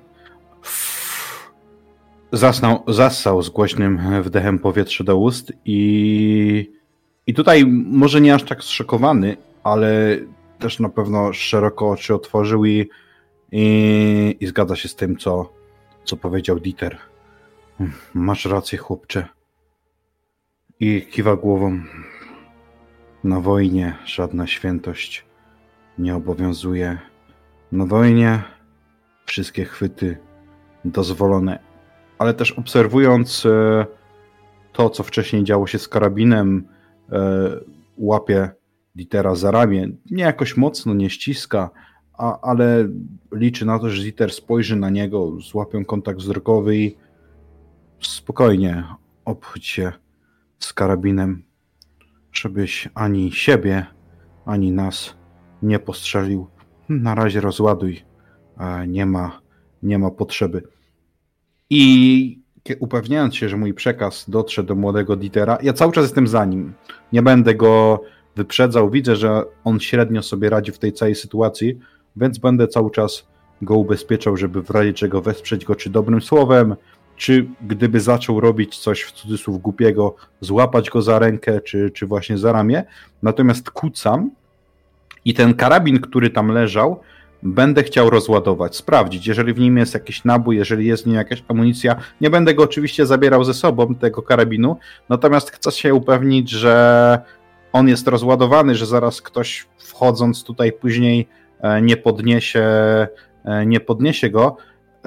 zasnął, zassał z głośnym wdechem powietrze do ust i, i tutaj może nie aż tak zszokowany, ale też na pewno szeroko oczy otworzył i, i, i zgadza się z tym, co, co powiedział Dieter. Masz rację, chłopcze. I kiwa głową. Na wojnie żadna świętość nie obowiązuje. Na wojnie wszystkie chwyty dozwolone. Ale też obserwując to, co wcześniej działo się z karabinem, łapie Dietera za ramię. Nie jakoś mocno, nie ściska, a, ale liczy na to, że Dieter spojrzy na niego, złapią kontakt wzrokowy i spokojnie obchodź się z karabinem, żebyś ani siebie, ani nas nie postrzelił. Na razie rozładuj, nie ma, nie ma potrzeby. I upewniając się, że mój przekaz dotrze do młodego Dietera, ja cały czas jestem za nim. Nie będę go wyprzedzał. Widzę, że on średnio sobie radzi w tej całej sytuacji, więc będę cały czas go ubezpieczał, żeby w razie czego wesprzeć go czy dobrym słowem, czy gdyby zaczął robić coś w cudzysłów głupiego, złapać go za rękę, czy, czy właśnie za ramię. Natomiast kucam i ten karabin, który tam leżał, będę chciał rozładować, sprawdzić, jeżeli w nim jest jakiś nabój, jeżeli jest w nim jakaś amunicja. Nie będę go oczywiście zabierał ze sobą, tego karabinu, natomiast chcę się upewnić, że on jest rozładowany, że zaraz ktoś wchodząc tutaj później nie podniesie, nie podniesie go.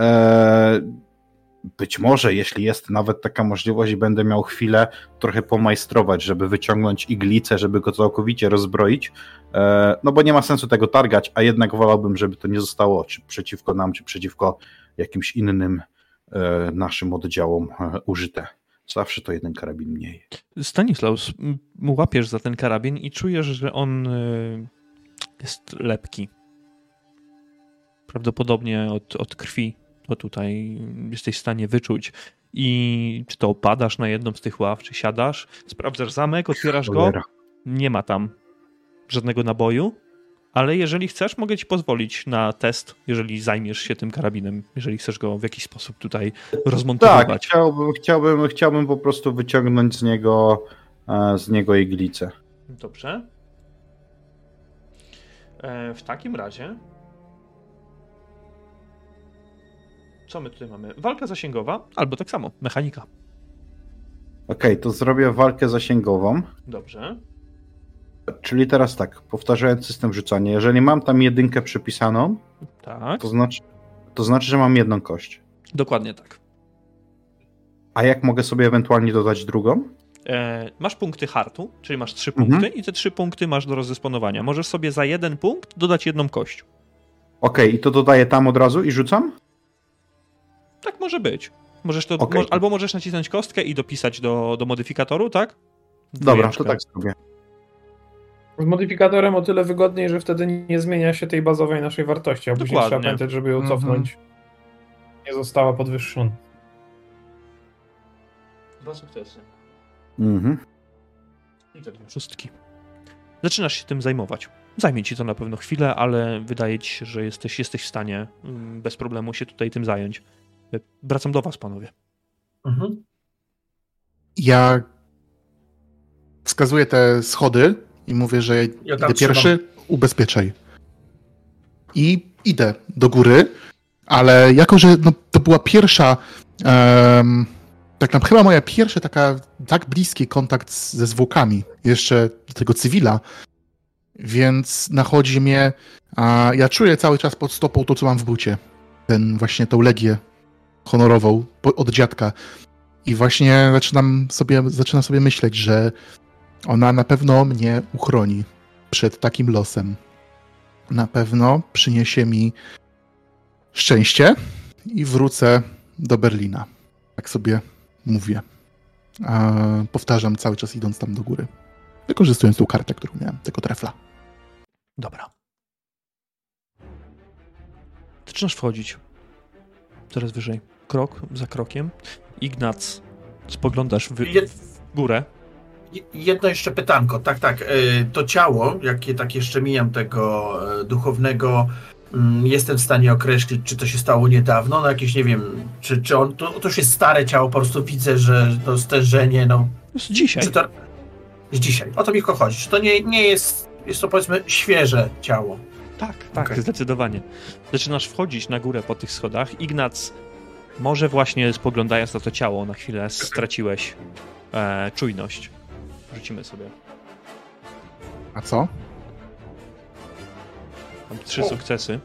Być może, jeśli jest nawet taka możliwość, będę miał chwilę trochę pomajstrować, żeby wyciągnąć iglicę, żeby go całkowicie rozbroić, no bo nie ma sensu tego targać, a jednak wolałbym, żeby to nie zostało czy przeciwko nam, czy przeciwko jakimś innym naszym oddziałom użyte. Zawsze to jeden karabin mniej. Stanisłaus, łapiesz za ten karabin i czujesz, że on jest lepki. Prawdopodobnie od, od krwi. To tutaj jesteś w stanie wyczuć. I czy to opadasz na jedną z tych ław, czy siadasz, sprawdzasz zamek, otwierasz go, nie ma tam żadnego naboju, ale jeżeli chcesz, mogę ci pozwolić na test, jeżeli zajmiesz się tym karabinem, jeżeli chcesz go w jakiś sposób tutaj rozmontować. Tak, chciałbym, chciałbym, chciałbym po prostu wyciągnąć z niego, z niego iglicę. Dobrze. W takim razie co my tutaj mamy? Walka zasięgowa, albo tak samo, mechanika. Okej, okay, to zrobię walkę zasięgową. Dobrze. Czyli teraz tak, powtarzając system rzucania, jeżeli mam tam jedynkę przypisaną, tak. to, znaczy, to znaczy, że mam jedną kość. Dokładnie tak. A jak mogę sobie ewentualnie dodać drugą? E, masz punkty hartu, czyli masz trzy punkty mhm. i te trzy punkty masz do rozdysponowania. Możesz sobie za jeden punkt dodać jedną kość. Okej, okay, i to dodaję tam od razu i rzucam? Tak może być. Możesz to, okay. mo, albo możesz nacisnąć kostkę i dopisać do, do modyfikatoru, tak? Dobra, to tak zrobię. Z modyfikatorem o tyle wygodniej, że wtedy nie zmienia się tej bazowej naszej wartości, a później Dokładnie. trzeba pamiętać, żeby ją cofnąć. Mm-hmm. Nie została podwyższona. Dwa sukcesy. Mhm. I te dwie szóstki. Zaczynasz się tym zajmować. Zajmie ci to na pewno chwilę, ale wydaje ci się, że jesteś, jesteś w stanie bez problemu się tutaj tym zająć. Wracam do was, panowie. Mhm. Ja wskazuję te schody i mówię, że ja idę pierwszy, ubezpieczaj. I idę do góry, ale jako, że no, to była pierwsza, um, tak naprawdę chyba moja pierwsza taka, tak bliski kontakt ze zwłokami, jeszcze do tego cywila, więc nachodzi mnie, a ja czuję cały czas pod stopą to, co mam w bucie. Ten właśnie, tą legię honorową od dziadka. I właśnie zaczynam sobie, zaczynam sobie myśleć, że ona na pewno mnie uchroni przed takim losem. Na pewno przyniesie mi szczęście i wrócę do Berlina. Tak sobie mówię. A powtarzam cały czas idąc tam do góry. Wykorzystując tą kartę, którą miałem, tego trefla. Dobra. Zaczynasz wchodzić. Coraz wyżej. Krok za krokiem. Ignac, spoglądasz w, Je- w górę. Jedno jeszcze pytanko. Tak, tak. To ciało, jakie tak jeszcze mijam tego duchownego, jestem w stanie określić, czy to się stało niedawno, no jakieś, nie wiem, czy, czy on, to, to już jest stare ciało, po prostu widzę, że to stężenie, no... Jest dzisiaj. Czy to jest dzisiaj? O to mi chodzi. Czy to nie, nie jest, jest to powiedzmy świeże ciało? Tak, tak, Okay. Zdecydowanie. Zaczynasz wchodzić na górę po tych schodach. Ignac, może właśnie spoglądając na to ciało, na chwilę straciłeś e, czujność. Rzucimy sobie. A co? Mam trzy O. sukcesy.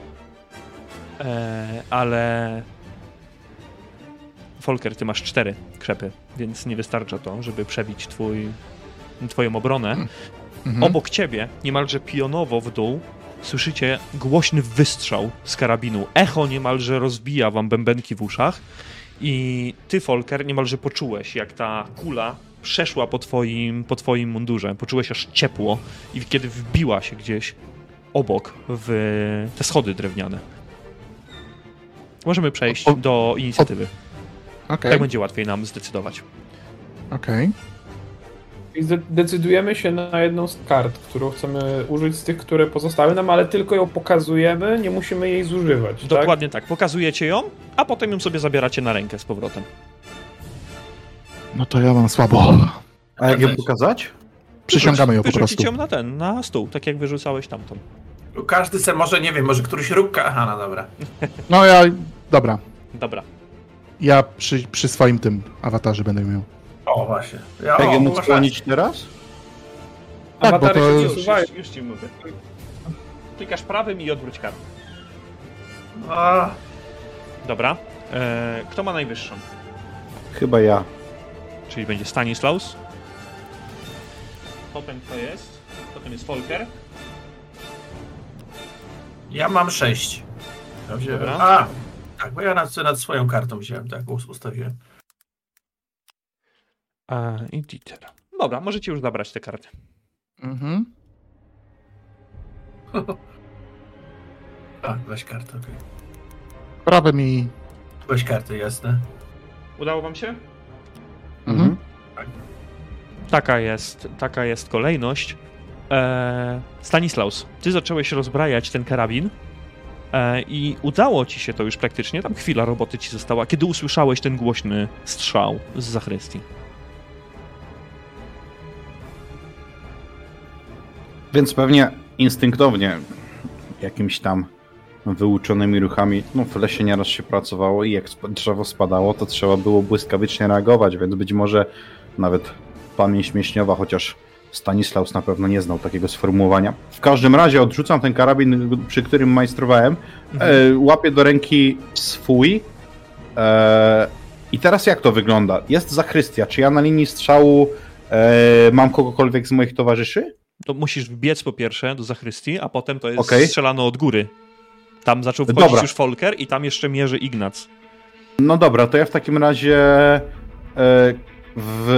E, ale... Folker, ty masz cztery krzepy, więc nie wystarcza to, żeby przebić twój, twoją obronę. Mhm. Obok ciebie, niemalże pionowo w dół, słyszycie głośny wystrzał z karabinu. Echo niemalże rozbija wam bębenki w uszach i ty, Folker, niemalże poczułeś, jak ta kula przeszła po twoim, po twoim mundurze. Poczułeś aż ciepło i kiedy wbiła się gdzieś obok w te schody drewniane. Możemy przejść O- o- do inicjatywy. Okej, Tak będzie łatwiej nam zdecydować. okej. I zde- decydujemy się na jedną z kart, którą chcemy użyć z tych, które pozostały nam, ale tylko ją pokazujemy, nie musimy jej zużywać. Tak? Dokładnie tak. Pokazujecie ją, a potem ją sobie zabieracie na rękę z powrotem. No to ja mam słabo. A jak ją pokazać? Przyciągamy ją po prostu. Wyrzucicie ją na ten, na stół, tak jak wyrzucałeś tamtą. Każdy se może, nie wiem, może któryś róbka. Aha, no dobra. No ja, dobra. Dobra. Ja przy, przy swoim tym awatarze będę miał. O, właśnie. Ja, Jak o, ją móc masz skłonić teraz? Tak, bo Awatary to- się Już, przesuwają. już, już ci mówię. Klikasz prawym i odwróć kartę. rację. A, Dobra. E, kto ma najwyższą? Chyba ja. Czyli będzie Stanislaus. Potem kto jest? Potem jest Folker. ja mam sześć. Ja wziąłem. Dobra. A, tak, bo ja nad, nad swoją kartą wziąłem, tak, us- ustawiłem. A, i Dieter. Dobra, możecie już zabrać te karty. Mhm. A, weź kartę, okej. Prawe mi... Weź kartę, jasne. Udało wam się? Mhm. Taka jest, taka jest kolejność. E, Stanislaus, ty zacząłeś rozbrajać ten karabin e, i udało ci się to już praktycznie. Tam chwila roboty ci została, kiedy usłyszałeś ten głośny strzał z zachrystii. Więc pewnie instynktownie, jakimiś tam wyuczonymi ruchami, no w lesie nieraz się pracowało i jak sp- drzewo spadało, to trzeba było błyskawicznie reagować, więc być może nawet pamięć mięśniowa, chociaż Stanislaus na pewno nie znał takiego sformułowania. W każdym razie odrzucam ten karabin, przy którym majstrowałem, Mhm. e, łapię do ręki swój e, i teraz jak to wygląda? Jest zachrystia, czy ja na linii strzału e, mam kogokolwiek z moich towarzyszy? To musisz wbiec po pierwsze do zachrystii, a potem to jest Okej. strzelano od góry. Tam zaczął wchodzić Dobra. już Folker i tam jeszcze mierzy Ignac. No dobra, to ja w takim razie e, w,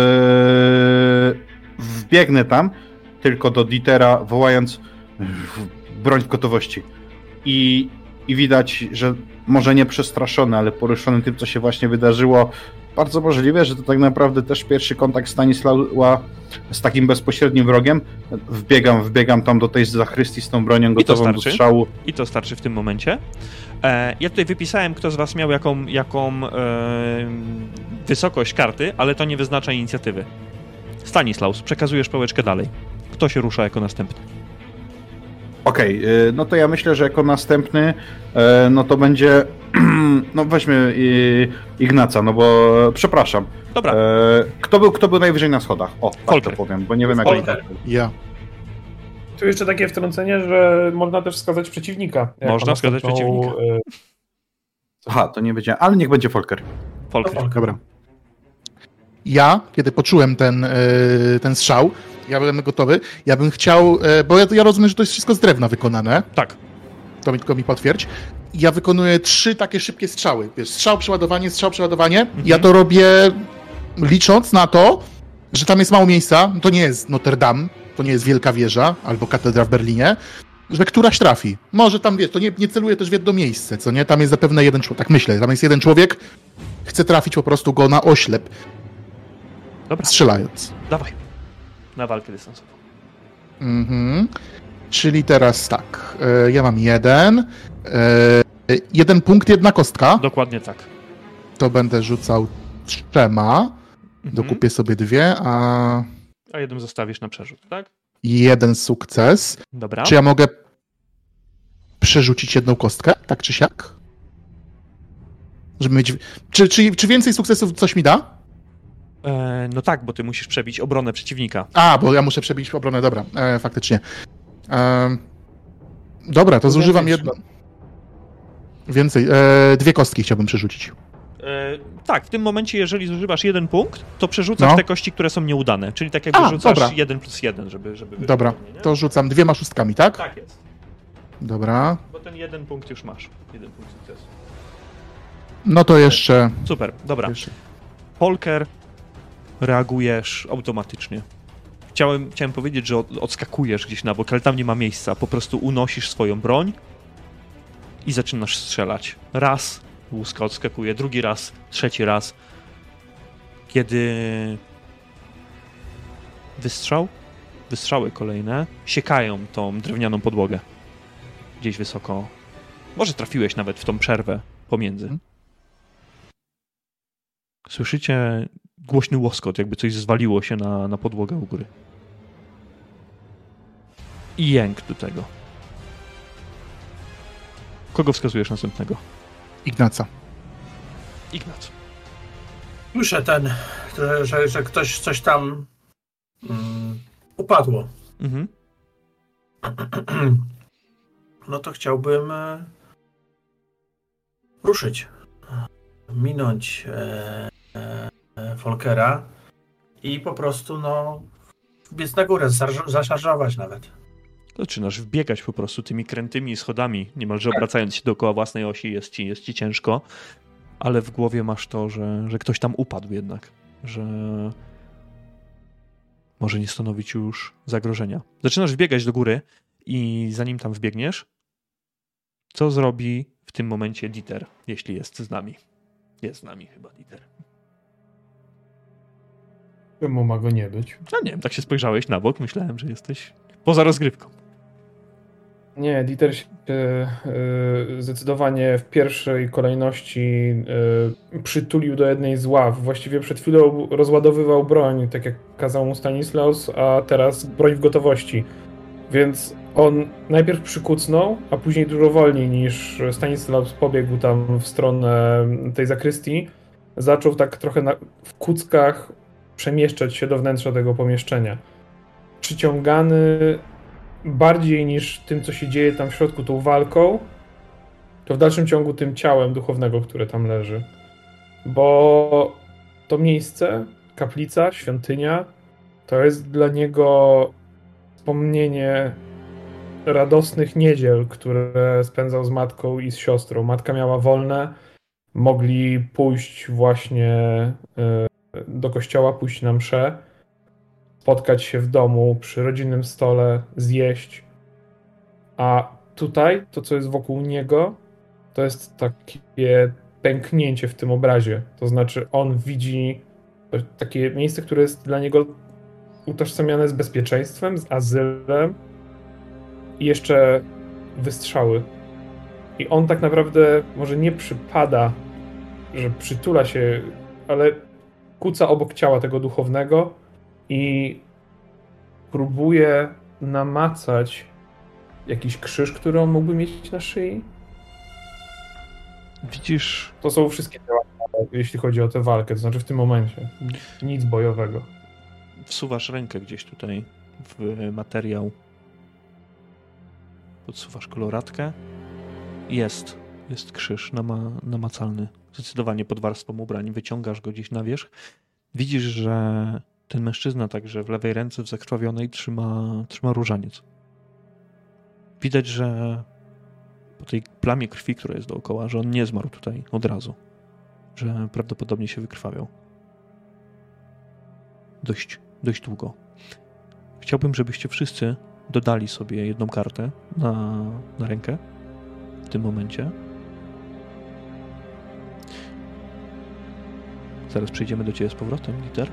wbiegnę tam, tylko do Dietera, wołając broń w gotowości. I, I widać, że może nie przestraszony, ale poruszony tym, co się właśnie wydarzyło. Bardzo możliwe, że to tak naprawdę też pierwszy kontakt Stanisława z takim bezpośrednim wrogiem. Wbiegam, wbiegam tam do tej zachrystii z tą bronią to gotową do starczy? strzału. I to starczy w tym momencie. E, ja tutaj wypisałem, kto z was miał jaką, jaką e, wysokość karty, ale to nie wyznacza inicjatywy. Stanislaus, przekazujesz pałeczkę dalej. Kto się rusza jako następny? Okej, okay, no to ja myślę, że jako następny, e, no to będzie, no weźmy e, Ignaca, no bo przepraszam. Dobra, E, kto, był, kto był najwyżej na schodach? O, tak to Folker. powiem, bo nie wiem jak Folker. Ja. Tu jeszcze takie wtrącenie, że można też wskazać przeciwnika. jako Można wskazać następną, przeciwnika. e, Aha, to nie wiedziałem, ale niech będzie Folker. Folker. Dobra. Ja, kiedy poczułem ten, e, ten strzał, ja byłem gotowy, ja bym chciał, e, bo ja, ja rozumiem, że to jest wszystko z drewna wykonane, Tak. to mi tylko mi potwierdź, ja wykonuję trzy takie szybkie strzały. Wiesz, strzał, przeładowanie, strzał, przeładowanie. Mhm. Ja to robię licząc na to, że tam jest mało miejsca. To nie jest Notre Dame, to nie jest Wielka Wieża albo katedra w Berlinie, że któraś trafi. Może tam, wiesz, to nie, nie celuje też w jedno miejsce, co nie? Tam jest zapewne jeden człowiek, tak myślę, tam jest jeden człowiek, chce trafić po prostu go na oślep, Dobra, strzelając. dawaj. Na walkę dystansową. Mhm. Czyli teraz tak, e, ja mam jeden, e, jeden punkt, jedna kostka, Dokładnie tak. to będę rzucał trzema, Mhm. dokupię sobie dwie, a A jeden zostawisz na przerzut, tak? jeden sukces. Dobra. Czy ja mogę przerzucić jedną kostkę, tak czy siak? Żeby mieć... Czy, czy, czy więcej sukcesów coś mi da? E, no tak, bo ty musisz przebić obronę przeciwnika. A, bo ja muszę przebić obronę, dobra, e, faktycznie. E, dobra, to To zużywam więcej jedno. Więcej, e, dwie kostki chciałbym przerzucić. E, tak, w tym momencie, jeżeli zużywasz jeden punkt, to przerzucasz No. te kości, które są nieudane. Czyli tak jakby A, rzucasz dobra. jeden plus jeden, żeby... żeby wyszło Dobra, równie, nie? to rzucam dwiema szóstkami, tak? Tak jest, Dobra. bo ten jeden punkt już masz. Jeden punkt sukcesu. No to jeszcze... Super, dobra. jeszcze. Polker, reagujesz automatycznie. Chciałem, chciałem powiedzieć, że od, odskakujesz gdzieś na bok, ale tam nie ma miejsca. Po prostu unosisz swoją broń i zaczynasz strzelać. Raz, łuska odskakuje, drugi raz, trzeci raz. Kiedy wystrzał, wystrzały kolejne siekają tą drewnianą podłogę. Gdzieś wysoko. Może trafiłeś nawet w tą przerwę pomiędzy. Mhm. Słyszycie głośny łoskot, jakby coś zwaliło się na, na podłogę u góry. I jęk do tego. Kogo wskazujesz następnego? Ignaca. Ignat. Słyszę ten, że, że, że ktoś coś tam um, upadło. Mhm. No to chciałbym e, ruszyć. Minąć e, e, Folkera i po prostu no biec na górę, zaszar- zaszarżować nawet. Zaczynasz wbiegać po prostu tymi krętymi schodami, niemalże obracając się dookoła własnej osi, jest ci, jest ci ciężko, ale w głowie masz to, że, że ktoś tam upadł jednak, że może nie stanowić już zagrożenia. Zaczynasz wbiegać do góry i zanim tam wbiegniesz, co zrobi w tym momencie Dieter, jeśli jest z nami? Jest z nami chyba Dieter. Czemu ma go nie być? No nie wiem, tak się spojrzałeś na bok, myślałem, że jesteś poza rozgrywką. Nie, Dieter się y, zdecydowanie w pierwszej kolejności y, przytulił do jednej z ław. Właściwie przed chwilą rozładowywał broń, tak jak kazał mu Stanislaus, a teraz broń w gotowości. Więc on najpierw przykucnął, a później dużo wolniej niż Stanislaus pobiegł tam w stronę tej zakrystii. Zaczął tak trochę na, w kuckach przemieszczać się do wnętrza tego pomieszczenia. Przyciągany bardziej niż tym, co się dzieje tam w środku, tą walką, to w dalszym ciągu tym ciałem duchownego, które tam leży. Bo to miejsce, kaplica, świątynia, to jest dla niego wspomnienie radosnych niedziel, które spędzał z matką i z siostrą. Matka miała wolne, mogli pójść właśnie do kościoła, pójść na mszę, spotkać się w domu przy rodzinnym stole, zjeść. A tutaj, to co jest wokół niego, to jest takie pęknięcie w tym obrazie. To znaczy on widzi takie miejsce, które jest dla niego utożsamiane z bezpieczeństwem, z azylem i jeszcze wystrzały. I on tak naprawdę może nie przypada, że przytula się, ale kuca obok ciała tego duchownego i próbuje namacać jakiś krzyż, który on mógłby mieć na szyi. Widzisz... To są wszystkie działania, jeśli chodzi o tę walkę, to znaczy w tym momencie. Nic bojowego. Wsuwasz rękę gdzieś tutaj w materiał. Podsuwasz koloratkę. Jest. Jest krzyż nama, namacalny. Zdecydowanie pod warstwą ubrań. Wyciągasz go gdzieś na wierzch. Widzisz, że ten mężczyzna także w lewej ręce, w zakrwawionej, trzyma, trzyma różaniec. Widać, że po tej plamie krwi, która jest dookoła, że on nie zmarł tutaj od razu. Że prawdopodobnie się wykrwawiał. Dość, dość długo. Chciałbym, żebyście wszyscy dodali sobie jedną kartę na, na rękę w tym momencie. Zaraz przejdziemy do ciebie z powrotem, Dieter.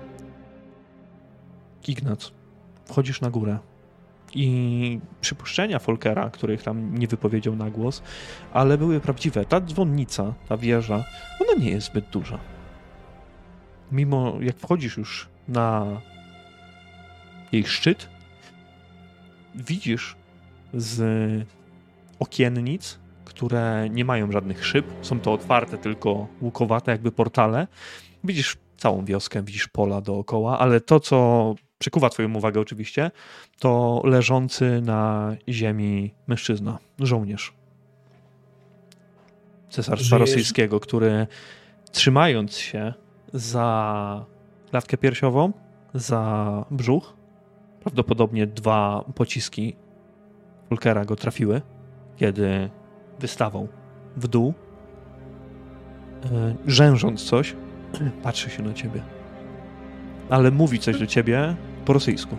Ignac, wchodzisz na górę i przypuszczenia Volkera, których tam nie wypowiedział na głos, ale były prawdziwe. Ta dzwonnica, ta wieża, ona nie jest zbyt duża. Mimo jak wchodzisz już na jej szczyt, widzisz z okiennic, które nie mają żadnych szyb, są to otwarte, tylko łukowate jakby portale. Widzisz całą wioskę, widzisz pola dookoła, ale to, co przykuwa twoją uwagę oczywiście, to leżący na ziemi mężczyzna, żołnierz Cesarstwa Żyjesz? Rosyjskiego, który trzymając się za klatkę piersiową, za brzuch, prawdopodobnie dwa pociski Volkera go trafiły, kiedy wystawał w dół, rzężąc coś, patrzy się na ciebie. Ale mówi coś do ciebie po rosyjsku.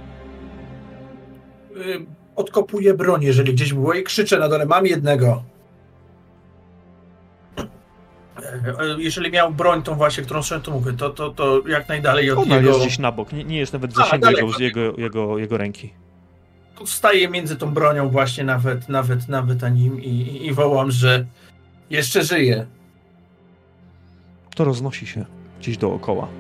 Odkopuję broń, jeżeli gdzieś było, i krzyczę na dole, mam jednego. Jeżeli miał broń, tą właśnie, którą szedłem, to mówię, to, to, to jak najdalej od Ona jego... jest gdzieś na bok, nie, nie jest nawet w zasięgu A, jego, jego, jego, jego ręki. Staję między tą bronią właśnie nawet, nawet, nawet a nim i, i wołam, że jeszcze żyje. To roznosi się gdzieś dookoła.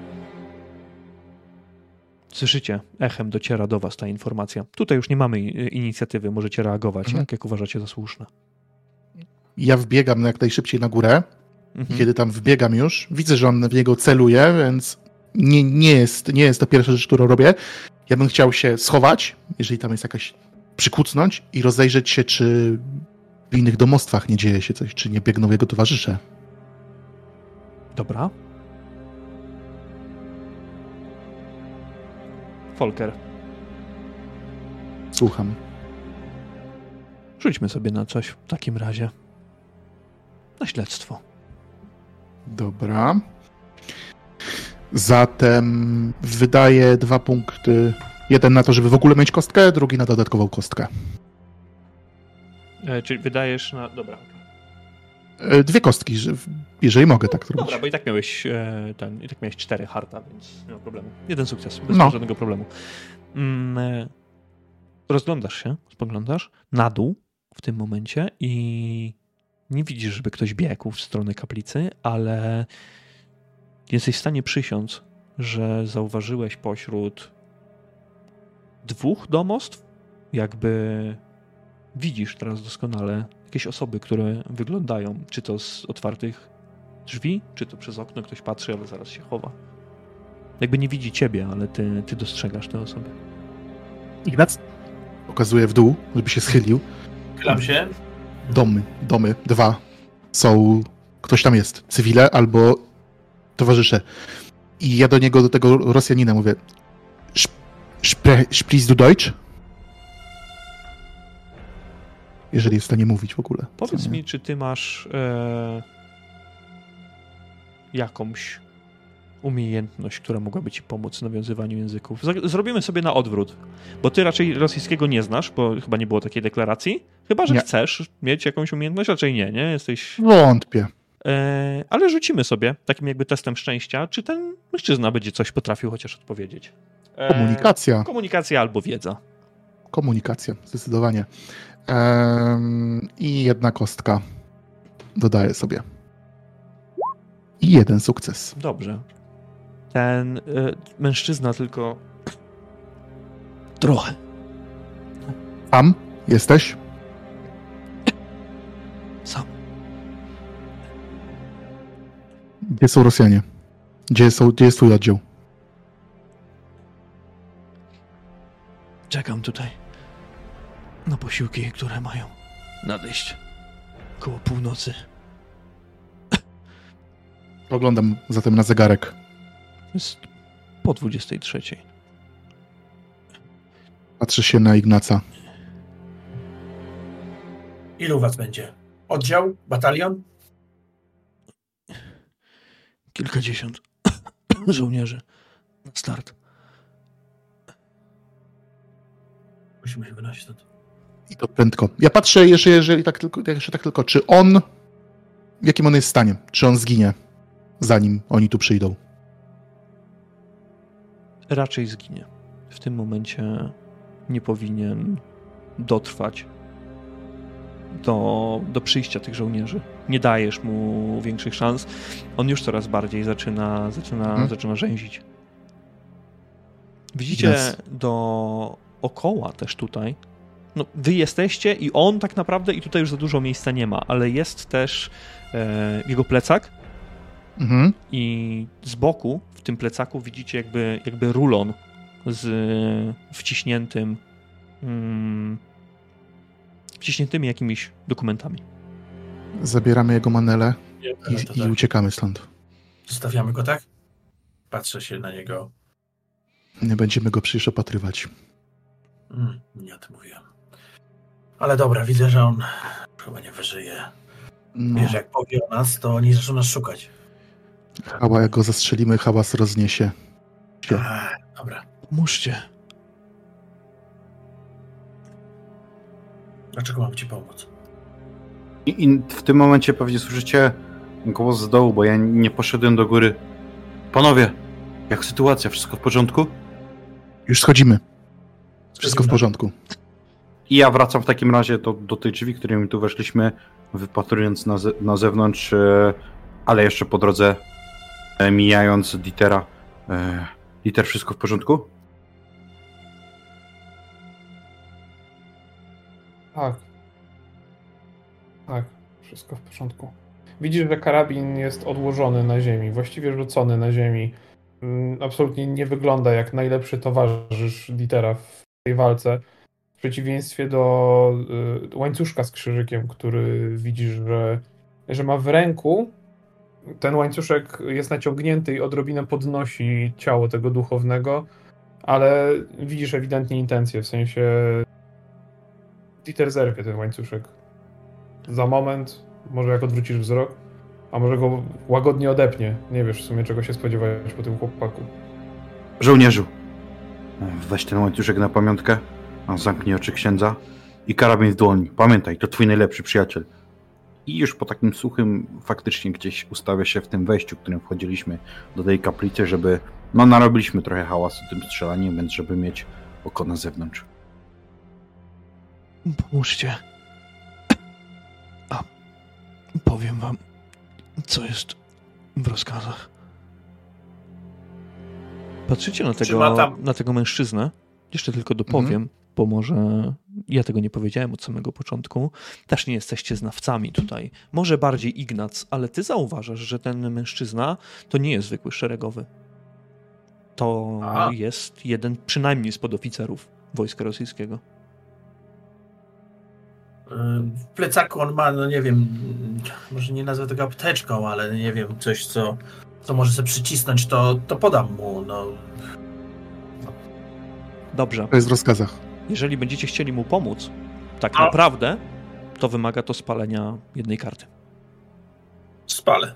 Słyszycie, echem dociera do was ta informacja. Tutaj już nie mamy inicjatywy, możecie reagować, mhm. jak, jak uważacie za słuszne. Ja wbiegam jak najszybciej na górę. Mhm. Kiedy tam wbiegam już, widzę, że on w niego celuje, więc nie, nie, jest, nie jest to pierwsza rzecz, którą robię. Ja bym chciał się schować, jeżeli tam jest jakaś, przykucnąć i rozejrzeć się, czy w innych domostwach nie dzieje się coś, czy nie biegną jego towarzysze. Dobra. Volker, Słucham. rzućmy sobie na coś w takim razie. Na śledztwo. Dobra. Zatem wydaję dwa punkty. Jeden na to, żeby w ogóle mieć kostkę, drugi na dodatkową kostkę. E, czyli wydajesz na... Dobra. E, Dwie kostki, że- jeżeli mogę tak zrobić. Dobra, bo i tak miałeś e, ten, i tak miałeś cztery harta, więc nie ma problemu. Jeden sukces, bez No. żadnego problemu. Mm, e, rozglądasz się, spoglądasz na dół w tym momencie i nie widzisz, żeby ktoś biegł w stronę kaplicy, ale jesteś w stanie przysiąc, że zauważyłeś pośród dwóch domostw, jakby widzisz teraz doskonale jakieś osoby, które wyglądają, czy to z otwartych drzwi, czy to przez okno ktoś patrzy, ale zaraz się chowa. Jakby nie widzi ciebie, ale ty, ty dostrzegasz te osoby. Ignac pokazuje w dół, żeby się schylił. Chylam się. Domy, domy, dwa. Są, ktoś tam jest, cywile albo towarzysze. I ja do niego, do tego Rosjanina mówię, "Spre- sprichst du Deutsch?" Jeżeli jest w stanie mówić w ogóle. Powiedz Co nie? mi, czy ty masz e, jakąś umiejętność, która mogłaby ci pomóc w nawiązywaniu języków. Z- Zrobimy sobie na odwrót, bo ty raczej rosyjskiego nie znasz, bo chyba nie było takiej deklaracji. Chyba, że Nie. chcesz mieć jakąś umiejętność, raczej nie, nie? Jesteś... Wątpię. E, ale rzucimy sobie takim jakby testem szczęścia, czy ten mężczyzna będzie coś potrafił chociaż odpowiedzieć. E, Komunikacja. Komunikacja albo wiedza. Komunikacja, zdecydowanie. Ehm, I jedna kostka. Dodaję sobie. I jeden sukces. Dobrze. Ten e, mężczyzna tylko trochę. Tam jesteś? Sam. Gdzie są Rosjanie? Gdzie, są, gdzie jest twój oddział? Czekam tutaj na posiłki, które mają nadejść koło północy. Oglądam zatem na zegarek. Jest po dwudziestej trzeciej. Patrzę się na Ignaca. Ilu was będzie? Oddział? Batalion? Kilkadziesiąt żołnierzy. Na start. Musimy się wynosić stąd. I to prędko. Ja patrzę jeszcze, jeżeli tak tylko, jeszcze tak tylko, czy on, w jakim on jest stanie? Czy on zginie, zanim oni tu przyjdą? Raczej zginie. W tym momencie nie powinien dotrwać do, do przyjścia tych żołnierzy. Nie dajesz mu większych szans. On już coraz bardziej zaczyna, zaczyna, hmm. zaczyna rzęzić. Widzicie yes. dookoła też tutaj. No, wy jesteście i on tak naprawdę, i tutaj już za dużo miejsca nie ma, ale jest też e, jego plecak mhm. i z boku w tym plecaku widzicie jakby, jakby rulon z wciśniętym mm, wciśniętymi jakimiś dokumentami. Zabieramy jego manelę Nie, i, tak. i uciekamy stąd. Zostawiamy go, tak? Patrzę się na niego. Nie będziemy go przecież opatrywać. Hmm, nie o tym mówiłem. Ale dobra, widzę, że on chyba nie wyżyje. No. Wiesz, jak powie o nas, to oni zaczną nas szukać. Hała, jak go zastrzelimy, hałas rozniesie. Ach, dobra. Pomóżcie. Dlaczego mam ci pomóc? I, I w tym momencie pewnie słyszycie głos z dołu, bo ja nie poszedłem do góry. Panowie, jak sytuacja? Wszystko w porządku? Już schodzimy. Wszystko w porządku. I ja wracam w takim razie do, do tej drzwi, którymi tu weszliśmy, wypatrując na, ze, na zewnątrz, e, ale jeszcze po drodze e, mijając Dietera. E, Dieter, wszystko w porządku? Tak. Tak, wszystko w porządku. Widzisz, że karabin jest odłożony na ziemi, właściwie rzucony na ziemi. Absolutnie nie wygląda jak najlepszy towarzysz Dietera w tej walce. W przeciwieństwie do y, łańcuszka z krzyżykiem, który widzisz, że, że ma w ręku. Ten łańcuszek jest naciągnięty i odrobinę podnosi ciało tego duchownego, ale widzisz ewidentnie intencję, w sensie Dieter zerwie ten łańcuszek. Za moment, może jak odwrócisz wzrok, a może go łagodnie odepnie. Nie wiesz w sumie, czego się spodziewać po tym chłopaku. Żołnierzu, weź ten łańcuszek na pamiątkę, a zamknij oczy księdza i karabin w dłoni. Pamiętaj, to twój najlepszy przyjaciel. I już po takim suchym faktycznie gdzieś ustawia się w tym wejściu, którym wchodziliśmy do tej kaplicy, żeby... No narobiliśmy trochę hałasu tym strzelaniem, więc żeby mieć oko na zewnątrz. Pomóżcie. A powiem wam, co jest w rozkazach. Patrzycie na tego, na tego mężczyznę. Jeszcze tylko dopowiem, mhm. bo może ja tego nie powiedziałem od samego początku. Też nie jesteście znawcami tutaj. Może bardziej Ignac, ale ty zauważasz, że ten mężczyzna to nie jest zwykły szeregowy. To A. jest jeden przynajmniej z podoficerów wojska rosyjskiego. W plecaku on ma, no nie wiem, może nie nazwę tego apteczką, ale nie wiem, coś, co, co może sobie przycisnąć, to, to podam mu, no. Dobrze. To jest w rozkazach. Jeżeli będziecie chcieli mu pomóc, tak A. naprawdę, to wymaga to spalenia jednej karty. Spalę.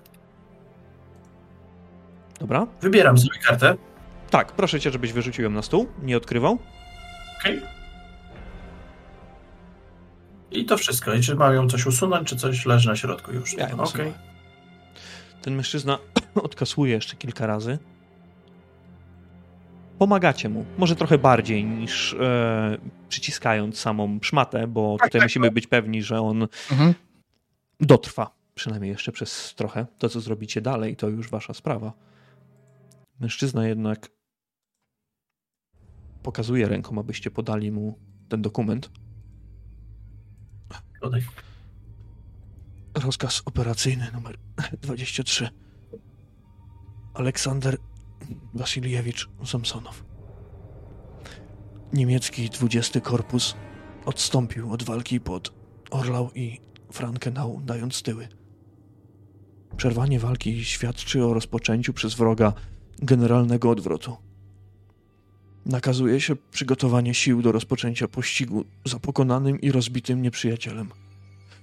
Dobra? Wybieram sobie kartę. Tak, proszę cię, żebyś wyrzucił ją na stół, nie odkrywał. Okej. Okay. I to wszystko. I czy mają coś usunąć, czy coś leży na środku już? Ja Okej. Okay. Ten mężczyzna odkasłuje jeszcze kilka razy. Pomagacie mu. Może trochę bardziej niż e, przyciskając samą szmatę, bo tak, tutaj tak, musimy tak. być pewni, że on mhm. dotrwa. Przynajmniej jeszcze przez trochę. To, co zrobicie dalej, to już wasza sprawa. Mężczyzna jednak pokazuje ręką, abyście podali mu ten dokument. Podaj. Rozkaz operacyjny numer dwadzieścia trzy. Aleksander Wasiljewicz Samsonow. Niemiecki dwudziesty Korpus odstąpił od walki pod Orlau i Frankenau, dając tyły. Przerwanie walki świadczy o rozpoczęciu przez wroga generalnego odwrotu. Nakazuje się przygotowanie sił do rozpoczęcia pościgu za pokonanym i rozbitym nieprzyjacielem.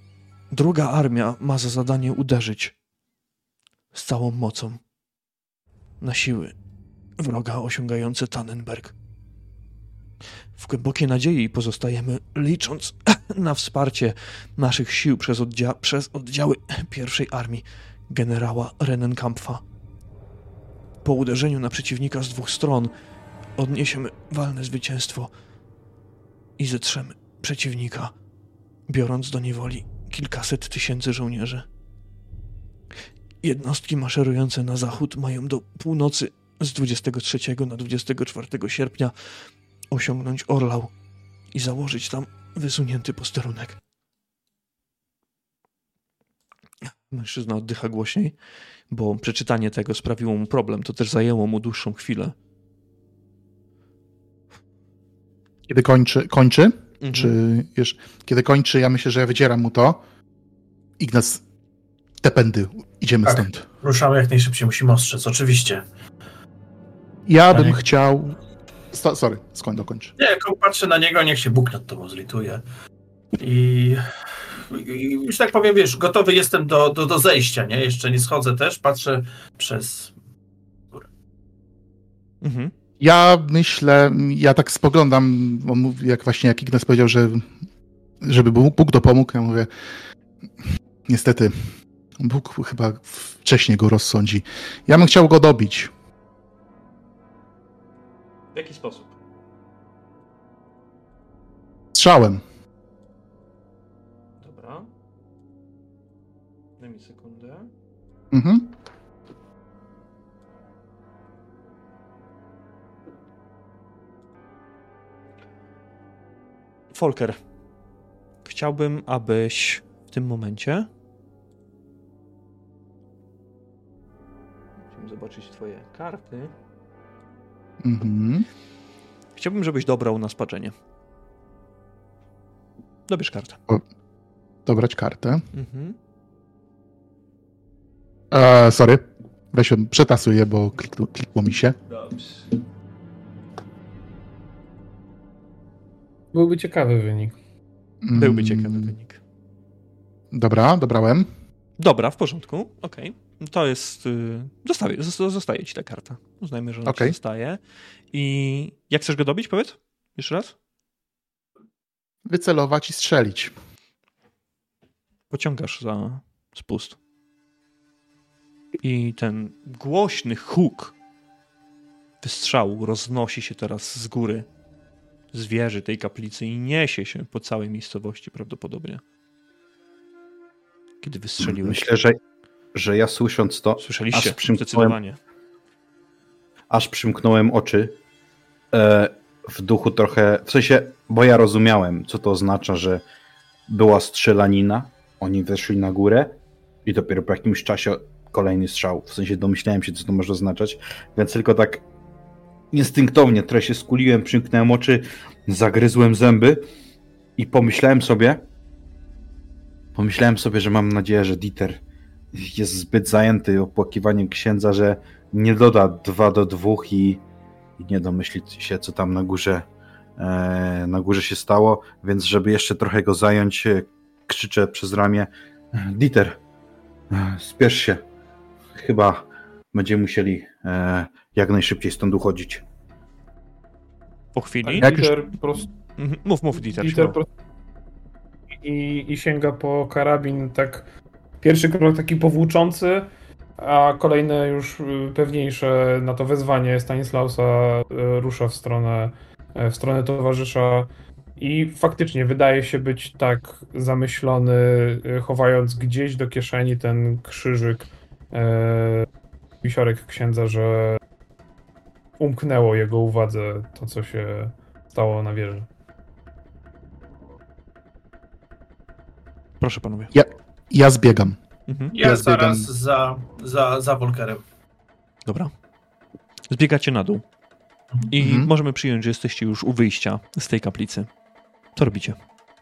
Druga armia ma za zadanie uderzyć z całą mocą na siły wroga osiągające Tannenberg. W głębokiej nadziei pozostajemy, licząc na wsparcie naszych sił przez, oddzia- przez oddziały pierwszej armii generała Rennenkampfa. Po uderzeniu na przeciwnika z dwóch stron odniesiemy walne zwycięstwo i zetrzemy przeciwnika, biorąc do niewoli kilkaset tysięcy żołnierzy. Jednostki maszerujące na zachód mają do północy z dwudziestego trzeciego na dwudziestego czwartego sierpnia osiągnąć Orlau i założyć tam wysunięty posterunek. Mężczyzna oddycha głośniej, bo przeczytanie tego sprawiło mu problem. To też zajęło mu dłuższą chwilę. Kiedy kończy, kończy Mhm. czy wiesz, kiedy kończy, ja myślę, że ja wydzieram mu to. Ignac, te pędy, idziemy Tak. stąd. Ruszamy jak najszybciej, musimy ostrzec, oczywiście. Ja bym Panie- chciał... Sto, sorry, skąd dokończę. Nie, jak patrzę na niego, niech się Bóg nad tobą zlituje. I, i już tak powiem, wiesz, gotowy jestem do, do, do zejścia, nie? Jeszcze nie schodzę też, patrzę przez... Mhm. Ja myślę, ja tak spoglądam, on mówi, jak właśnie jak Ignac powiedział, że żeby Bóg, Bóg dopomógł, ja mówię, niestety, Bóg chyba wcześniej go rozsądzi. Ja bym chciał go dobić. W jaki sposób? Strzałem. Dobra. Daj mi sekundę. Mhm. Volker, chciałbym, abyś w tym momencie... Musimy zobaczyć twoje karty. Mhm. Chciałbym, żebyś dobrał na spaczenie. Dobierz kartę. Dobrać kartę. Mhm. E, sorry, weź ją, przetasuję, bo klikło, klikło mi się. Dobrze. Byłby ciekawy wynik. Byłby Mm, ciekawy wynik. Dobra, dobrałem. Dobra, w porządku. Okej. To jest... Yy, zostawię, zos- zostaje ci ta karta. Uznajmy, że ona Okej. ci zostaje. I jak chcesz go dobić, powiedz? Jeszcze raz? Wycelować i strzelić. Pociągasz za spust. I ten głośny huk wystrzału roznosi się teraz z góry, z wieży tej kaplicy i niesie się po całej miejscowości prawdopodobnie. Kiedy wystrzeliłeś. Myślę, że, że ja słysząc to, Słyszeliście? aż przymknąłem, Zdecydowanie. aż przymknąłem oczy e, w duchu trochę, w sensie, bo ja rozumiałem, co to oznacza, że była strzelanina, oni weszli na górę i dopiero po jakimś czasie kolejny strzał. W sensie domyślałem się, co to może oznaczać, więc tylko tak instynktownie trochę się skuliłem, przymknąłem oczy, zagryzłem zęby i pomyślałem sobie, pomyślałem sobie, że mam nadzieję, że Dieter jest zbyt zajęty opłakiwaniem księdza, że nie doda dwa do dwóch i, i nie domyśli się, co tam na górze e, na górze się stało, więc żeby jeszcze trochę go zająć, krzyczę przez ramię: Dieter, spiesz się. Chyba będziemy musieli e, jak najszybciej stąd uchodzić. Po chwili. Jak już- Dieter po prostu Mhm. Mów, mów, Dieter. Dieter śmiało. po prostu i, i sięga po karabin, tak pierwszy krok taki powłóczący, a kolejne już y, pewniejsze na to wezwanie Stanisłausa y, rusza w stronę, y, w stronę towarzysza i faktycznie wydaje się być tak zamyślony, y, chowając gdzieś do kieszeni ten krzyżyk, y, wisiorek księdza, że umknęło jego uwadze to, co się stało na wieży. Proszę panowie. Ja zbiegam. Mhm. Ja Ja zaraz zbiegam. za, za, za Volkerem. Dobra. Zbiegacie na dół. I Mhm. możemy przyjąć, że jesteście już u wyjścia z tej kaplicy. Co robicie?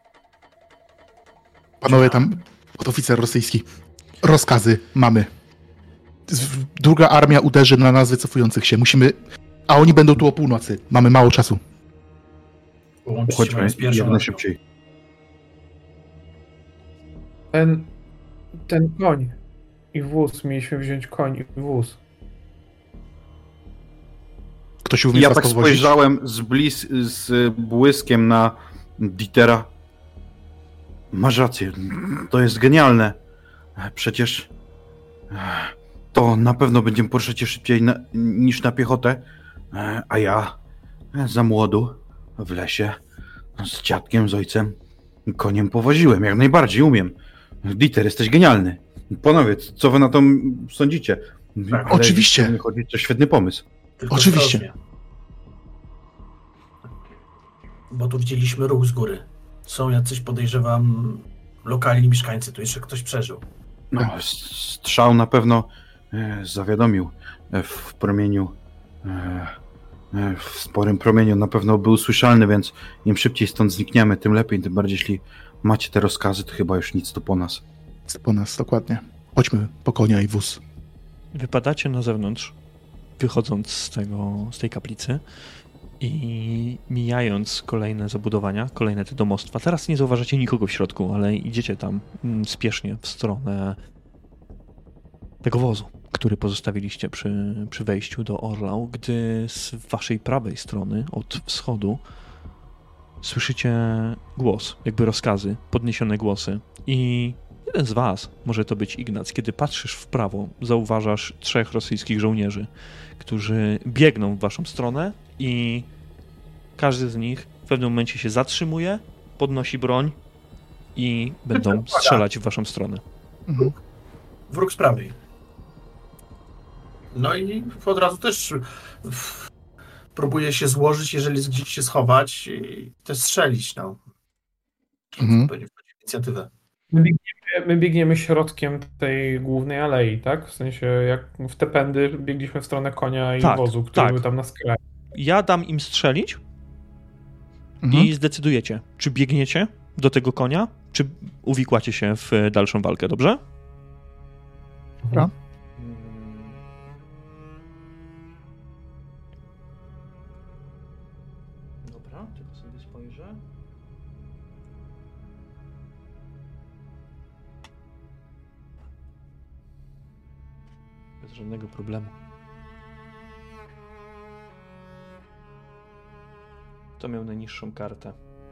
Panowie, tam podoficer rosyjski. Rozkazy mamy. Z- Druga armia uderzy na nas wycofujących się. Musimy... A oni będą tu o północy. Mamy mało czasu. Połączyć się Uchodźmy z pierwszą jak armią. najszybciej. Ten, ten koń i wóz. Mieliśmy wziąć koń i wóz. Ktoś umie Ja was tak podwozić? spojrzałem z, blis- z błyskiem na Dietera. Masz rację, to jest genialne. Przecież to na pewno będziemy poruszać się szybciej na, niż na piechotę, a ja za młodu w lesie z dziadkiem, z ojcem koniem powoziłem, jak najbardziej umiem. Dieter, jesteś genialny. Panowie, co wy na to sądzicie? Tak, oczywiście. Chodzi, to świetny pomysł. Tylko Oczywiście. ostrożnie. Bo tu widzieliśmy ruch z góry. Są jacyś, podejrzewam, lokalni mieszkańcy. Tu jeszcze ktoś przeżył. No, strzał na pewno e, zawiadomił e, w promieniu, e, e, w sporym promieniu na pewno był słyszalny, więc im szybciej stąd znikniemy, tym lepiej, tym bardziej jeśli macie te rozkazy, to chyba już nic tu po nas. Po nas, dokładnie. Chodźmy po konia i wóz. Wypadacie na zewnątrz, wychodząc z tego, z tej kaplicy i mijając kolejne zabudowania, kolejne te domostwa. Teraz nie zauważacie nikogo w środku, ale idziecie tam mm, spiesznie w stronę tego wozu, który pozostawiliście przy, przy wejściu do Orlau, gdy z waszej prawej strony, od wschodu, słyszycie głos, jakby rozkazy, podniesione głosy i jeden z was, może to być Ignac, kiedy patrzysz w prawo, zauważasz trzech rosyjskich żołnierzy, którzy biegną w waszą stronę i każdy z nich w pewnym momencie się zatrzymuje, podnosi broń i będą strzelać w waszą stronę. Mhm. Wróg z prawej. No i od razu też próbuje się złożyć, jeżeli gdzieś się schować i też strzelić, no. Mhm. Będzie wchodzić w inicjatywę. My biegniemy, my biegniemy środkiem tej głównej alei, tak? W sensie jak w te pędy biegliśmy w stronę konia i Tak, wozu, który tak. był tam na skraju. Ja dam im strzelić Mhm. i zdecydujecie, czy biegniecie do tego konia, czy uwikłacie się w dalszą walkę, dobrze? Dobra. Dobra, tylko sobie spojrzę. Bez żadnego problemu. Kto miał najniższą kartę?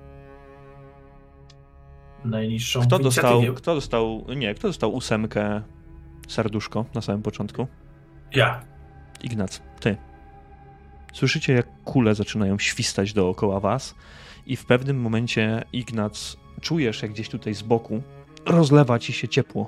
Najniższą Kto w dostał, inicjatywie. kto dostał, nie, kto dostał ósemkę serduszko na samym początku? Ja. Ignac, ty. Słyszycie, jak kule zaczynają świstać dookoła was i w pewnym momencie, Ignac, czujesz, jak gdzieś tutaj z boku rozlewa ci się ciepło.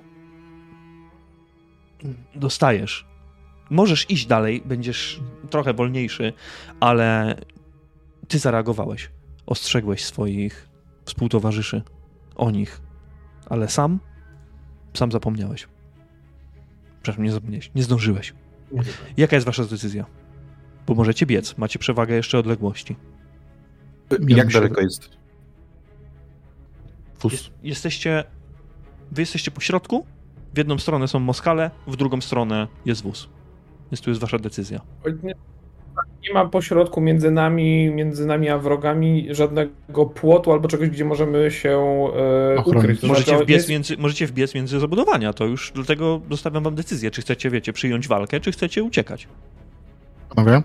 Dostajesz. Możesz iść dalej, będziesz trochę wolniejszy, ale ty zareagowałeś. Ostrzegłeś swoich współtowarzyszy o nich, ale sam, sam zapomniałeś. Przepraszam, nie zapomniałeś, nie zdążyłeś. Jaka jest wasza decyzja? Bo możecie biec, macie przewagę jeszcze odległości. Jak daleko jest? Wóz. Jest, jesteście, wy jesteście po środku, w jedną stronę są Moskale, w drugą stronę jest wóz. Więc tu jest wasza decyzja. Nie, nie ma pośrodku między nami, między nami a wrogami żadnego płotu albo czegoś, gdzie możemy się e, Ochronić. ukryć. To Możecie znaczy, wbiec, jest- między, możecie wbiec między zabudowania, to już dlatego zostawiam wam decyzję, czy chcecie, wiecie, przyjąć walkę, czy chcecie uciekać. Panowie?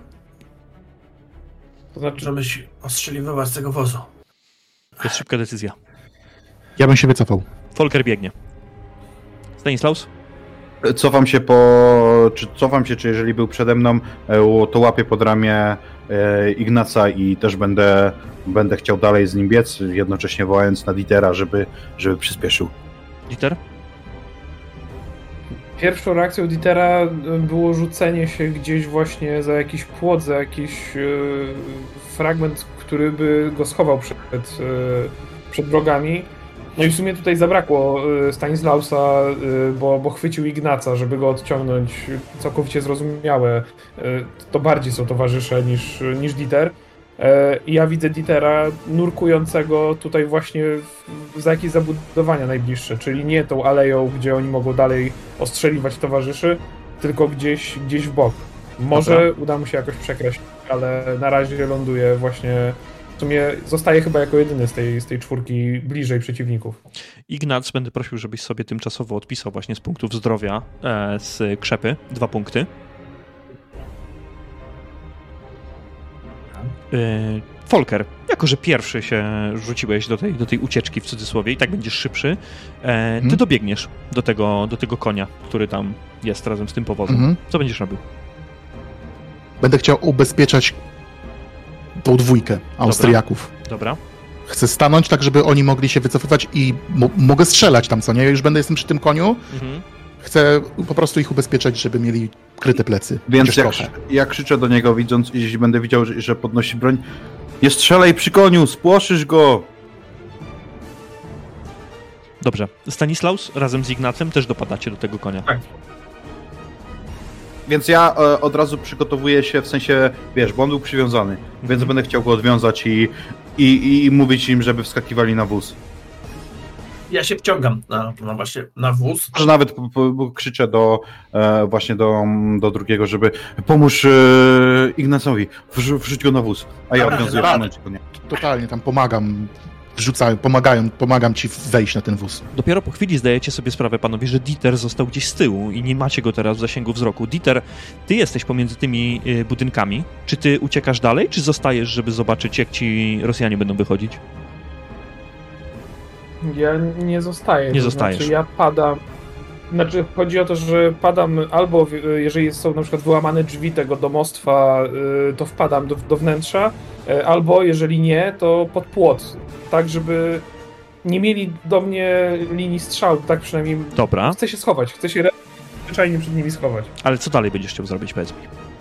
To znaczy, Możemy się ostrzeliwać z tego wozu. To jest szybka decyzja. Ja bym się wycofał. Volker biegnie. Stanislaus? Cofam się po... Czy cofam się, czy jeżeli był przede mną, e, to łapię pod ramię e, Ignaca i też będę, będę chciał dalej z nim biec, jednocześnie wołając na Dietera, żeby, żeby przyspieszył. Dieter? pierwszą reakcją Dietera było rzucenie się gdzieś właśnie za jakiś płot, za jakiś e, fragment, który by go schował przed, e, przed wrogami. No i w sumie tutaj zabrakło e, Stanislausa, e, bo, bo chwycił Ignaca, żeby go odciągnąć. Całkowicie zrozumiałe. E, to bardziej są towarzysze niż, niż Dieter. E, I ja widzę Dietera nurkującego tutaj właśnie w, za jakieś zabudowania najbliższe, czyli nie tą aleją, gdzie oni mogą dalej ostrzeliwać towarzyszy, tylko gdzieś, gdzieś w bok. Może Dobra. uda mu się jakoś przekraść, ale na razie ląduje właśnie sumie zostaje chyba jako jedyny z tej, z tej czwórki bliżej przeciwników. Ignac, będę prosił, żebyś sobie tymczasowo odpisał właśnie z punktów zdrowia e, z krzepy. Dwa punkty. E, Volker, jako że pierwszy się rzuciłeś do tej, do tej ucieczki w cudzysłowie i tak będziesz szybszy, e, ty mhm. dobiegniesz do tego, do tego konia, który tam jest razem z tym powozem. Mhm. Co będziesz robił? Będę chciał ubezpieczać tą dwójkę Austriaków. Dobra. Chcę stanąć tak, żeby oni mogli się wycofywać i mo- mogę strzelać tam, co nie? Ja już będę, jestem przy tym koniu. Mhm. Chcę po prostu ich ubezpieczać, żeby mieli kryte plecy. Więc jak, trochę. ja krzyczę do niego, widząc, jeśli będę widział, że, że podnosi broń, nie strzelaj przy koniu, spłoszysz go! Dobrze. Stanislaus razem z Ignacem też dopadacie do tego konia. Tak. Więc ja e, od razu przygotowuję się, w sensie, wiesz, bo on był przywiązany, więc będę chciał go odwiązać i, i, i mówić im, żeby wskakiwali na wóz. Ja się wciągam na, na właśnie na wóz. Może nawet po, po, po krzyczę do e, właśnie do, do drugiego, żeby pomóż e, Ignacowi, wrzu, wrzuć go na wóz, a ja Dobra, odwiązuję dobra. konia. Totalnie tam pomagam, wrzucają, pomagają, pomagam ci wejść na ten wóz. Dopiero po chwili zdajecie sobie sprawę, panowie, że Dieter został gdzieś z tyłu i nie macie go teraz w zasięgu wzroku. Dieter, ty jesteś pomiędzy tymi y, budynkami. Czy ty uciekasz dalej, czy zostajesz, żeby zobaczyć, jak ci Rosjanie będą wychodzić? Ja nie zostaję. Nie to zostajesz. Znaczy ja padam. Znaczy chodzi o to, że padam albo w- jeżeli są na przykład wyłamane drzwi tego domostwa, y, to wpadam do, do wnętrza, y, albo jeżeli nie, to pod płot. Tak, żeby nie mieli do mnie linii strzału, tak przynajmniej. Dobra, Chcę się schować, chcę się re- zwyczajnie przed nimi schować. ale co dalej będziesz chciał zrobić, powiedz mi?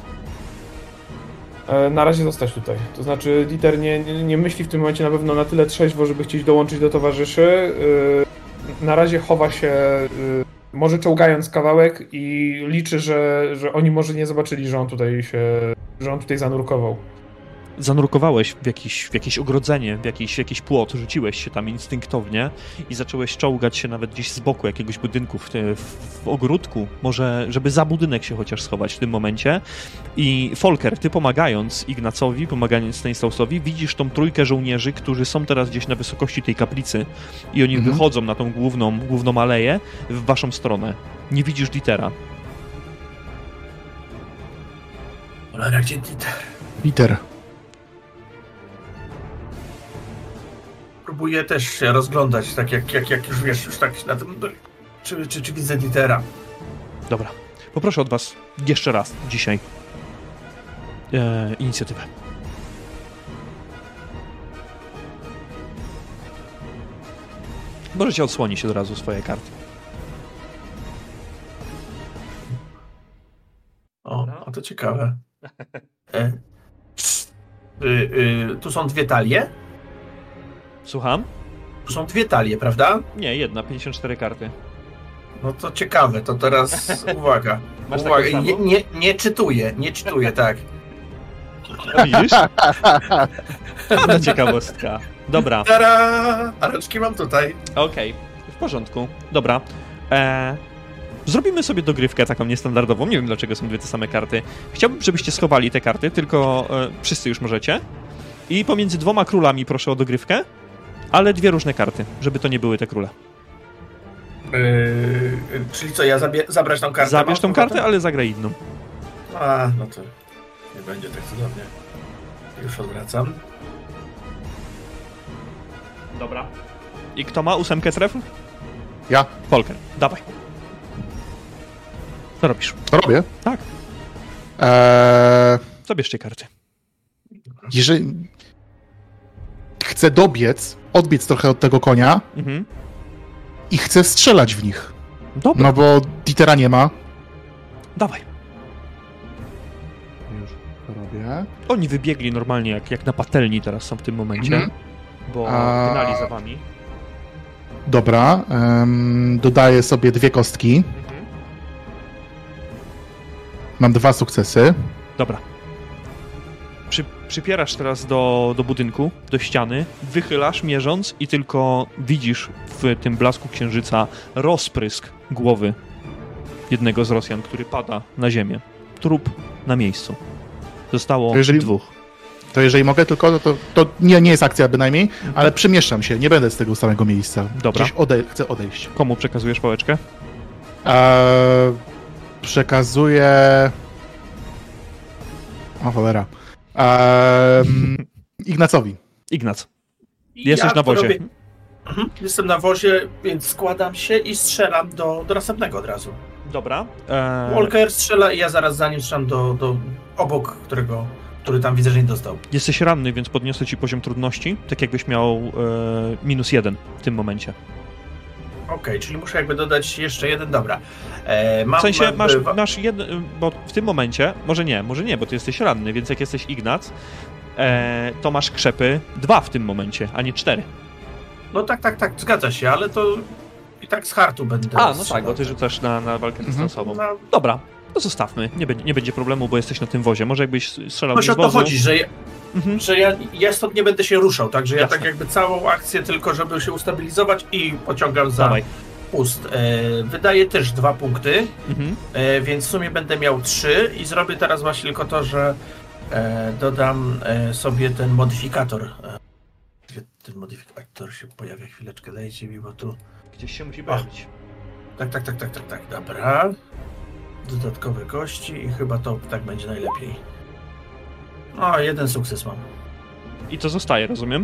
E, Na razie zostać tutaj. To znaczy Dieter nie, nie, nie myśli w tym momencie na pewno na tyle trzeźwo, żeby chcieć dołączyć do towarzyszy. Y, Na razie chowa się, y, może czołgając kawałek i liczy, że, że oni może nie zobaczyli, że on tutaj się, że on tutaj zanurkował. Zanurkowałeś w, jakiś, w jakieś ogrodzenie, w jakiś, jakiś płot, rzuciłeś się tam instynktownie i zacząłeś czołgać się nawet gdzieś z boku jakiegoś budynku, w, te, w, w ogródku, może żeby za budynek się chociaż schować w tym momencie. I Volker, ty pomagając Ignacowi, pomagając Stanislausowi, widzisz tą trójkę żołnierzy, którzy są teraz gdzieś na wysokości tej kaplicy i oni Mhm. wychodzą na tą główną, główną aleję w waszą stronę. Nie widzisz Dietera. Cholera, gdzie Dieter? Peter. Próbuję też się rozglądać, tak jak, jak, jak już wiesz, już tak na tym... Czy, czy, czy widzę Dietera? Dobra. Poproszę od was jeszcze raz dzisiaj e, inicjatywę. Możecie odsłonić od razu swoje karty. O, a to ciekawe. E, y, y, tu są dwie talie? Słucham? Tu są dwie talie, prawda? Nie, jedna, pięćdziesiąt cztery karty. No to ciekawe, to teraz uwaga. Masz uwaga. taką Nie, samą? nie, nie czytuję, nie czytuję, tak. A widzisz? To ciekawostka. Dobra, Tara! A rączki mam tutaj. okej. W porządku. Dobra. E, zrobimy sobie dogrywkę taką niestandardową. Nie wiem, dlaczego są dwie te same karty. Chciałbym, żebyście schowali te karty, tylko e, wszyscy już możecie. I pomiędzy dwoma królami proszę o dogrywkę, ale dwie różne karty, żeby to nie były te króle. Yy, czyli co, ja zabie- zabrać tą kartę? Zabierz tą Mam kartę, ochotę? ale zagraj inną. A, no to nie będzie tak cudownie. Już odwracam. Dobra. I kto ma ósemkę trefl? Ja. Volker, dawaj. Co robisz? To robię. Tak. Eee, Zabierzcie karty. jeżeli chcę dobiec, odbiec trochę od tego konia Mhm. i chcę strzelać w nich. Dobra, No bo Dietera nie ma. dawaj. Już to robię. Oni wybiegli normalnie jak, jak na patelni teraz są w tym momencie, Mhm. bo A- gnali za wami. Dobra. em, dodaję sobie dwie kostki. Mhm. Mam dwa sukcesy. Dobra. Przy, przypierasz teraz do, do budynku, do ściany, wychylasz mierząc i tylko widzisz w tym blasku księżyca rozprysk głowy jednego z Rosjan, który pada na ziemię. Trup na miejscu. Zostało To jeżeli- dwóch. To jeżeli mogę tylko, to, to nie, nie jest akcja bynajmniej, ale przemieszczam się, nie będę z tego samego miejsca. Dobra. Gdzieś ode- chcę odejść. Komu przekazujesz pałeczkę? Eee, przekazuję... O cholera. Eee, Ignacowi. Ignac. Jesteś Ja na wozie. robię- Mhm, Jestem na wozie, więc składam się i strzelam do, do następnego od razu. Dobra. Eee, Walker strzela i ja zaraz za nim strzelam do, do obok, którego, który tam widzę, że nie dostał. jesteś ranny, więc podniosę ci poziom trudności, tak jakbyś miał e, minus jeden w tym momencie. Okej, czyli muszę jakby dodać jeszcze jeden, dobra. E, mam, W sensie jakby masz, wa- masz jeden, bo w tym momencie, może nie, może nie, bo ty jesteś ranny, więc jak jesteś Ignac, e, to masz krzepy dwa w tym momencie, a nie cztery. No tak, tak, tak, zgadza się, ale to i tak z hartu będę. A, no tak, strzelał. bo ty rzucasz na, na walkę Mhm. dystansową. No, Dobra, to zostawmy, nie będzie, nie będzie problemu, bo jesteś na tym wozie. Może jakbyś strzelał Właśnie z o to wozu. chodzi, że ja, Mhm. że ja, ja stąd nie będę się ruszał, także ja Jasne. tak jakby całą akcję tylko, żeby się ustabilizować i pociągam za Dawaj. pust. E, wydaję też dwa punkty, Mhm. e, więc w sumie będę miał trzy i zrobię teraz właśnie tylko to, że e, dodam e, sobie ten modyfikator. E, gdzie ten modyfikator się pojawia, chwileczkę, dajcie mi, bo tu... Gdzieś się musi pojawić. Tak, tak, tak, tak, tak, tak, dobra. Dodatkowe kości i chyba to tak będzie najlepiej. O, jeden sukces mam. I to zostaje, rozumiem?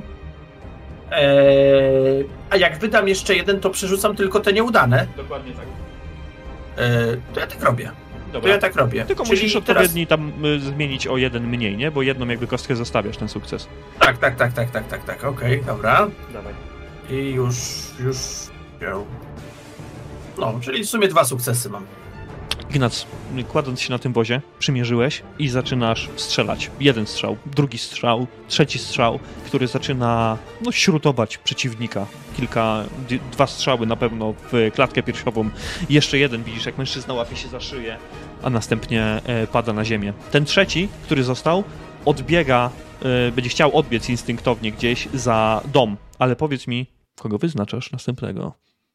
Eee, a jak wydam jeszcze jeden, to przerzucam tylko te nieudane. Dokładnie tak. Eee, to ja tak robię. To Dobra. ja tak robię. Tylko Czyli musisz teraz- odpowiedni tam y, zmienić o jeden mniej, nie? Bo jedną jakby kostkę zostawiasz, ten sukces. Tak, tak, tak, tak, tak, tak, tak, okej, dobra. Dawaj. I już, już... się- No, czyli w sumie dwa sukcesy mam. Ignac, kładąc się na tym wozie, przymierzyłeś i zaczynasz strzelać. Jeden strzał, drugi strzał, trzeci strzał, który zaczyna no, śrutować przeciwnika. Kilka, d- dwa strzały na pewno w klatkę piersiową. Jeszcze jeden, widzisz, jak mężczyzna łapie się za szyję, a następnie e, pada na ziemię. Ten trzeci, który został, odbiega, e, będzie chciał odbiec instynktownie gdzieś za dom. Ale powiedz mi, kogo wyznaczasz następnego?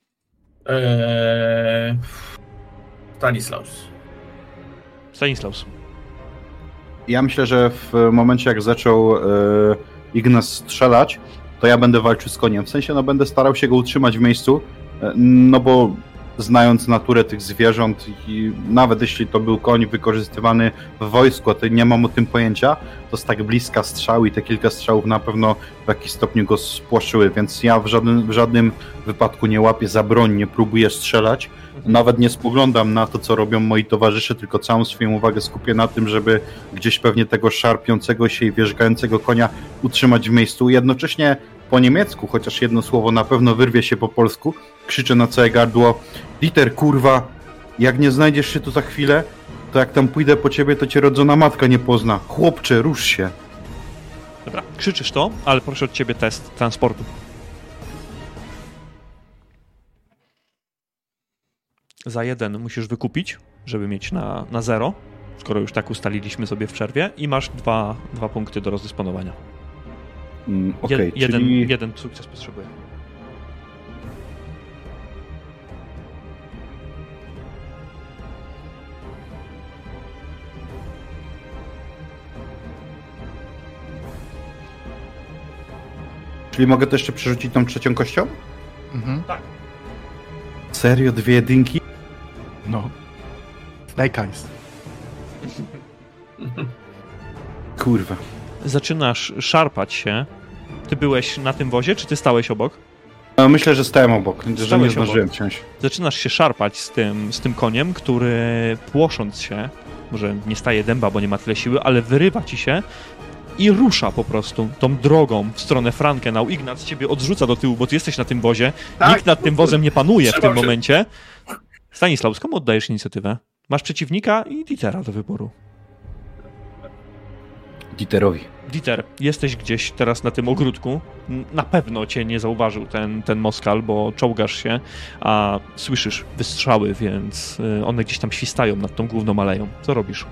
Eee... Stanislaus. Stanislaus. Ja myślę, że w momencie jak zaczął e, Ignas strzelać, to ja będę walczył z koniem. W sensie, no będę starał się go utrzymać w miejscu, e, no bo znając naturę tych zwierząt i nawet jeśli to był koń wykorzystywany w wojsku, a to nie mam o tym pojęcia, to z tak bliska strzał i te kilka strzałów na pewno w jakiś stopniu go spłoszyły, więc ja w żadnym, w żadnym wypadku nie łapię za broń, nie próbuję strzelać. Nawet nie spoglądam na to, co robią moi towarzysze, tylko całą swoją uwagę skupię na tym, żeby gdzieś pewnie tego szarpiącego się i wierzgającego konia utrzymać w miejscu. Jednocześnie po niemiecku, chociaż jedno słowo na pewno wyrwie się po polsku, krzyczę na całe gardło: Dieter, kurwa, jak nie znajdziesz się tu za chwilę, to jak tam pójdę po ciebie, to cię rodzona matka nie pozna. Chłopcze, rusz się. Dobra, krzyczysz to, ale proszę od ciebie test transportu. Za jeden musisz wykupić, żeby mieć na, na zero, skoro już tak ustaliliśmy sobie w przerwie, i masz dwa, dwa punkty do rozdysponowania. Mm, Okej, Jed, jeden, czyli... jeden sukces potrzebuję. Czyli mogę to jeszcze przerzucić tą trzecią kością? Mhm. Serio? Dwie jedynki? No. Snake Eyes. Kurwa. Zaczynasz szarpać się. Ty byłeś na tym wozie, czy ty stałeś obok? No, myślę, że stałem obok, że nie Stałeś zdążyłem obok. wsiąść. Zaczynasz się szarpać z tym, z tym koniem, który płosząc się, może nie staje dęba, bo nie ma tyle siły, ale wyrywa ci się i rusza po prostu tą drogą w stronę Frankenau. Ignac ciebie odrzuca do tyłu, bo ty jesteś na tym wozie. Tak, Nikt nad tym wozem nie panuje w tym Trzymam się. momencie. Stanislaus, komu oddajesz inicjatywę? Masz przeciwnika i Dietera do wyboru. Dieterowi. Dieter, jesteś gdzieś teraz na tym ogródku. Na pewno cię nie zauważył ten, ten Moskal, bo czołgasz się, a słyszysz wystrzały, więc y, one gdzieś tam świstają nad tą główną aleją. Co robisz?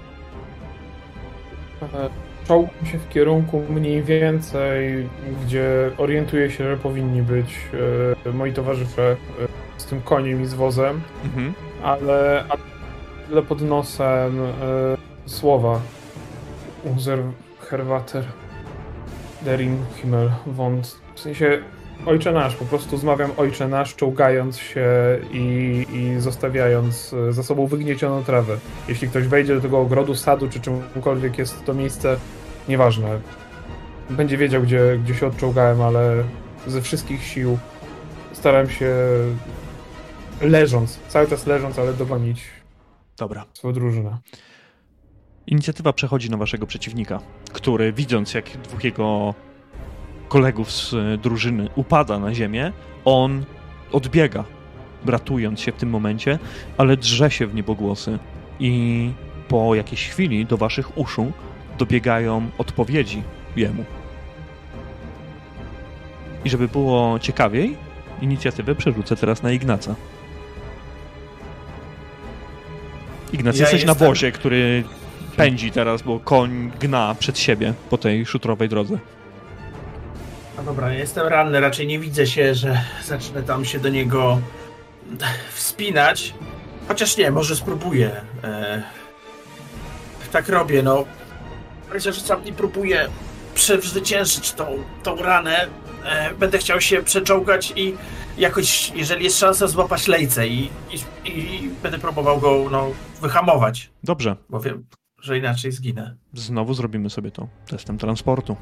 Czołgam się w kierunku mniej więcej, gdzie orientuję się, że powinni być e, moi towarzysze e, z tym koniem i z wozem, Mhm. ale a tyle pod nosem e, słowa. Uzer Herr Vater, Derin Himmel, Wond. W sensie Ojcze Nasz, po prostu zmawiam Ojcze Nasz, czołgając się i, i zostawiając za sobą wygniecioną trawę. Jeśli ktoś wejdzie do tego ogrodu, sadu, czy czymkolwiek jest to miejsce, nieważne. Będzie wiedział, gdzie, gdzie się odczołgałem, ale ze wszystkich sił staram się leżąc, cały czas leżąc, ale dogonić Dobra. swoją drużynę. Inicjatywa przechodzi na waszego przeciwnika, który widząc, jak dwóch jego kolegów z drużyny upada na ziemię, on odbiega, ratując się w tym momencie, ale drze się w niebogłosy i po jakiejś chwili do waszych uszu dobiegają odpowiedzi jemu. I żeby było ciekawiej, inicjatywę przerzucę teraz na Ignaca. Ignacy, Ja jesteś jestem... na wozie, który pędzi teraz, bo koń gna przed siebie po tej szutrowej drodze. No dobra, jestem ranny, raczej nie widzę się, że zacznę tam się do niego wspinać. Chociaż nie, może spróbuję. E... Tak robię, no. Chociaż sam nie próbuję przezwyciężyć tą, tą ranę. E... Będę chciał się przeczołgać i jakoś, jeżeli jest szansa, złapać lejce i, i, i będę próbował go, no, wyhamować. Dobrze. Bo wiem, że inaczej zginę. Znowu zrobimy sobie to testem transportu.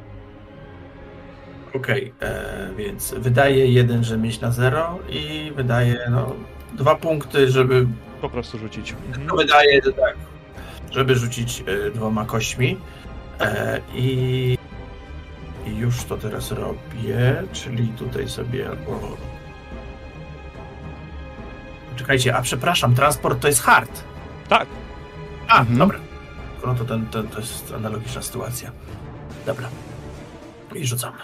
Okej, okay, więc wydaje jeden, że mieć na zero i wydaje no dwa punkty, żeby... Po prostu rzucić. Mhm. No wydaje, że tak, żeby rzucić e, dwoma kośćmi e, i, i już to teraz robię, czyli tutaj sobie albo... Czekajcie, a przepraszam, transport to jest hard. Tak. A, mhm. dobra. No to, ten, ten, to jest analogiczna sytuacja. Dobra. I rzucam.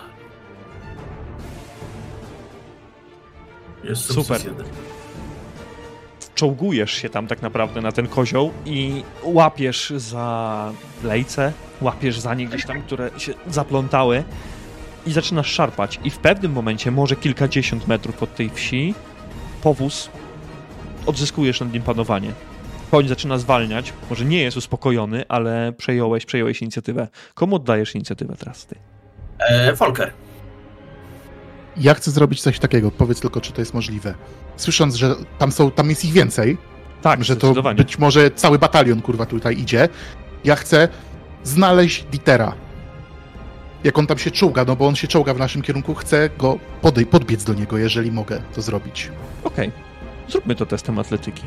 Jest super. Jeden. Czołgujesz się tam tak naprawdę na ten kozioł i łapiesz za lejce, łapiesz za nie gdzieś tam, które się zaplątały i zaczynasz szarpać. I w pewnym momencie, może kilkadziesiąt metrów od tej wsi, powóz, odzyskujesz nad nim panowanie. Koń zaczyna zwalniać, może nie jest uspokojony, ale przejąłeś, przejąłeś inicjatywę. Komu oddajesz inicjatywę teraz ty? E, Volker. Ja chcę zrobić coś takiego, powiedz tylko, czy to jest możliwe. Słysząc, że tam są, tam jest ich więcej, tak, że to być może cały batalion, kurwa, tutaj idzie, ja chcę znaleźć Dietera. Jak on tam się czołga, no bo on się czołga w naszym kierunku, chcę go podej- podbiec do niego, jeżeli mogę to zrobić. Okej, okay. Zróbmy to testem atletyki.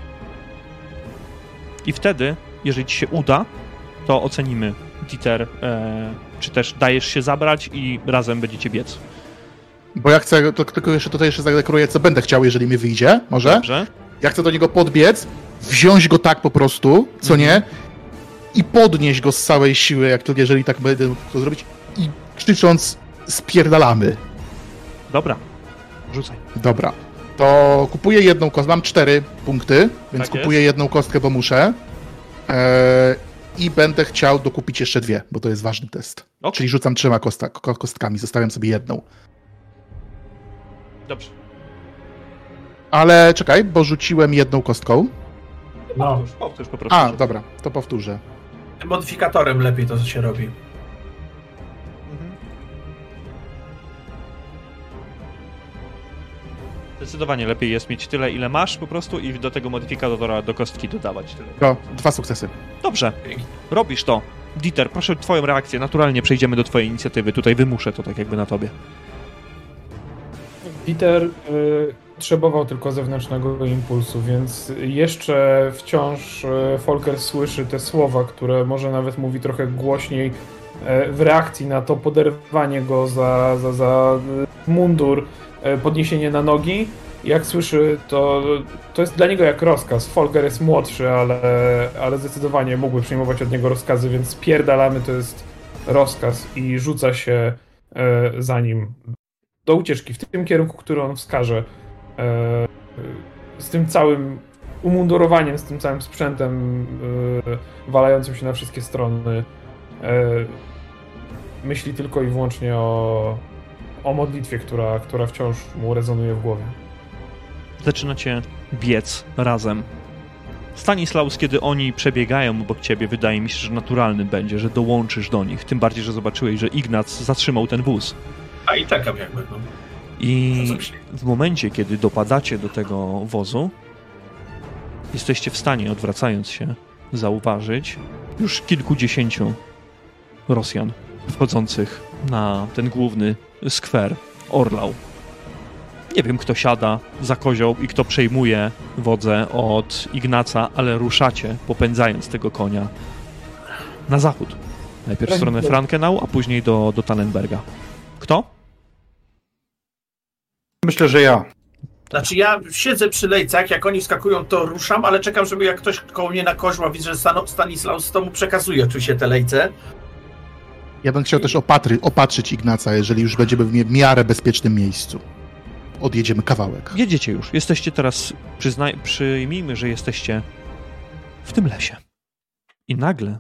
I wtedy, jeżeli ci się uda, to ocenimy, Dieter, e, czy też dajesz się zabrać i razem będziecie biec. Bo ja chcę, to, tylko jeszcze tutaj jeszcze zadeklaruję, co będę chciał, jeżeli mi wyjdzie, może? Dobrze. Ja chcę do niego podbiec, wziąć go tak po prostu, co nie, mhm. i podnieść go z całej siły, jak to, jeżeli tak będę to zrobić, i krzycząc, spierdalamy. Dobra, rzucaj. Dobra, to kupuję jedną kostkę, mam cztery punkty, więc tak kupuję jest. jedną kostkę, bo muszę. Eee, I będę chciał dokupić jeszcze dwie, bo to jest ważny test. Okay. Czyli rzucam trzema kosta- kostkami, zostawiam sobie jedną. Dobrze. Ale czekaj, bo rzuciłem jedną kostką. No. Powtórz, powtórz po prostu. A, żeby... dobra, to powtórzę. Modyfikatorem lepiej to się robi. Mhm. Zdecydowanie lepiej jest mieć tyle, ile masz po prostu i do tego modyfikatora do kostki dodawać tyle. To dwa sukcesy. Dobrze, robisz to. Dieter, proszę twoją reakcję. Naturalnie przejdziemy do twojej inicjatywy. Tutaj wymuszę to tak jakby na tobie. Peter y, potrzebował tylko zewnętrznego impulsu, więc jeszcze wciąż y, Volker słyszy te słowa, które może nawet mówi trochę głośniej y, w reakcji na to poderwanie go za, za, za mundur, y, podniesienie na nogi. Jak słyszy, to, to jest dla niego jak rozkaz. Volker jest młodszy, ale, ale zdecydowanie mógłby przyjmować od niego rozkazy, więc spierdalamy, to jest rozkaz i rzuca się y, za nim do ucieczki w tym kierunku, który on wskaże, e, z tym całym umundurowaniem, z tym całym sprzętem e, walającym się na wszystkie strony. E, myśli tylko i wyłącznie o, o modlitwie, która, która wciąż mu rezonuje w głowie. Zaczynacie biec razem. Stanislaus, kiedy oni przebiegają obok ciebie, wydaje mi się, że naturalny będzie, że dołączysz do nich. Tym bardziej, że zobaczyłeś, że Ignac zatrzymał ten wóz. A i czekam jakby, no. I w momencie, kiedy dopadacie do tego wozu, jesteście w stanie, odwracając się, zauważyć już kilkudziesięciu Rosjan wchodzących na ten główny skwer Orlał. Nie wiem, kto siada za kozioł i kto przejmuje wodzę od Ignaca, ale ruszacie, popędzając tego konia na zachód. Najpierw w stronę Frankenau, a później do, do Tannenberga. Kto? Myślę, że ja. Znaczy ja siedzę przy lejcach, jak oni wskakują, to ruszam, ale czekam, żeby jak ktoś koło mnie na koźła, widzę, że Stan- Stanislaus to mu przekazuje oczywiście te lejce. Ja bym chciał też opatry, opatrzyć Ignaca, jeżeli już będziemy w w miarę bezpiecznym miejscu. Odjedziemy kawałek. Jedziecie już. Jesteście teraz, przyznaj, przyjmijmy, że jesteście w tym lesie. I nagle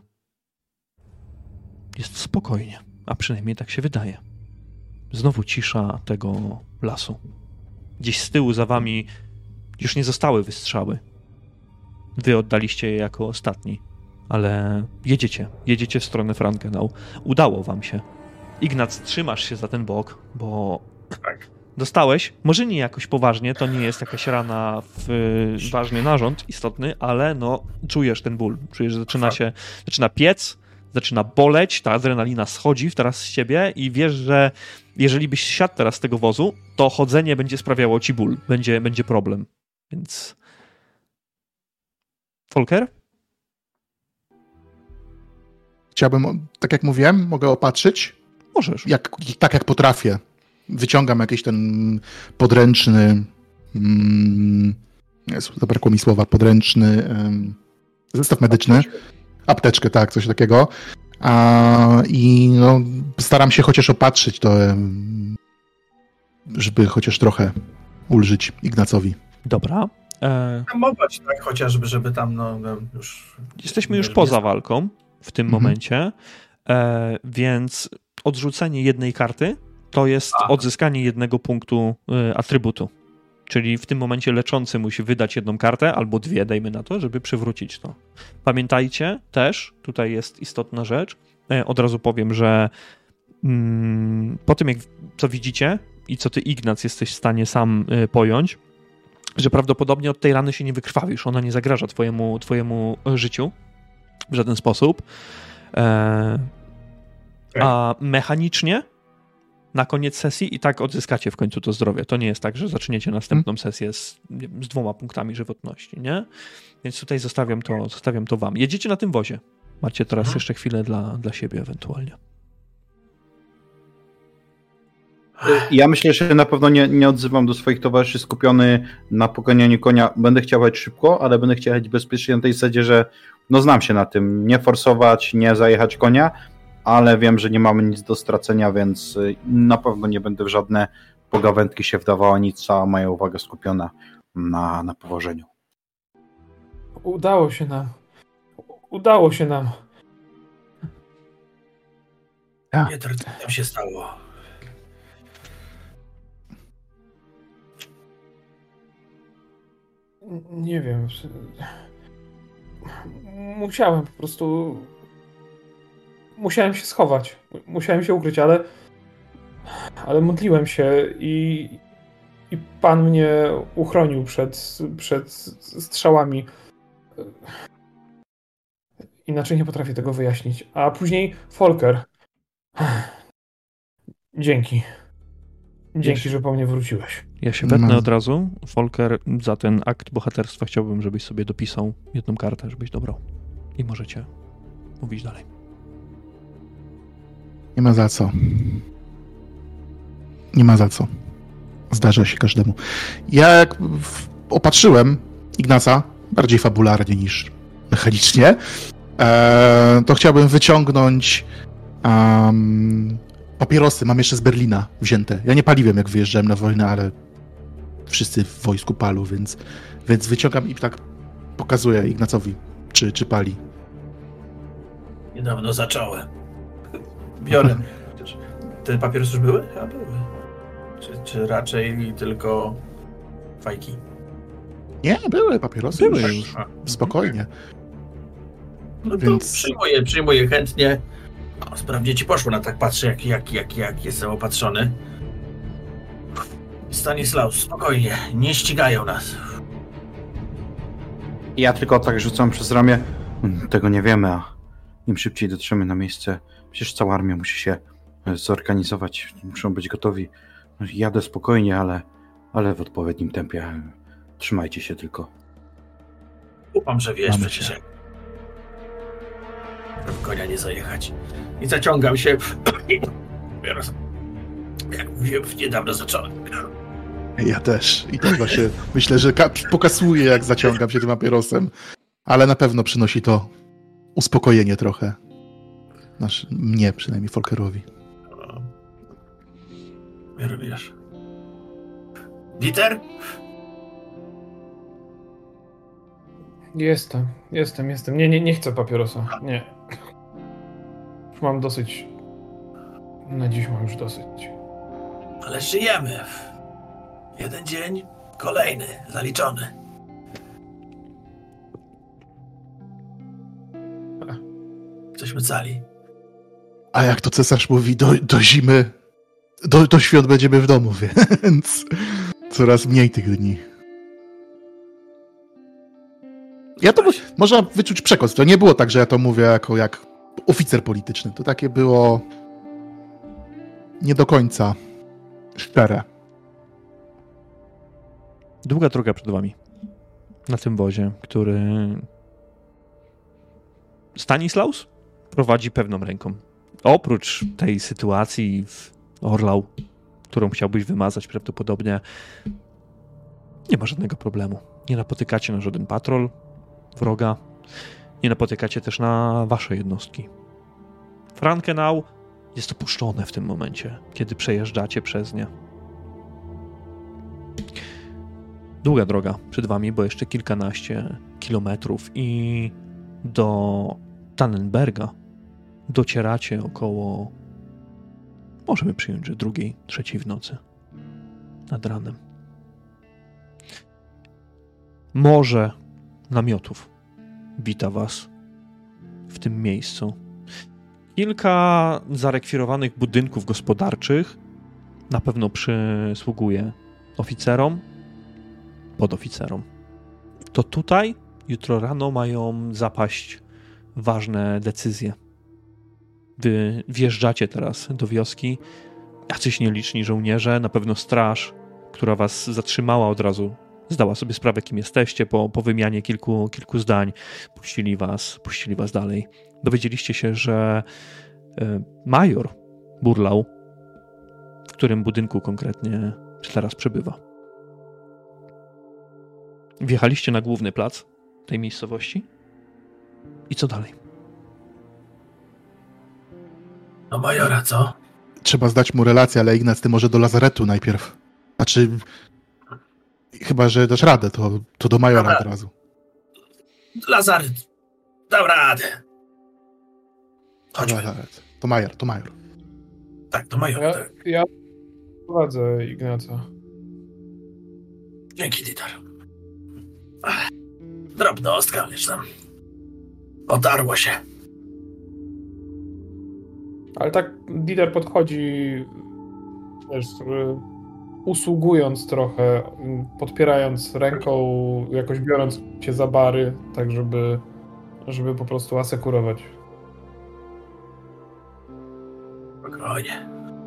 jest spokojnie, a przynajmniej tak się wydaje. Znowu cisza tego lasu. Gdzieś z tyłu za wami już nie zostały wystrzały. Wy oddaliście je jako ostatni, ale jedziecie, jedziecie w stronę Frankenau. Udało wam się. Ignac, trzymasz się za ten bok, bo Tak. dostałeś, może nie jakoś poważnie, to nie jest jakaś rana w ważny narząd istotny, ale no czujesz ten ból, czujesz, że zaczyna się, zaczyna piec, zaczyna boleć, ta adrenalina schodzi teraz z ciebie i wiesz, że jeżeli byś siadł teraz z tego wozu, to chodzenie będzie sprawiało ci ból, będzie, będzie problem, więc... Volker? Chciałbym, tak jak mówiłem, mogę opatrzyć? Możesz. Jak, tak jak potrafię. Wyciągam jakiś ten podręczny... Mm, Jezu, zabrakło mi słowa. Podręczny... Um, zestaw medyczny. Apteczkę. Apteczkę, tak, coś takiego. A, I no, staram się chociaż opatrzyć to, żeby chociaż trochę ulżyć Ignacowi. Dobra. E... Hamować, tak, chociażby, żeby tam, no, no już... Jesteśmy już poza walką w tym mhm. momencie, e, więc odrzucenie jednej karty to jest A. odzyskanie jednego punktu y, atrybutu. Czyli w tym momencie leczący musi wydać jedną kartę, albo dwie, dajmy na to, żeby przywrócić to. Pamiętajcie też, tutaj jest istotna rzecz, e, od razu powiem, że mm, po tym, jak co widzicie i co ty, Ignac, jesteś w stanie sam y, pojąć, że prawdopodobnie od tej rany się nie wykrwawisz, ona nie zagraża twojemu, twojemu życiu w żaden sposób. E, a mechanicznie na koniec sesji i tak odzyskacie w końcu to zdrowie. To nie jest tak, że zaczniecie następną sesję z, z dwoma punktami żywotności, nie? Więc tutaj zostawiam to, zostawiam to wam. Jedziecie na tym wozie. Macie teraz hmm. jeszcze chwilę dla, dla siebie ewentualnie. Ja myślę, że na pewno nie, nie odzywam do swoich towarzyszy, skupiony na poganianiu konia. Będę chciał jechać szybko, ale będę chciał jechać bezpiecznie na tej zasadzie, że no znam się na tym. Nie forsować, nie zajechać konia, ale wiem, że nie mamy nic do stracenia, więc na pewno nie będę w żadne pogawędki się wdawała, nic, cała moja uwaga skupiona na, na powożeniu. Udało się nam. Udało się nam. Ja. Piotr, co tam się stało? Nie wiem. Musiałem po prostu... Musiałem się schować. Musiałem się ukryć, ale... Ale modliłem się i... I Pan mnie uchronił przed, przed strzałami. Inaczej nie potrafię tego wyjaśnić. A później Volker. Dzięki. Dzięki, że po mnie wróciłeś. Ja się wetnę od razu. Volker, za ten akt bohaterstwa chciałbym, żebyś sobie dopisał jedną kartę, żebyś dobrał. I możecie mówić dalej. Nie ma za co. Nie ma za co. Zdarza się każdemu. Ja jak opatrzyłem Ignaca, bardziej fabularnie niż mechanicznie, e, to chciałbym wyciągnąć um, papierosy. Mam jeszcze z Berlina wzięte. Ja nie paliłem, jak wyjeżdżałem na wojnę, ale wszyscy w wojsku palą, więc, więc wyciągam i tak pokazuję Ignacowi, czy, czy pali. Niedawno zacząłem. Biorę. Te papierosy już były? Ja były. Czy, czy raczej tylko fajki? Nie, były papierosy. Były już. już. Spokojnie. No to Więc- przyjmuję, przyjmuję chętnie. No, sprawnie ci poszło, na tak patrzę, jak, jak, jak, jak jestem opatrzony. Stanislaus, spokojnie, nie ścigają nas. Ja tylko tak rzucam przez ramię. Tego nie wiemy, a im szybciej dotrzemy na miejsce. Przecież cała armia musi się zorganizować. Muszą być gotowi. Jadę spokojnie, ale, ale w odpowiednim tempie. Trzymajcie się tylko. Ufam, że wiesz Mamy przecież się. jak. W konia nie zajechać. I zaciągam się. Biorąc- Jak mówiłem, niedawno zacząłem. Ja też. I tak właśnie myślę, że ka- pokasuję, jak zaciągam się tym papierosem. Ale na pewno przynosi to uspokojenie trochę. Nasz, mnie przynajmniej, Folkerowi. Wiesz. Dieter? Jestem, jestem, jestem. Nie, nie, nie chcę papierosa. Nie. Już mam dosyć. Na dziś mam już dosyć. Ale żyjemy. Jeden dzień, kolejny, zaliczony. Jesteśmy cali. A jak to cesarz mówi, do, do zimy, do, do świąt będziemy w domu, więc coraz mniej tych dni. Ja to można wyczuć przekaz. To nie było tak, że ja to mówię jako jak oficer polityczny. To takie było nie do końca szczere. Długa droga przed wami. Na tym wozie, który Stanislaus prowadzi pewną ręką. Oprócz tej sytuacji w Orlau, którą chciałbyś wymazać prawdopodobnie, nie ma żadnego problemu. Nie napotykacie na żaden patrol wroga. Nie napotykacie też na wasze jednostki. Frankenau jest opuszczone w tym momencie, kiedy przejeżdżacie przez nie. Długa droga przed wami, bo jeszcze kilkanaście kilometrów i do Tannenberga docieracie około, możemy przyjąć, że drugiej, trzeciej w nocy. Nad ranem. Morze namiotów wita was w tym miejscu. Kilka zarekwirowanych budynków gospodarczych na pewno przysługuje oficerom, podoficerom. To tutaj jutro rano mają zapaść ważne decyzje. Wy wjeżdżacie teraz do wioski. Jacyś nieliczni żołnierze, na pewno straż, która was zatrzymała od razu, zdała sobie sprawę, kim jesteście, po, po wymianie kilku, kilku zdań. Puścili was, puścili was dalej. Dowiedzieliście się, że y, major Burlau, w którym budynku konkretnie teraz przebywa. Wjechaliście na główny plac tej miejscowości. I co dalej? No majora, co? Trzeba zdać mu relację, ale Ignacy, ty może do lazaretu najpierw. Znaczy, chyba że dasz radę, to, to do majora Dobra. od razu. Lazaret. Dam radę. Chodźmy. Lazaret. To major, to major. Tak, to major. Ja, Tak. ja prowadzę Ignaca. Dzięki, Dieter. Ach, drobnostka, wiesz tam. Otarło się. Ale tak Dieter podchodzi, wiesz, y, usługując trochę, y, podpierając ręką, jakoś biorąc cię za bary, tak żeby, żeby po prostu asekurować. Spokojnie.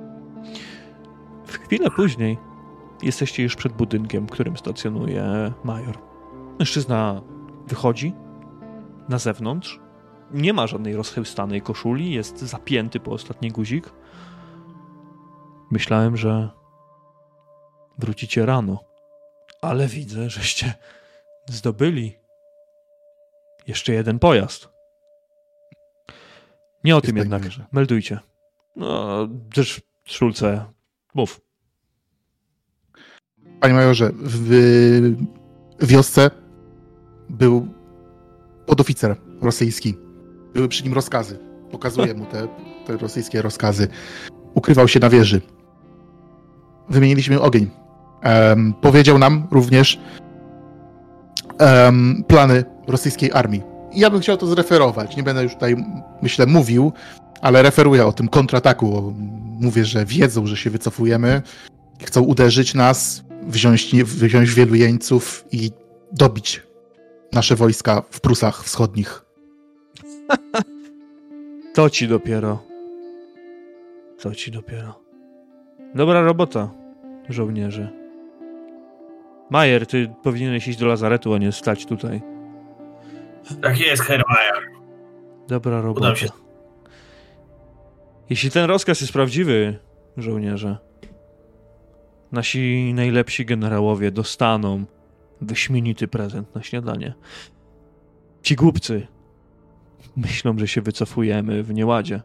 W chwilę później jesteście już przed budynkiem, w którym stacjonuje major. Mężczyzna wychodzi na zewnątrz. Nie ma żadnej rozchełstanej koszuli, jest zapięty po ostatni guzik. Myślałem, że wrócicie rano, ale widzę, żeście zdobyli jeszcze jeden pojazd. Nie o tym jednak. Mierze. Meldujcie. No, też Szulce, mów. Panie majorze, w wiosce był podoficer rosyjski. Były przy nim rozkazy. Pokazuję mu te, te rosyjskie rozkazy. Ukrywał się na wieży. Wymieniliśmy ogień. Um, powiedział nam również, um, plany rosyjskiej armii. I ja bym chciał to zreferować. Nie będę już tutaj, myślę, mówił, ale referuję o tym kontrataku. Mówię, że wiedzą, że się wycofujemy. Chcą uderzyć nas, wziąć, wziąć wielu jeńców i dobić nasze wojska w Prusach Wschodnich. To ci dopiero. To ci dopiero. Dobra robota, żołnierze. Majer, ty powinieneś iść do lazaretu, a nie stać tutaj. Tak jest, Herr Majer. Dobra robota. Udam się. Jeśli ten rozkaz jest prawdziwy, żołnierze, nasi najlepsi generałowie dostaną wyśmienity prezent na śniadanie. Ci głupcy myślą, że się wycofujemy w nieładzie.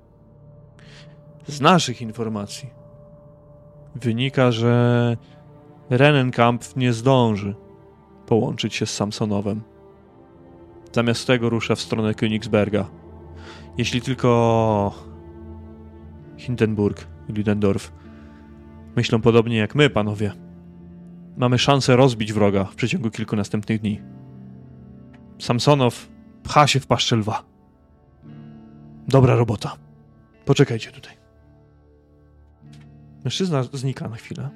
Z naszych informacji wynika, że Rennenkampf nie zdąży połączyć się z Samsonowem. Zamiast tego rusza w stronę Königsberga. Jeśli tylko Hindenburg i Ludendorff myślą podobnie jak my, panowie, mamy szansę rozbić wroga w przeciągu kilku następnych dni. Samsonow pcha się w paszczę lwa. Dobra robota. Poczekajcie tutaj. Mężczyzna znika na chwilę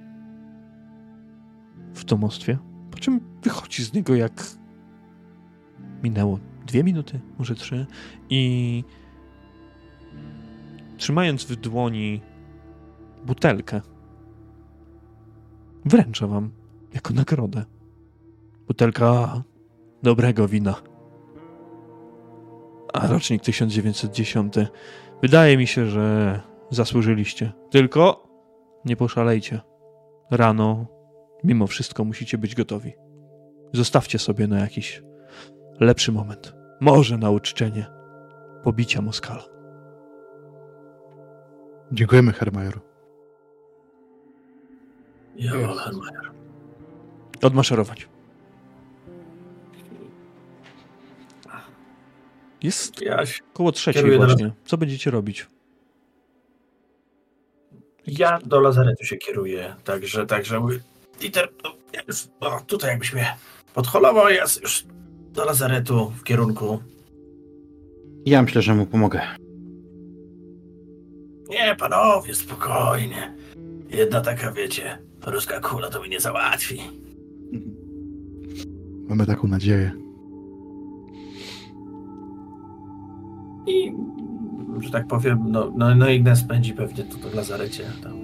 w domostwie, po czym wychodzi z niego jak minęło dwie minuty, może trzy, i trzymając w dłoni butelkę, wręcza wam jako nagrodę. Butelka dobrego wina. A rocznik tysiąc dziewięćset dziesiąty. Wydaje mi się, że zasłużyliście. Tylko nie poszalejcie. Rano, mimo wszystko, musicie być gotowi. Zostawcie sobie na jakiś lepszy moment. Może na uczczenie pobicia Moskala. Dziękujemy, Herr Majer. Ja, Herr Majer. Odmaszerować. Jest Ja się koło trzeciej kieruję właśnie. do... Co będziecie robić? Ja do lazaretu się kieruję, także, także mówię, Dieter, no, ja już, o, tutaj jakbyś mnie podholował, ja już do lazaretu w kierunku. Ja myślę, że mu pomogę. Nie, panowie, spokojnie. Jedna taka, wiecie, ruska kula to mi nie załatwi. Mamy taką nadzieję. I, że tak powiem, no, no, no Ignac spędzi pewnie tu w lazarecie. Tam.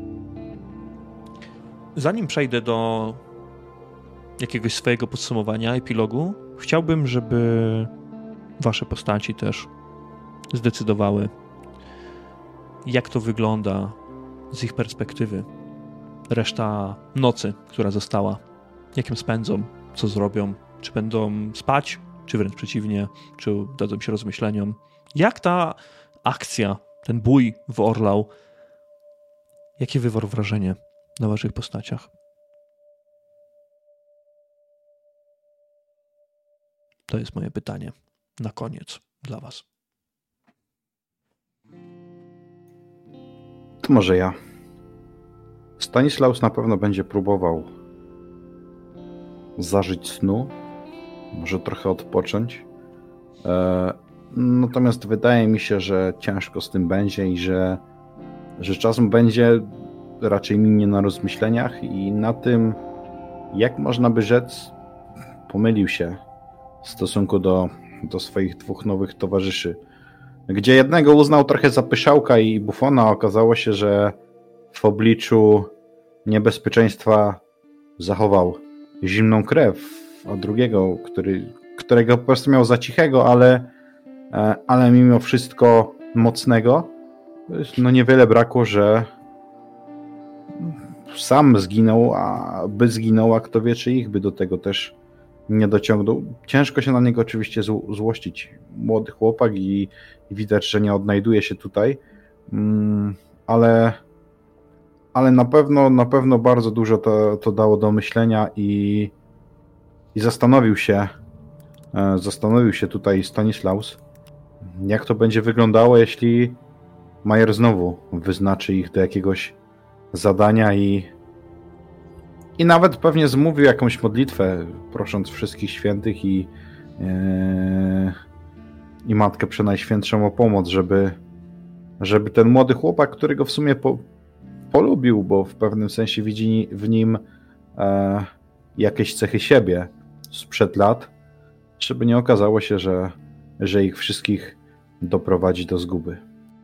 Zanim przejdę do jakiegoś swojego podsumowania, epilogu, chciałbym, żeby wasze postaci też zdecydowały, jak to wygląda z ich perspektywy. Reszta nocy, która została, jak ją spędzą, co zrobią, czy będą spać, czy wręcz przeciwnie, czy dadzą się rozmyśleniom. Jak ta akcja, ten bój w Orlau, jakie wywarł wrażenie na waszych postaciach? To jest moje pytanie na koniec dla was. To może ja. Stanislaus na pewno będzie próbował zażyć snu, może trochę odpocząć. E, natomiast wydaje mi się, że ciężko z tym będzie i że, że czas mu będzie raczej minie na rozmyśleniach i na tym, jak można by rzec, pomylił się w stosunku do, do swoich dwóch nowych towarzyszy. Gdzie jednego uznał trochę za pyszałka i bufona, okazało się, że w obliczu niebezpieczeństwa zachował zimną krew, a drugiego, który, którego po prostu miał za cichego, ale, ale mimo wszystko mocnego, no niewiele brakło, że sam zginął, a by zginął, a kto wie, czy ich by do tego też nie dociągnął. Ciężko się na niego oczywiście zł- złościć. Młody chłopak i, i widać, że nie odnajduje się tutaj, mm, ale, ale na pewno na pewno bardzo dużo to, to dało do myślenia i, i zastanowił się e, zastanowił się tutaj Stanislaus, jak to będzie wyglądało, jeśli Majer znowu wyznaczy ich do jakiegoś zadania i, I nawet pewnie zmówił jakąś modlitwę, prosząc wszystkich świętych i, yy, i Matkę Przenajświętszą o pomoc, żeby, żeby ten młody chłopak, który go w sumie po, polubił, bo w pewnym sensie widzi w nim e, jakieś cechy siebie sprzed lat, żeby nie okazało się, że, że ich wszystkich doprowadzi do zguby.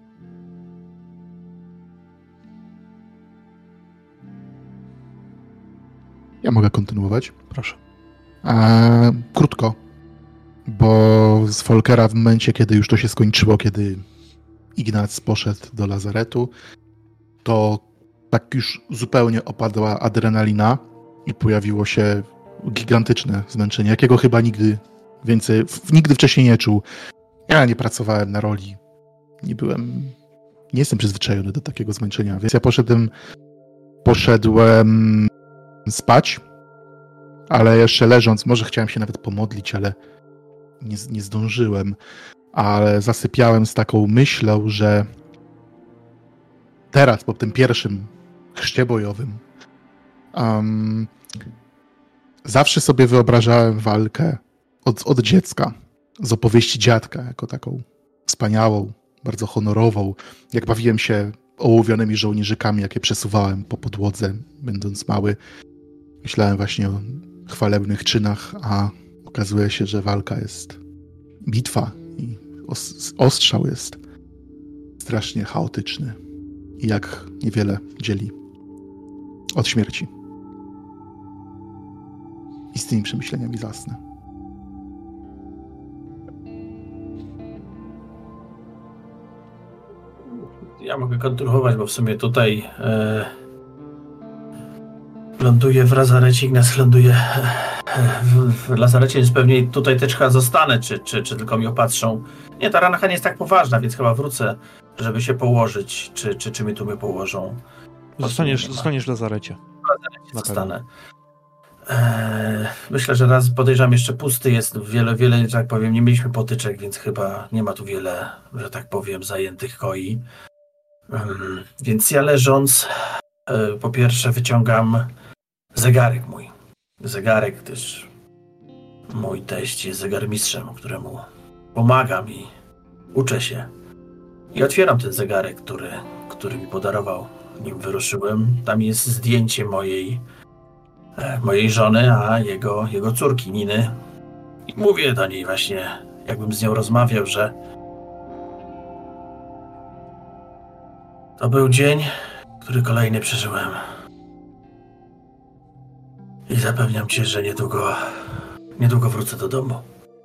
Ja mogę kontynuować? Proszę. E, krótko, bo z Folkera w momencie, kiedy już to się skończyło, kiedy Ignac poszedł do lazaretu, to tak już zupełnie opadła adrenalina i pojawiło się gigantyczne zmęczenie, jakiego chyba nigdy więcej, nigdy wcześniej nie czuł. Ja nie pracowałem na roli, nie byłem, nie jestem przyzwyczajony do takiego zmęczenia, więc ja poszedłem, poszedłem spać, ale jeszcze leżąc, może chciałem się nawet pomodlić, ale nie, nie zdążyłem, ale zasypiałem z taką myślą, że teraz, po tym pierwszym chrzcie bojowym, um, zawsze sobie wyobrażałem walkę od, od dziecka, z opowieści dziadka, jako taką wspaniałą, bardzo honorową, jak bawiłem się ołowionymi żołnierzykami, jakie przesuwałem po podłodze, będąc mały. Myślałem właśnie o chwalebnych czynach, a okazuje się, że walka jest bitwa i os- ostrzał jest strasznie chaotyczny i jak niewiele dzieli od śmierci. I z tymi przemyśleniami zasnę. Ja mogę kontynuować, bo w sumie tutaj e, ląduję w lazarecie, Ignac ląduje w, w lazarecie, więc pewnie tutaj też chyba zostanę, czy, czy, czy tylko mnie opatrzą. Nie, ta rana nie jest tak poważna, więc chyba wrócę, żeby się położyć, czy, czy, czy mnie tu mnie położą. Zostaniesz, zostaniesz w lazarecie. W lazarecie zostanę. Eee, myślę, że raz podejrzewam jeszcze pusty jest, wiele, wiele, że tak powiem, nie mieliśmy potyczek, więc chyba nie ma tu wiele, że tak powiem, zajętych koi. Um, więc ja leżąc, e, po pierwsze wyciągam zegarek mój. Zegarek, gdyż mój teść jest zegarmistrzem, któremu pomagam i uczę się. I otwieram ten zegarek, który, który mi podarował, nim wyruszyłem. Tam jest zdjęcie mojej mojej żony, a jego, jego córki Niny. I mówię do niej właśnie, jakbym z nią rozmawiał, że to był dzień, który kolejny przeżyłem. I zapewniam cię, że niedługo, niedługo wrócę do domu.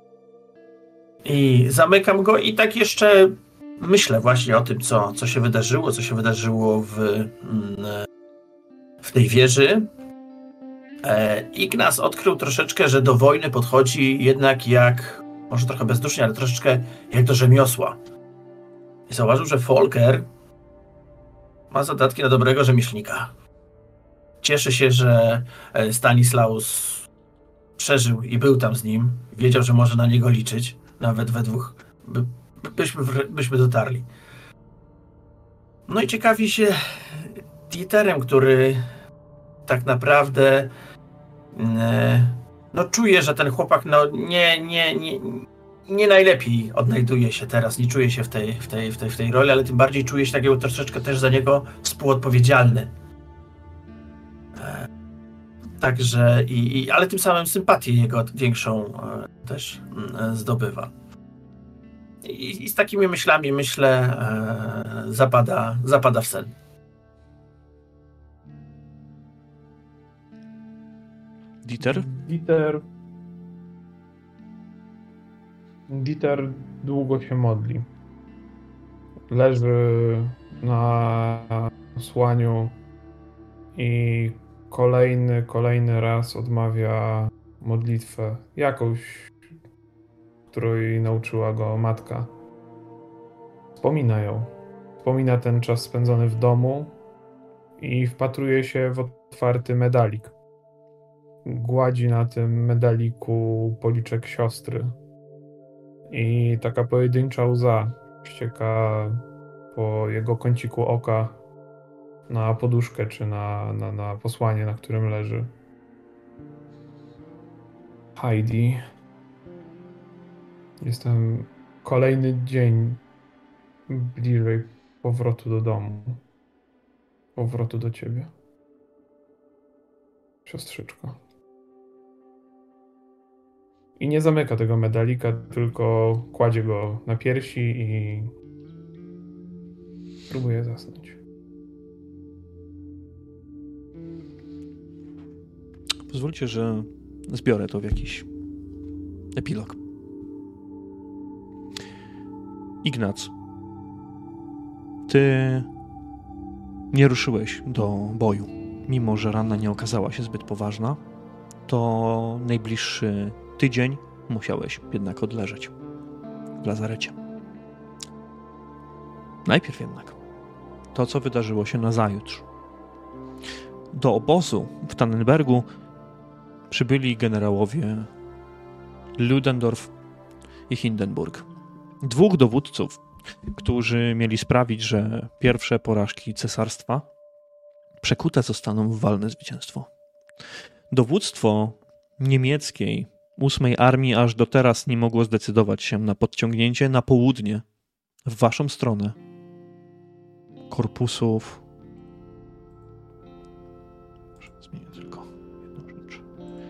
I zamykam go i tak jeszcze myślę właśnie o tym, co, co się wydarzyło, co się wydarzyło w, w tej wieży. Ignac odkrył troszeczkę, że do wojny podchodzi jednak jak, może trochę bezdusznie, ale troszeczkę jak do rzemiosła. I zauważył, że Volker ma zadatki na dobrego rzemieślnika. Cieszy się, że Stanislaus przeżył i był tam z nim. Wiedział, że może na niego liczyć. Nawet we dwóch by, byśmy, byśmy dotarli. No i ciekawi się Dieterem, który tak naprawdę no czuje, że ten chłopak no nie, nie, nie, nie najlepiej odnajduje się teraz, nie czuje się w tej, w tej, w tej, w tej roli, ale tym bardziej czuje się takiego troszeczkę też za niego współodpowiedzialny. Także, i, i, ale tym samym sympatię jego większą też zdobywa. I, i z takimi myślami, myślę, zapada, zapada w sen. Dieter? Dieter... Dieter długo się modli. Leży na słaniu i kolejny, kolejny raz odmawia modlitwę. Jakąś, której nauczyła go matka. Wspomina ją. Wspomina ten czas spędzony w domu i wpatruje się w otwarty medalik. Gładzi na tym medaliku policzek siostry i taka pojedyncza łza ścieka po jego kąciku oka na poduszkę czy na, na, na posłanie, na którym leży. Heidi. Jestem kolejny dzień bliżej powrotu do domu. Powrotu do ciebie. Siostrzyczko. I nie zamyka tego medalika, tylko kładzie go na piersi i próbuje zasnąć. Pozwólcie, że zbiorę to w jakiś epilog. Ignac, ty nie ruszyłeś do boju. Mimo że rana nie okazała się zbyt poważna, to najbliższy tydzień musiałeś jednak odleżeć w lazarecie. Najpierw jednak to, co wydarzyło się nazajutrz. Do obozu w Tannenbergu przybyli generałowie Ludendorff i Hindenburg. Dwóch dowódców, którzy mieli sprawić, że pierwsze porażki cesarstwa przekute zostaną w walne zwycięstwo. Dowództwo niemieckiej ósmej Armii aż do teraz nie mogło zdecydować się na podciągnięcie na południe, w waszą stronę, korpusów. Zmienię tylko jedną rzecz.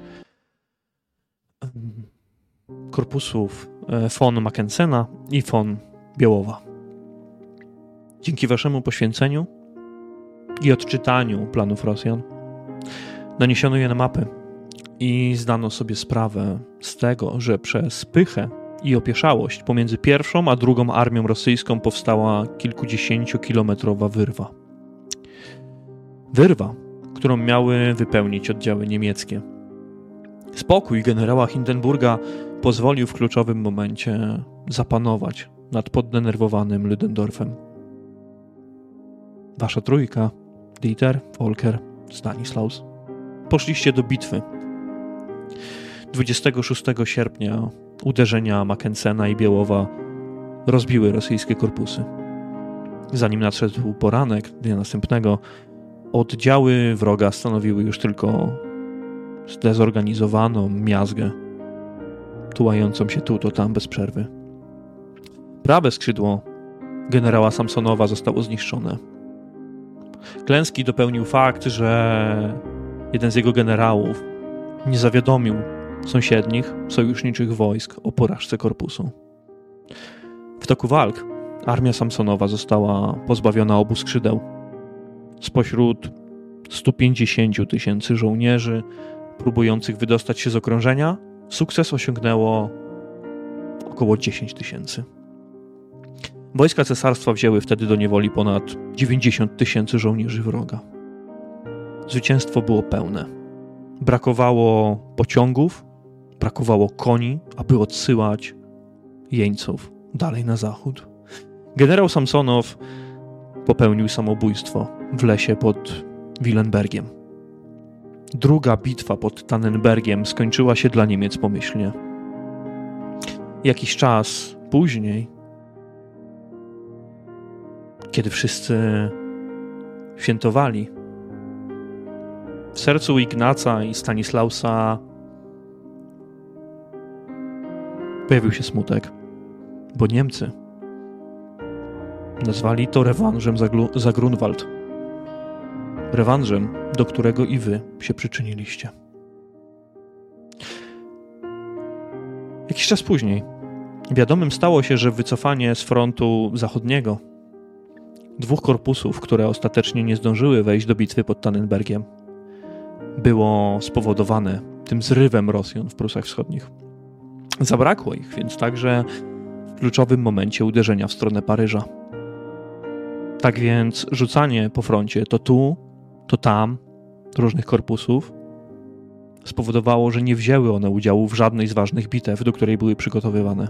Korpusów von Mackensena i von Białowa. Dzięki waszemu poświęceniu i odczytaniu planów Rosjan naniesiono je na mapy i zdano sobie sprawę z tego, że przez pychę i opieszałość pomiędzy pierwszą a drugą armią rosyjską powstała kilkudziesięciokilometrowa wyrwa. Wyrwa, którą miały wypełnić oddziały niemieckie. Spokój generała Hindenburga pozwolił w kluczowym momencie zapanować nad poddenerwowanym Ludendorffem. Wasza trójka, Dieter, Volker, Stanislaus, poszliście do bitwy. dwudziestego szóstego sierpnia uderzenia Mackensena i Białowa rozbiły rosyjskie korpusy. Zanim nadszedł poranek dnia następnego, oddziały wroga stanowiły już tylko zdezorganizowaną miazgę, tułającą się tu to tam bez przerwy. Prawe skrzydło generała Samsonowa zostało zniszczone. Klęski dopełnił fakt, że jeden z jego generałów nie zawiadomił sąsiednich, sojuszniczych wojsk o porażce korpusu. W toku walk armia Samsonowa została pozbawiona obu skrzydeł. Spośród stu pięćdziesięciu tysięcy żołnierzy próbujących wydostać się z okrążenia, sukces osiągnęło około dziesięć tysięcy. Wojska cesarstwa wzięły wtedy do niewoli ponad dziewięćdziesiąt tysięcy żołnierzy wroga. Zwycięstwo było pełne. Brakowało pociągów, brakowało koni, aby odsyłać jeńców dalej na zachód. Generał Samsonow popełnił samobójstwo w lesie pod Willenbergiem. Druga bitwa pod Tannenbergiem skończyła się dla Niemiec pomyślnie. Jakiś czas później, kiedy wszyscy świętowali, w sercu Ignaca i Stanislausa pojawił się smutek, bo Niemcy nazwali to rewanżem za, Glu- za Grunwald. Rewanżem, do którego i wy się przyczyniliście. Jakiś czas później wiadomym stało się, że wycofanie z frontu zachodniego dwóch korpusów, które ostatecznie nie zdążyły wejść do bitwy pod Tannenbergiem, było spowodowane tym zrywem Rosjan w Prusach Wschodnich. Zabrakło ich więc także w kluczowym momencie uderzenia w stronę Paryża. Tak więc rzucanie po froncie to tu, to tam różnych korpusów spowodowało, że nie wzięły one udziału w żadnej z ważnych bitew, do której były przygotowywane.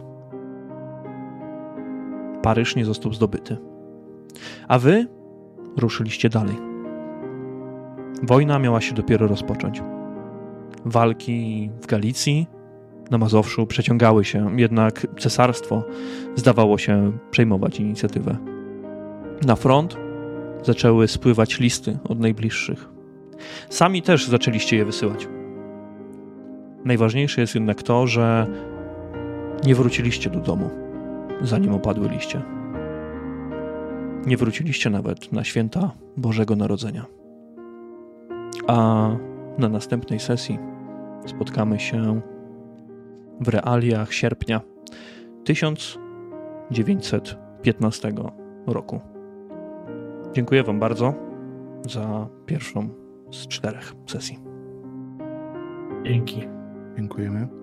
Paryż nie został zdobyty. A wy ruszyliście dalej. Wojna miała się dopiero rozpocząć. Walki w Galicji, na Mazowszu przeciągały się, jednak cesarstwo zdawało się przejmować inicjatywę. Na front zaczęły spływać listy od najbliższych. Sami też zaczęliście je wysyłać. Najważniejsze jest jednak to, że nie wróciliście do domu, zanim opadły liście. Nie wróciliście nawet na święta Bożego Narodzenia. A na następnej sesji spotkamy się w realiach sierpnia tysiąc dziewięćset piętnastego roku. Dziękuję Wam bardzo za pierwszą z czterech sesji. Dzięki. Dziękujemy.